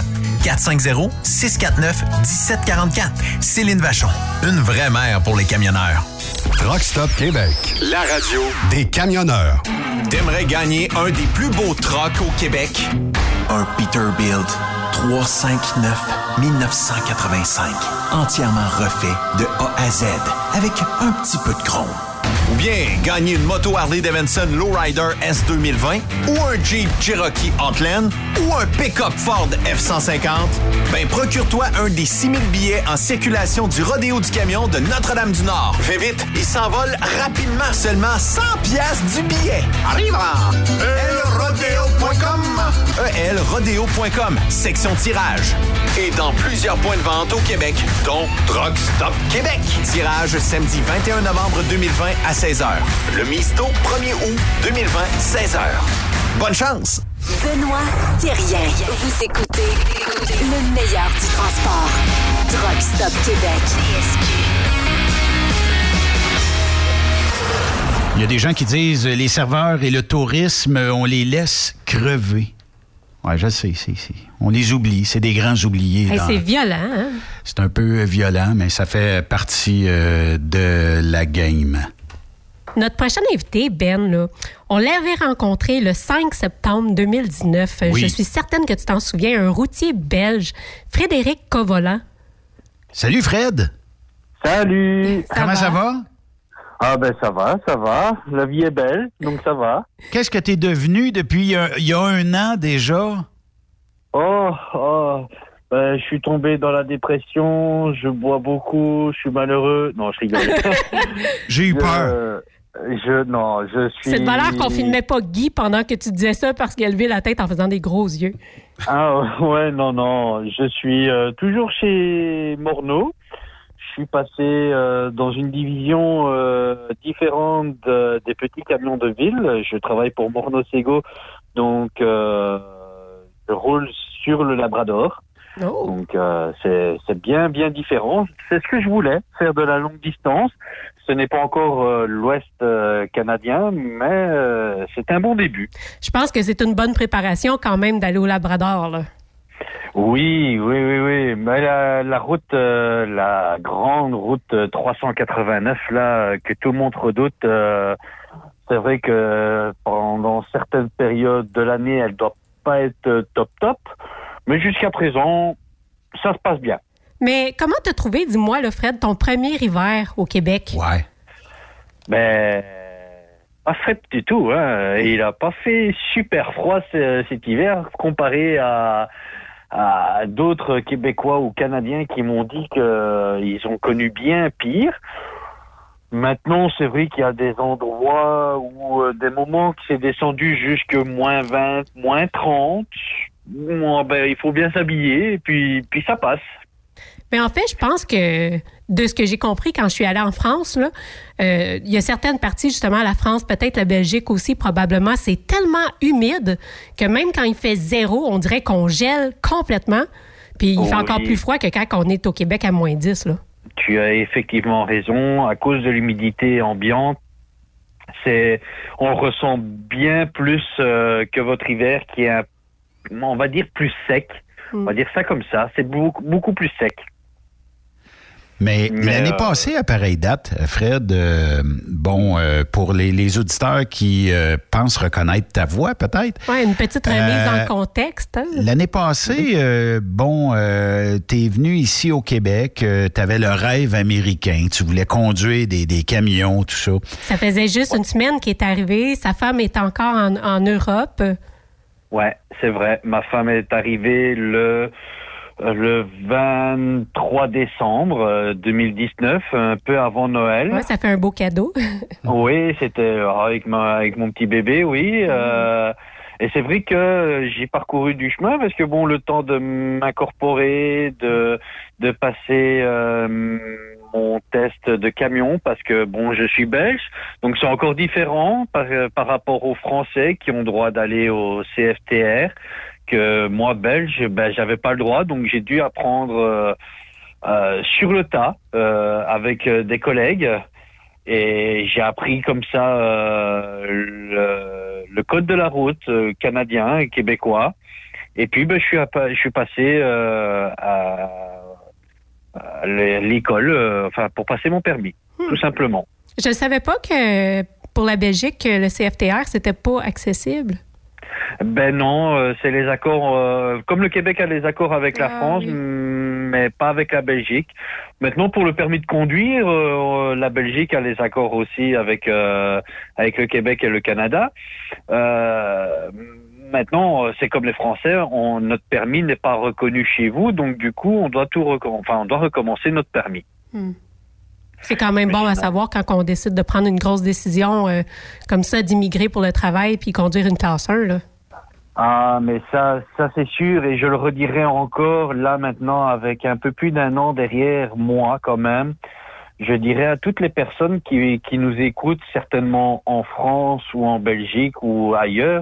450-649-1744. Céline Vachon, une vraie mère pour les camionneurs. Truck Stop Québec, la radio des camionneurs. T'aimerais gagner un des plus beaux trucks au Québec? Un Peterbilt 359 1985. Entièrement refait de A à Z, avec un petit peu de chrome. Ou bien gagner une moto Harley-Davidson Lowrider S 2020 ou un Jeep Cherokee Outland ou un pick-up Ford F-150, ben procure-toi un des 6000 billets en circulation du Rodéo du Camion de Notre-Dame-du-Nord. Fais vite, il s'envole rapidement, seulement 100 piastres du billet. Arrive à elrodeo.com. elrodeo.com, section tirage. Et dans plusieurs points de vente au Québec, dont Truck Stop Québec. Tirage samedi 21 novembre 2020 à 16h. Le Misto, 1er août 2020, 16h. Bonne chance! Benoît Thérien. Vous écoutez le meilleur du transport. Truck Stop Québec. Il y a des gens qui disent les serveurs et le tourisme, on les laisse crever. Oui, je sais, on les oublie. C'est des grands oubliés. Hey, c'est violent, hein? C'est un peu violent, mais ça fait partie de la game. Notre prochain invité, Ben, là, on l'avait rencontré le 5 septembre 2019. Oui. Je suis certaine que tu t'en souviens, un routier belge, Frédéric Covolan. Salut, Fred! Salut! Comment ça va? Ah ben ça va. La vie est belle, donc ça va. Qu'est-ce que tu es devenu depuis il y a un an déjà? Je suis tombé dans la dépression, je bois beaucoup, je suis malheureux. Non, je rigole. J'ai eu peur. Je suis... C'est de valeur qu'on filmait pas Guy pendant que tu disais ça parce qu'il a levé la tête en faisant des gros yeux. Ah ouais, non. Je suis toujours chez Morneau. Je suis passé dans une division différente des petits camions de ville. Je travaille pour Morneau-Sego, donc je roule sur le Labrador. Oh. Donc c'est bien différent. C'est ce que je voulais, faire de la longue distance. Ce n'est pas encore l'Ouest canadien, mais c'est un bon début. Je pense que c'est une bonne préparation quand même d'aller au Labrador, là. Oui. Mais la route, la grande route 389, là, que tout le monde redoute, c'est vrai que pendant certaines périodes de l'année, elle doit pas être top. Mais jusqu'à présent, ça se passe bien. Mais comment t'as trouvé, dis-moi, là, Fred, ton premier hiver au Québec? Ouais. Ben, pas frais du tout, hein. Il a pas fait super froid cet hiver comparé à à d'autres Québécois ou Canadiens qui m'ont dit qu'ils ont connu bien pire. Maintenant, c'est vrai qu'il y a des endroits où des moments qui s'est descendu jusque moins 20, moins 30. Bon, ben, il faut bien s'habiller et puis ça passe. Mais en fait, je pense que de ce que j'ai compris quand je suis allée en France, là, il y a certaines parties, justement, la France, peut-être la Belgique aussi, probablement, c'est tellement humide que même quand il fait 0, on dirait qu'on gèle complètement. Puis il fait encore plus froid que quand on est au Québec à moins 10, là. Tu as effectivement raison. À cause de l'humidité ambiante, on le ressent bien plus que votre hiver qui est, on va dire, plus sec. On va dire ça comme ça. C'est beaucoup plus sec. Mais l'année passée, à pareille date, Fred, pour les auditeurs qui pensent reconnaître ta voix, peut-être. Oui, une petite remise en contexte. Hein? L'année passée, t'es venu ici au Québec, t'avais le rêve américain, tu voulais conduire des camions, tout ça. Ça faisait juste une semaine qu'il est arrivé, sa femme est encore en Europe. Ouais, c'est vrai. Ma femme est arrivée le 23 décembre 2019, un peu avant Noël. Ouais, ça fait un beau cadeau. Oui, c'était avec mon petit bébé, oui. Et c'est vrai que j'ai parcouru du chemin parce que bon, le temps de m'incorporer, de passer mon test de camion parce que bon, je suis belge, donc c'est encore différent par rapport aux Français qui ont droit d'aller au CFTR. Que moi, belge, j'avais pas le droit, donc j'ai dû apprendre sur le tas avec des collègues et j'ai appris comme ça le code de la route canadien et québécois. Et puis je suis passé à l'école, pour passer mon permis, tout simplement. Je ne savais pas que pour la Belgique, le CFTR c'était pas accessible. Ben non, c'est les accords, comme le Québec a les accords avec la France, oui. Mais pas avec la Belgique. Maintenant, pour le permis de conduire, la Belgique a les accords aussi avec le Québec et le Canada. Maintenant, c'est comme les Français, notre permis n'est pas reconnu chez vous, donc du coup, on doit recommencer notre permis. C'est quand même bon à savoir quand on décide de prendre une grosse décision comme ça, d'immigrer pour le travail puis conduire une classe 1, là. Ah, mais ça c'est sûr, et je le redirai encore, là maintenant, avec un peu plus d'1 an derrière moi quand même, je dirais à toutes les personnes qui nous écoutent, certainement en France ou en Belgique ou ailleurs,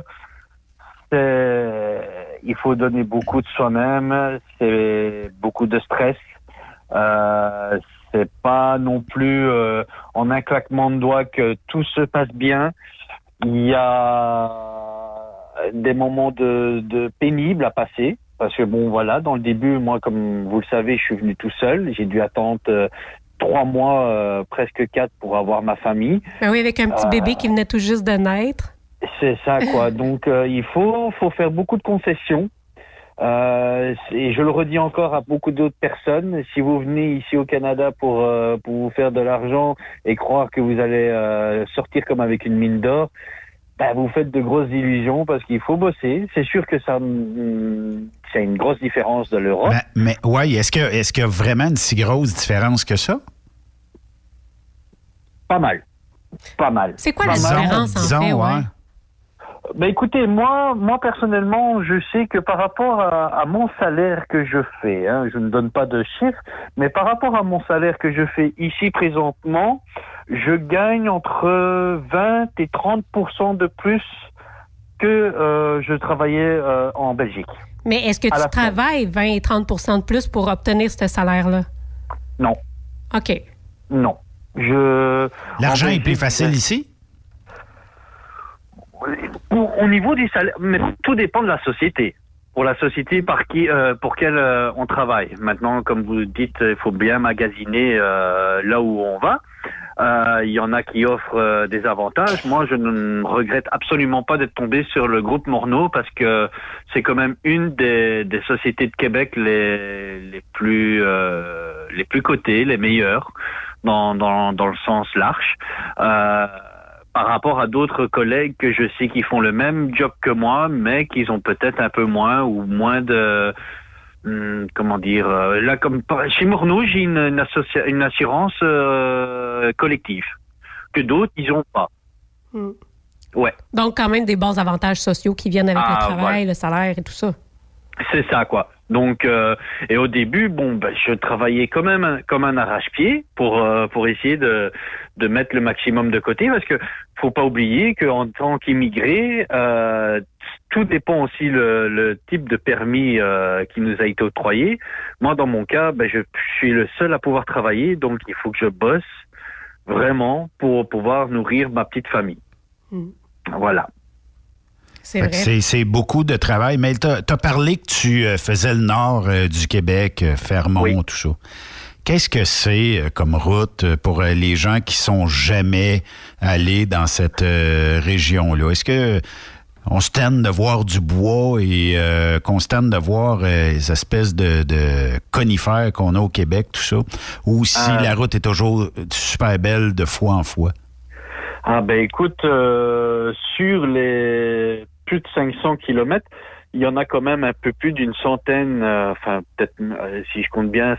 il faut donner beaucoup de soi-même, c'est beaucoup de stress, c'est pas non plus en un claquement de doigts que tout se passe bien. Il y a des moments de pénibles à passer parce que bon voilà, dans le début, moi comme vous le savez, je suis venu tout seul, j'ai dû attendre 3 mois, presque 4 pour avoir ma famille. Ben oui, avec un petit bébé qui venait tout juste de naître. C'est ça quoi. Donc il faut faire beaucoup de concessions. Et je le redis encore à beaucoup d'autres personnes, si vous venez ici au Canada pour vous faire de l'argent et croire que vous allez sortir comme avec une mine d'or, vous faites de grosses illusions parce qu'il faut bosser. C'est sûr que ça c'est une grosse différence de l'Europe. Mais ouais, est-ce qu'il y a vraiment une si grosse différence que ça? Pas mal. C'est quoi la différence en fait? Ouais. Ben écoutez, moi personnellement, je sais que par rapport à mon salaire que je fais, je ne donne pas de chiffres, mais par rapport à mon salaire que je fais ici présentement, je gagne entre 20 et 30% de plus que je travaillais en Belgique. Mais est-ce que tu travailles 20 et 30% de plus pour obtenir ce salaire-là? Non. OK. Non. L'argent est plus facile ici? Au niveau du salaire, mais tout dépend de la société. Pour la société pour quelle on travaille. Maintenant, comme vous dites, il faut bien magasiner là où on va. Il y en a qui offrent des avantages. Moi, je ne regrette absolument pas d'être tombé sur le groupe Morneau parce que c'est quand même une des sociétés de Québec les plus cotées, les meilleures dans le sens large. Par rapport à d'autres collègues que je sais qui font le même job que moi, mais qui ont peut-être un peu moins ou moins de comment dire, là, comme chez Morneau, j'ai une assurance collective que d'autres, ils n'ont pas. Ouais. Donc, quand même des bons avantages sociaux qui viennent avec le travail, voilà. le salaire et tout ça. C'est ça, quoi. Donc, et au début, je travaillais quand même comme un arrache-pied pour essayer de mettre le maximum de côté, parce que faut pas oublier qu'en tant qu'immigré, tout dépend aussi le type de permis qui nous a été octroyé. Moi, dans mon cas, je suis le seul à pouvoir travailler, donc il faut que je bosse vraiment pour pouvoir nourrir ma petite famille. Voilà. C'est vrai. C'est beaucoup de travail. Mais tu as parlé que tu faisais le nord du Québec, Fermont, tout ça. Qu'est-ce que c'est comme route pour les gens qui sont jamais allés dans cette région-là? Est-ce que on se tente de voir du bois et qu'on se tente de voir les espèces de conifères qu'on a au Québec, tout ça? Ou si la route est toujours super belle de fois en fois? Écoute, sur les plus de 500 kilomètres, il y en a quand même un peu plus d'une centaine, peut-être, si je compte bien,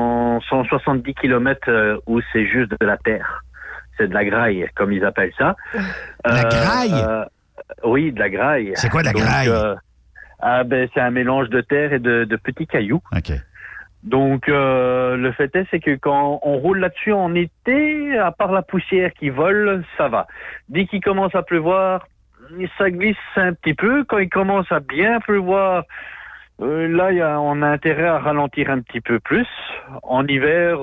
170 kilomètres où c'est juste de la terre. C'est de la graille, comme ils appellent ça. La graille? Oui, de la graille. C'est quoi de la graille? C'est un mélange de terre et de petits cailloux. OK. Donc, le fait c'est que quand on roule là-dessus en été, à part la poussière qui vole, ça va. Dès qu'il commence à pleuvoir, ça glisse un petit peu. Quand il commence à bien pleuvoir, là, on a intérêt à ralentir un petit peu plus. En hiver,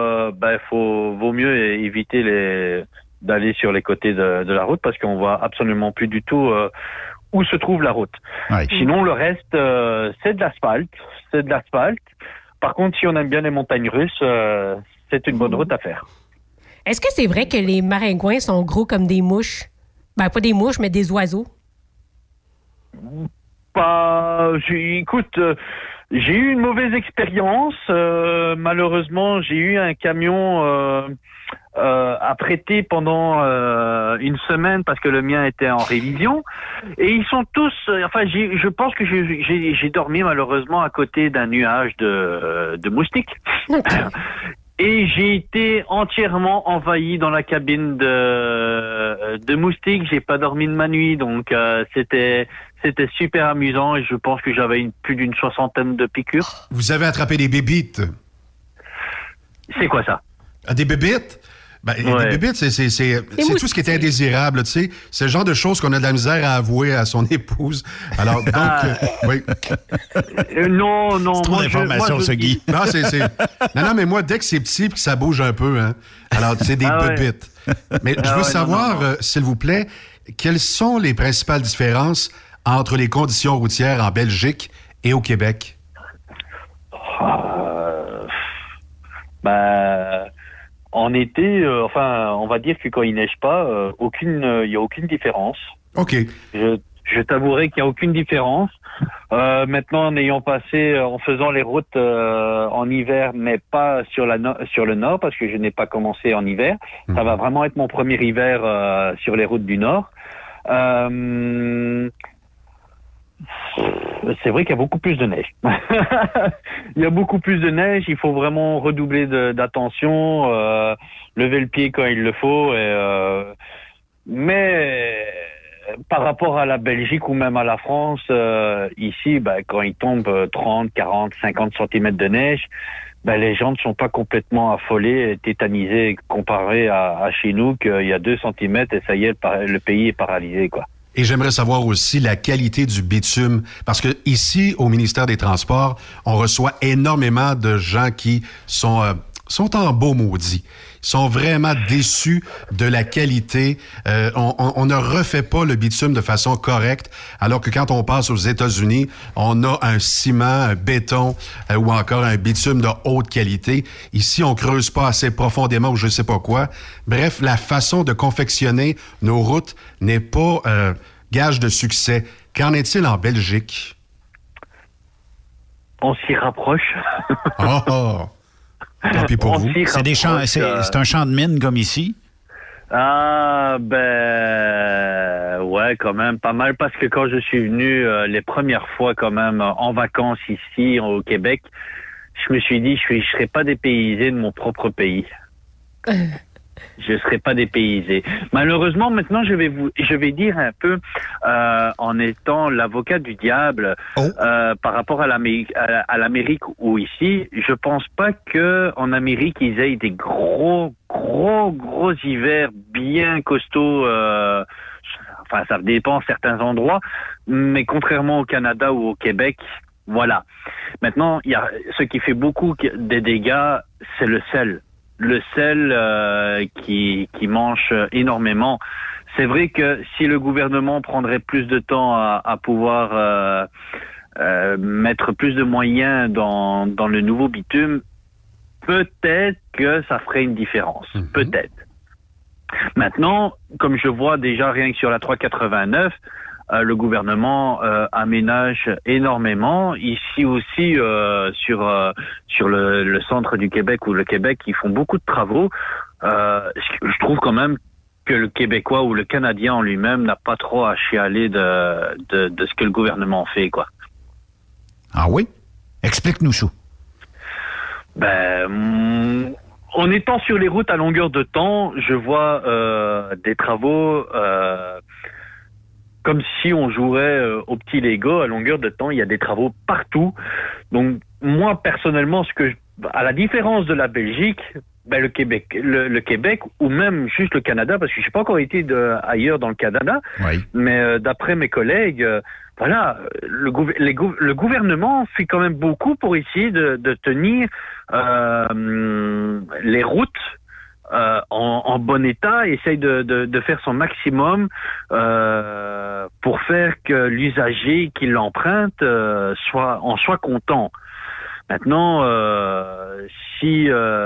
vaut mieux éviter d'aller sur les côtés de la route, parce qu'on voit absolument plus du tout où se trouve la route. Ouais. Sinon, le reste, c'est de l'asphalte. C'est de l'asphalte. Par contre, si on aime bien les montagnes russes, c'est une bonne route à faire. Est-ce que c'est vrai que les maringouins sont gros comme des mouches? Pas des mouches, mais des oiseaux. Écoute, j'ai eu une mauvaise expérience. Malheureusement, j'ai eu un camion à prêter pendant une semaine parce que le mien était en révision. Et ils sont tous... je pense que j'ai dormi malheureusement à côté d'un nuage de moustiques. Et j'ai été entièrement envahi dans la cabine de moustiques. J'ai pas dormi de ma nuit, donc c'était super amusant et je pense que j'avais plus d'une 60aine de piqûres. Vous avez attrapé des bébites. C'est quoi ça? Des bébites? Des bébites, c'est tout ce qui est indésirable, tu sais. C'est le genre de choses qu'on a de la misère à avouer à son épouse. Alors, donc, oui. Non. C'est trop d'informations, ce Guy. Non, Non, mais moi, dès que c'est petit et que ça bouge un peu, hein. Alors, c'est des bébites. Mais je veux savoir, s'il vous plaît, quelles sont les principales différences entre les conditions routières en Belgique et au Québec? En été, on va dire que quand il neige pas, il y a aucune différence. OK. Je t'avouerai qu'il n'y a aucune différence. Maintenant, en faisant les routes en hiver, mais pas sur le nord, parce que je n'ai pas commencé en hiver. Ça va vraiment être mon premier hiver sur les routes du nord. C'est vrai qu'il y a beaucoup plus de neige. Il y a beaucoup plus de neige. Il faut vraiment redoubler d'attention, lever le pied quand il le faut. Mais par rapport à la Belgique ou même à la France, ici, quand il tombe 30, 40, 50 cm de neige, les gens ne sont pas complètement affolés, tétanisés, comparé à chez nous, qu'il y a 2 cm et ça y est, le pays est paralysé, quoi. Et j'aimerais savoir aussi la qualité du bitume, parce que ici, au ministère des Transports, on reçoit énormément de gens qui sont en beau maudit. Ils sont vraiment déçus de la qualité. On ne refait pas le bitume de façon correcte, alors que quand on passe aux États-Unis, on a un ciment, un béton ou encore un bitume de haute qualité. Ici, on creuse pas assez profondément ou je sais pas quoi. Bref, la façon de confectionner nos routes n'est pas gage de succès. Qu'en est-il en Belgique? On s'y rapproche. Tant pis pour vous. C'est un champ de mine comme ici? Ah, ouais, quand même, pas mal, parce que quand je suis venu les premières fois quand même en vacances ici au Québec, je me suis dit, je serais pas dépaysé de mon propre pays. Je serais pas dépaysé. Malheureusement, maintenant, je vais dire un peu, en étant l'avocat du diable, par rapport à l'Amérique ou ici, je pense pas que en Amérique ils aient des gros hivers bien costauds. Enfin, ça dépend certains endroits, mais contrairement au Canada ou au Québec, voilà. Maintenant, il y a ce qui fait beaucoup des dégâts, c'est le sel. Le sel qui mange énormément. C'est vrai que si le gouvernement prendrait plus de temps à pouvoir mettre plus de moyens dans le nouveau bitume, peut-être que ça ferait une différence. Peut-être. Maintenant, comme je vois déjà rien que sur la 389, le gouvernement aménage énormément. Ici aussi, sur le centre du Québec ou le Québec, ils font beaucoup de travaux. Je trouve quand même que le Québécois ou le Canadien en lui-même n'a pas trop à chialer de ce que le gouvernement fait, quoi. Ah oui? Explique-nous ça. En étant sur les routes à longueur de temps, je vois des travaux... comme si on jouerait au petit Lego à longueur de temps. Il y a des travaux partout. Donc, moi, personnellement, à la différence de la Belgique, le Québec, ou même juste le Canada, parce que je n'ai pas encore été ailleurs dans le Canada, mais d'après mes collègues, voilà, le gouvernement fait quand même beaucoup pour essayer de tenir les routes en bon état, essaye de faire son maximum pour faire que l'usager qui l'emprunte en soit content. Maintenant, si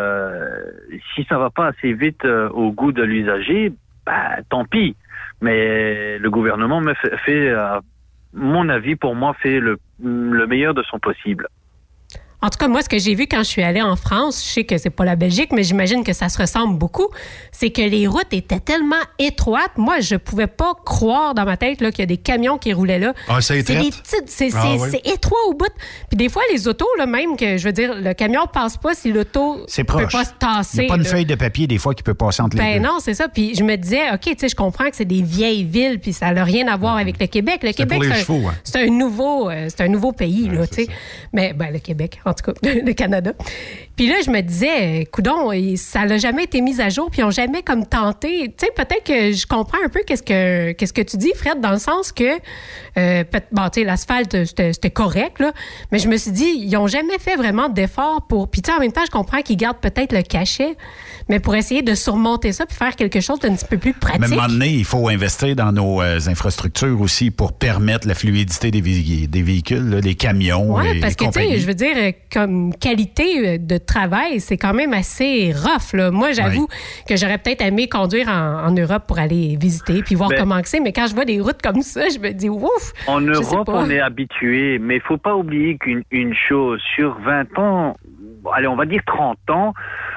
ça va pas assez vite au goût de l'usager, tant pis. Mais le gouvernement fait, à mon avis, pour moi, fait le meilleur de son possible. En tout cas, moi, ce que j'ai vu quand je suis allée en France, je sais que c'est pas la Belgique, mais j'imagine que ça se ressemble beaucoup, c'est que les routes étaient tellement étroites. Moi, je pouvais pas croire dans ma tête là, qu'il y a des camions qui roulaient là. Ah, c'est étroit? C'est étroit au bout. Puis des fois, les autos, là, même, que je veux dire, le camion passe pas si l'auto peut pas se tasser. Il n'y a pas une feuille de papier, des fois, qui peut passer entre les deux. Non, c'est ça. Puis je me disais, OK, tu sais, je comprends que c'est des vieilles villes, puis ça n'a rien à voir avec le Québec. Le Québec, c'est un nouveau pays, là, tu sais. Mais, le Québec, en tout cas, le Canada. Puis là, je me disais, coudonc, ça n'a jamais été mis à jour, puis ils n'ont jamais comme tenté. Tu sais, peut-être que je comprends un peu qu'est-ce que tu dis, Fred, dans le sens que, tu sais, l'asphalte, c'était correct, là, mais je me suis dit, ils n'ont jamais fait vraiment d'efforts pour... Puis tu sais, en même temps, je comprends qu'ils gardent peut-être le cachet, mais pour essayer de surmonter ça puis faire quelque chose d'un petit peu plus pratique. Mais à un moment donné, il faut investir dans nos infrastructures aussi pour permettre la fluidité des véhicules, là, des camions. Oui, parce que, tu sais, je veux dire, comme qualité de travail, c'est quand même assez rough, là. Moi, j'avoue que j'aurais peut-être aimé conduire en Europe pour aller visiter puis voir comment c'est, mais quand je vois des routes comme ça, je me dis, ouf! En Europe, on est habitué, mais il ne faut pas oublier qu'une chose, sur 20 ans, allez, on va dire 30 ans,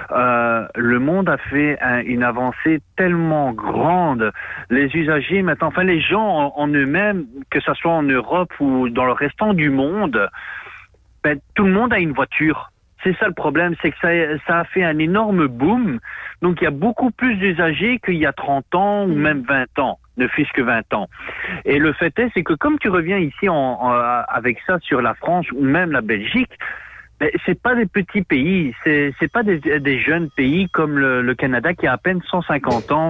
le monde a fait une avancée tellement grande. Les usagers maintenant, enfin les gens en eux-mêmes, que ce soit en Europe ou dans le restant du monde, tout le monde a une voiture. C'est ça le problème, c'est que ça a fait un énorme boom. Donc il y a beaucoup plus d'usagers qu'il y a 30 ans ou même 20 ans, ne fût-ce que 20 ans. Et le fait est, c'est que comme tu reviens ici avec ça sur la France ou même la Belgique, c'est pas des petits pays, c'est pas des jeunes pays comme le Canada qui a à peine 150 ans.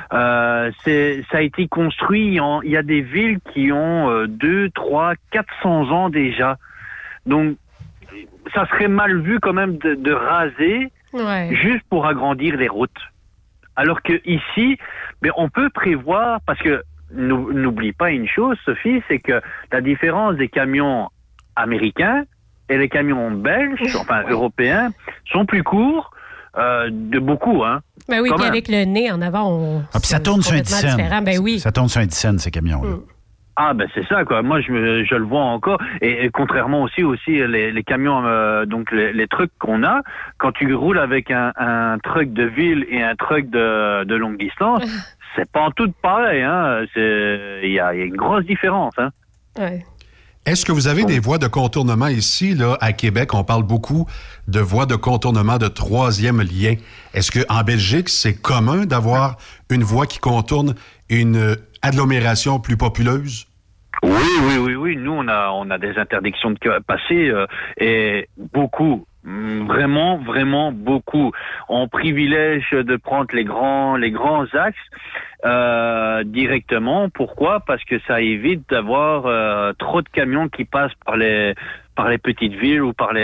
Ça a été construit, il y a des villes qui ont 2, 3, 400 ans déjà. Donc, ça serait mal vu quand même de raser juste pour agrandir les routes. Alors que ici, on peut prévoir, parce que n'oublie pas une chose, Sophie, c'est que la différence des camions américains et les camions belges, enfin européens, sont plus courts de beaucoup, hein. Ben oui, puis avec le nez en avant, puis ça tourne sur un dixaine. Ben oui. Ça tourne sur un dixaine, ces camions-là. Ah ben c'est ça quoi. Moi je le vois encore et contrairement aussi les camions donc les trucks qu'on a, quand tu roules avec un truck de ville et un truck de longue distance, c'est pas en tout pareil hein. Il y a une grosse différence hein. Ouais. Est-ce que vous avez des voies de contournement ici, là, à Québec? On parle beaucoup de voies de contournement de troisième lien. Est-ce qu'en Belgique, c'est commun d'avoir une voie qui contourne une agglomération plus populeuse? Oui. Nous, on a des interdictions de passer et beaucoup. Vraiment beaucoup. On privilège de prendre les grands axes directement. Pourquoi? Parce que ça évite d'avoir trop de camions qui passent par les petites villes ou par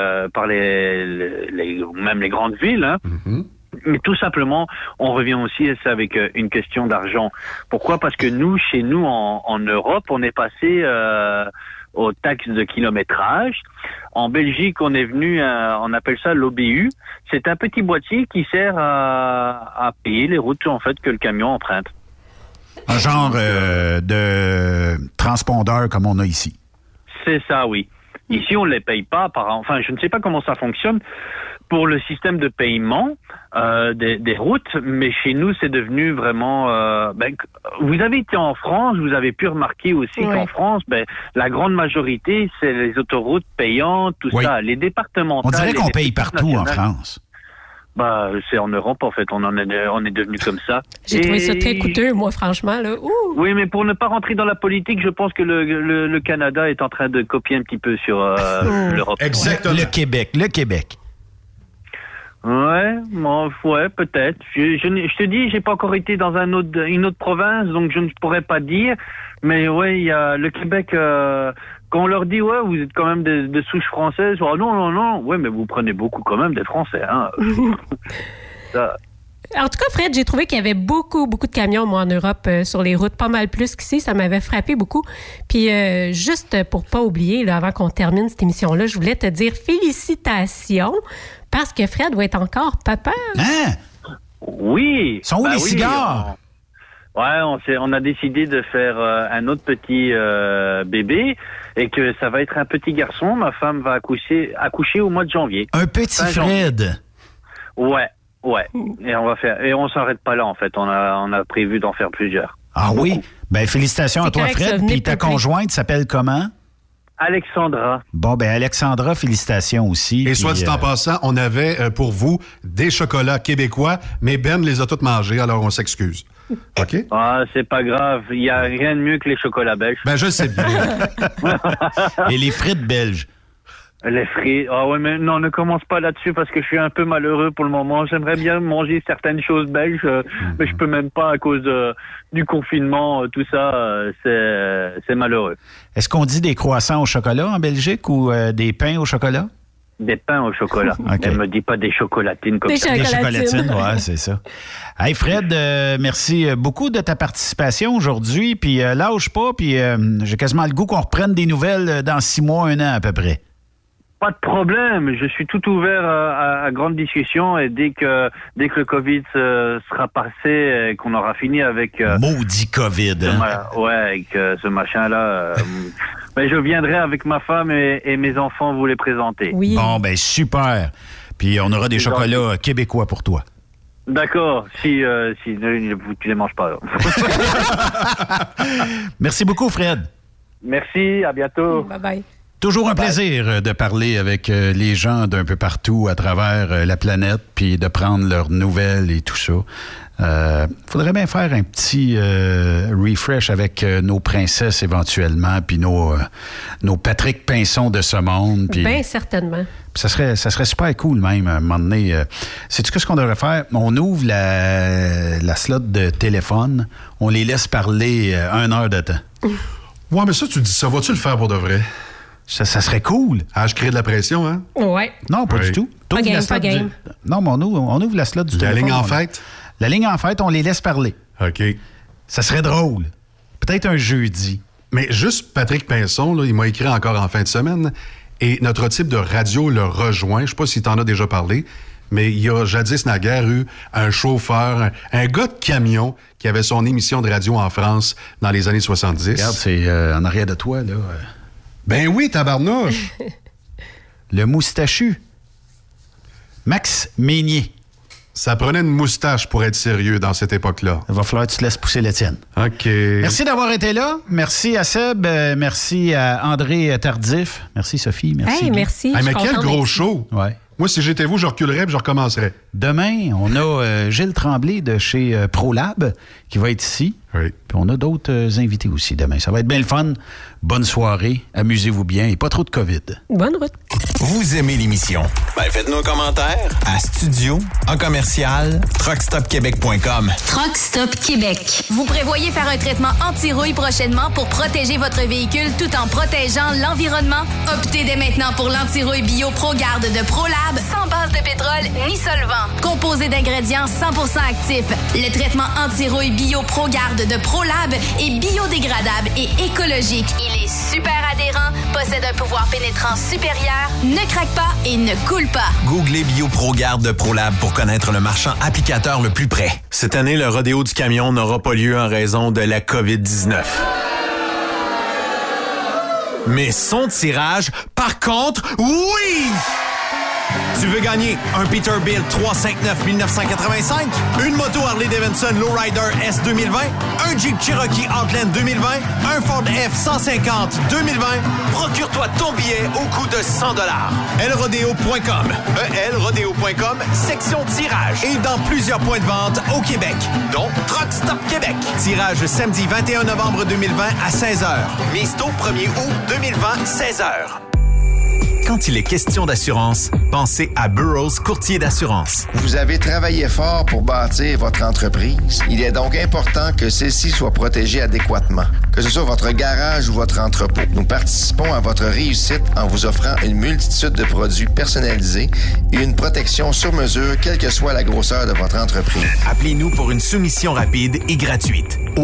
même les grandes villes. Hein. Mm-hmm. Mais tout simplement, on revient aussi à ça avec une question d'argent. Pourquoi? Parce que chez nous en Europe, on est passé aux taxes de kilométrage. En Belgique, on est venu, on appelle ça l'OBU. C'est un petit boîtier qui sert à payer les routes en fait que le camion emprunte. Un genre de transpondeur comme on a ici. C'est ça, oui. Ici, on ne les paye pas. Enfin, je ne sais pas comment ça fonctionne pour le système de paiement des routes, mais chez nous, c'est devenu vraiment... vous avez été en France, vous avez pu remarquer aussi qu'en France, la grande majorité, c'est les autoroutes payantes, tout ça. Les départementales... On dirait qu'on paye partout en France. C'est en Europe, en fait. On est devenu comme ça. J'ai trouvé ça très coûteux, moi, franchement. Là. Ouh. Oui, mais pour ne pas rentrer dans la politique, je pense que le Canada est en train de copier un petit peu sur l'Europe. Exactement. Le Québec. Ouais, peut-être. Je te dis, j'ai pas encore été dans une autre province, donc je ne pourrais pas dire. Mais ouais, il y a le Québec. Quand on leur dit vous êtes quand même de souche française, non. Ouais, mais vous prenez beaucoup quand même des Français, hein. Ça. En tout cas, Fred, j'ai trouvé qu'il y avait beaucoup de camions, moi, en Europe, sur les routes, pas mal plus qu'ici. Ça m'avait frappé beaucoup. Puis, juste pour pas oublier, là, avant qu'on termine cette émission-là, je voulais te dire félicitations parce que Fred va être encore papa. Hein? Oui. Sont où les cigares? On a décidé de faire un autre petit bébé et que ça va être un petit garçon. Ma femme va accoucher au mois de janvier. Un petit Fred? Ouais. Et on s'arrête pas là, en fait. On a prévu d'en faire plusieurs. Ah oui? Félicitations à toi, Fred. Puis ta conjointe s'appelle comment? Alexandra. Bon, Alexandra, félicitations aussi. Et soit dit en passant, on avait pour vous des chocolats québécois, mais Ben les a tous mangés, alors on s'excuse. OK? Ah, c'est pas grave. Il n'y a rien de mieux que les chocolats belges. Je sais bien. Et les frites belges. Les frites. Mais non, ne commence pas là-dessus parce que je suis un peu malheureux pour le moment. J'aimerais bien manger certaines choses belges, mais je peux même pas à cause du confinement, tout ça. C'est malheureux. Est-ce qu'on dit des croissants au chocolat en Belgique ou des pains au chocolat? Des pains au chocolat. Okay. Elle me dit pas des chocolatines comme ça. Des chocolatines, ouais, c'est ça. Hey Fred, merci beaucoup de ta participation aujourd'hui. Puis lâche pas, puis j'ai quasiment le goût qu'on reprenne des nouvelles dans 6 mois, 1 an à peu près. Pas de problème. Je suis tout ouvert à grande discussion et dès que le Covid sera passé et qu'on aura fini avec... Maudit Covid. Avec ce machin-là. Je viendrai avec ma femme et mes enfants vous les présenter. Oui. Bon, super. Puis on aura des chocolats québécois pour toi. D'accord. Si tu les manges pas. Merci beaucoup, Fred. Merci. À bientôt. Bye-bye. Toujours un plaisir de parler avec les gens d'un peu partout à travers la planète, puis de prendre leurs nouvelles et tout ça. Faudrait bien faire un petit refresh avec nos princesses éventuellement, puis nos Patrick Pinson de ce monde. Bien certainement. Ça serait super cool même, à un moment donné. Sais-tu ce qu'on devrait faire? On ouvre la slot de téléphone, on les laisse parler 1 heure de temps. Ouais, mais ça, tu dis ça, vas-tu le faire pour de vrai? Ça serait cool. Je crée de la pression, hein? Ouais. Non, pas du tout. Pas game. Non, mais on ouvre la slot du téléphone. La ligne en fête? La ligne en fête, on les laisse parler. OK. Ça serait drôle. Peut-être un jeudi. Mais juste Patrick Pinson, là, il m'a écrit encore en fin de semaine, et notre type de radio le rejoint. Je ne sais pas si tu en as déjà parlé, mais il y a jadis naguère eu un chauffeur, un gars de camion qui avait son émission de radio en France dans les années 70. Regarde, c'est en arrière de toi, là. Ben oui, tabarnouche! Le moustachu. Max Meignier. Ça prenait une moustache pour être sérieux dans cette époque-là. Il va falloir que tu te laisses pousser la tienne. OK. Merci d'avoir été là. Merci à Seb. Merci à André Tardif. Merci Sophie. Merci. Hey, merci. Hey, mais quel gros show! Ouais. Moi, si j'étais vous, je reculerais et je recommencerais. Demain, on a Gilles Tremblay de chez ProLab qui va être ici. Oui. Puis on a d'autres invités aussi demain. Ça va être bien le fun. Bonne soirée. Amusez-vous bien et pas trop de COVID. Bonne route. Vous aimez l'émission? Ben, faites-nous un commentaire à studio@truckstopquebec.com. Truck Stop Québec. Vous prévoyez faire un traitement anti-rouille prochainement pour protéger votre véhicule tout en protégeant l'environnement? Optez dès maintenant pour l'anti-rouille bio ProGarde de ProLab, sans base de pétrole ni solvant. Composé d'ingrédients 100% actifs, le traitement anti-rouille bio ProGarde de ProLab est biodégradable et écologique. Il est super adhérent, possède un pouvoir pénétrant supérieur, ne craque pas et ne coule pas. Googlez BioProGarde de ProLab pour connaître le marchand applicateur le plus près. Cette année, le rodéo du camion n'aura pas lieu en raison de la COVID-19. Mais son tirage, par contre, oui! Tu veux gagner un Peterbilt 359 1985, une moto Harley-Davidson Lowrider S 2020, un Jeep Cherokee Outland 2020, un Ford F-150 2020? Procure-toi ton billet au coût de 100 $. elrodeo.com, elrodeo.com, section tirage. Et dans plusieurs points de vente au Québec, dont Truck Stop Québec. Tirage samedi 21 novembre 2020 à 16h. Mise tôt 1er août 2020, 16h. Quand il est question d'assurance, pensez à Burroughs Courtier d'assurance. Vous avez travaillé fort pour bâtir votre entreprise. Il est donc important que celle-ci soit protégée adéquatement, que ce soit votre garage ou votre entrepôt. Nous participons à votre réussite en vous offrant une multitude de produits personnalisés et une protection sur mesure, quelle que soit la grosseur de votre entreprise. Appelez-nous pour une soumission rapide et gratuite au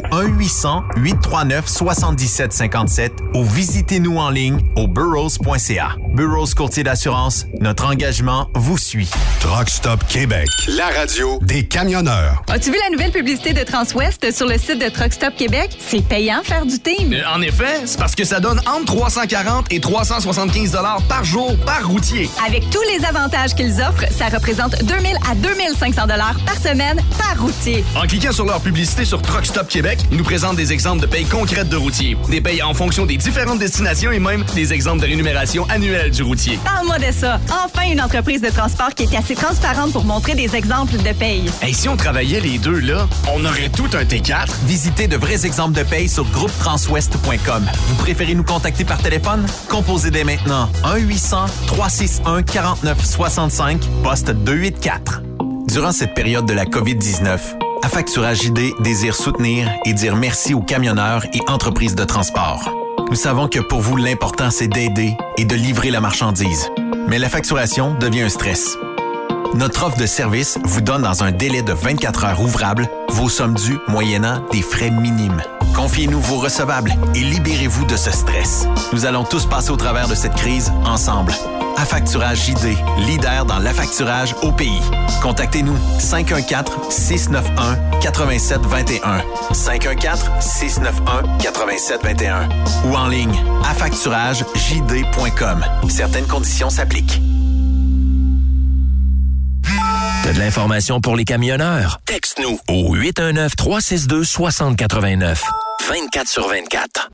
1-800-839-7757 ou visitez-nous en ligne au burroughs.ca. Burroughs Courtier d'assurance, notre engagement vous suit. Truck Stop Québec, la radio des camionneurs. As-tu vu la nouvelle publicité de Transwest sur le site de Truck Stop Québec? C'est payant faire du team. En effet, c'est parce que ça donne entre 340 et 375 $ par jour par routier. Avec tous les avantages qu'ils offrent, ça représente 2000 à 2500 $ par semaine par routier. En cliquant sur leur publicité sur Truck Stop Québec, ils nous présentent des exemples de payes concrètes de routiers, des payes en fonction des différentes destinations et même des exemples de rémunération annuelle du routier. Parle-moi de ça. Enfin, une entreprise de transport qui est assez transparente pour montrer des exemples de paye. Hey, si on travaillait les deux, là, on aurait tout un T4. Visitez de vrais exemples de paye sur groupetranswest.com. Vous préférez nous contacter par téléphone? Composez dès maintenant 1-800-361-4965, poste 284. Durant cette période de la COVID-19, Affacturage ID désire soutenir et dire merci aux camionneurs et entreprises de transport. Nous savons que pour vous, l'important, c'est d'aider et de livrer la marchandise. Mais la facturation devient un stress. Notre offre de service vous donne dans un délai de 24 heures ouvrables vos sommes dues moyennant des frais minimes. Confiez-nous vos recevables et libérez-vous de ce stress. Nous allons tous passer au travers de cette crise ensemble. Affacturage JD, leader dans l'affacturage au pays. Contactez-nous 514-691-8721. 514-691-8721. Ou en ligne, affacturagejd.com. Certaines conditions s'appliquent. T'as de l'information pour les camionneurs? Texte-nous au 819-362-6089. 24/24.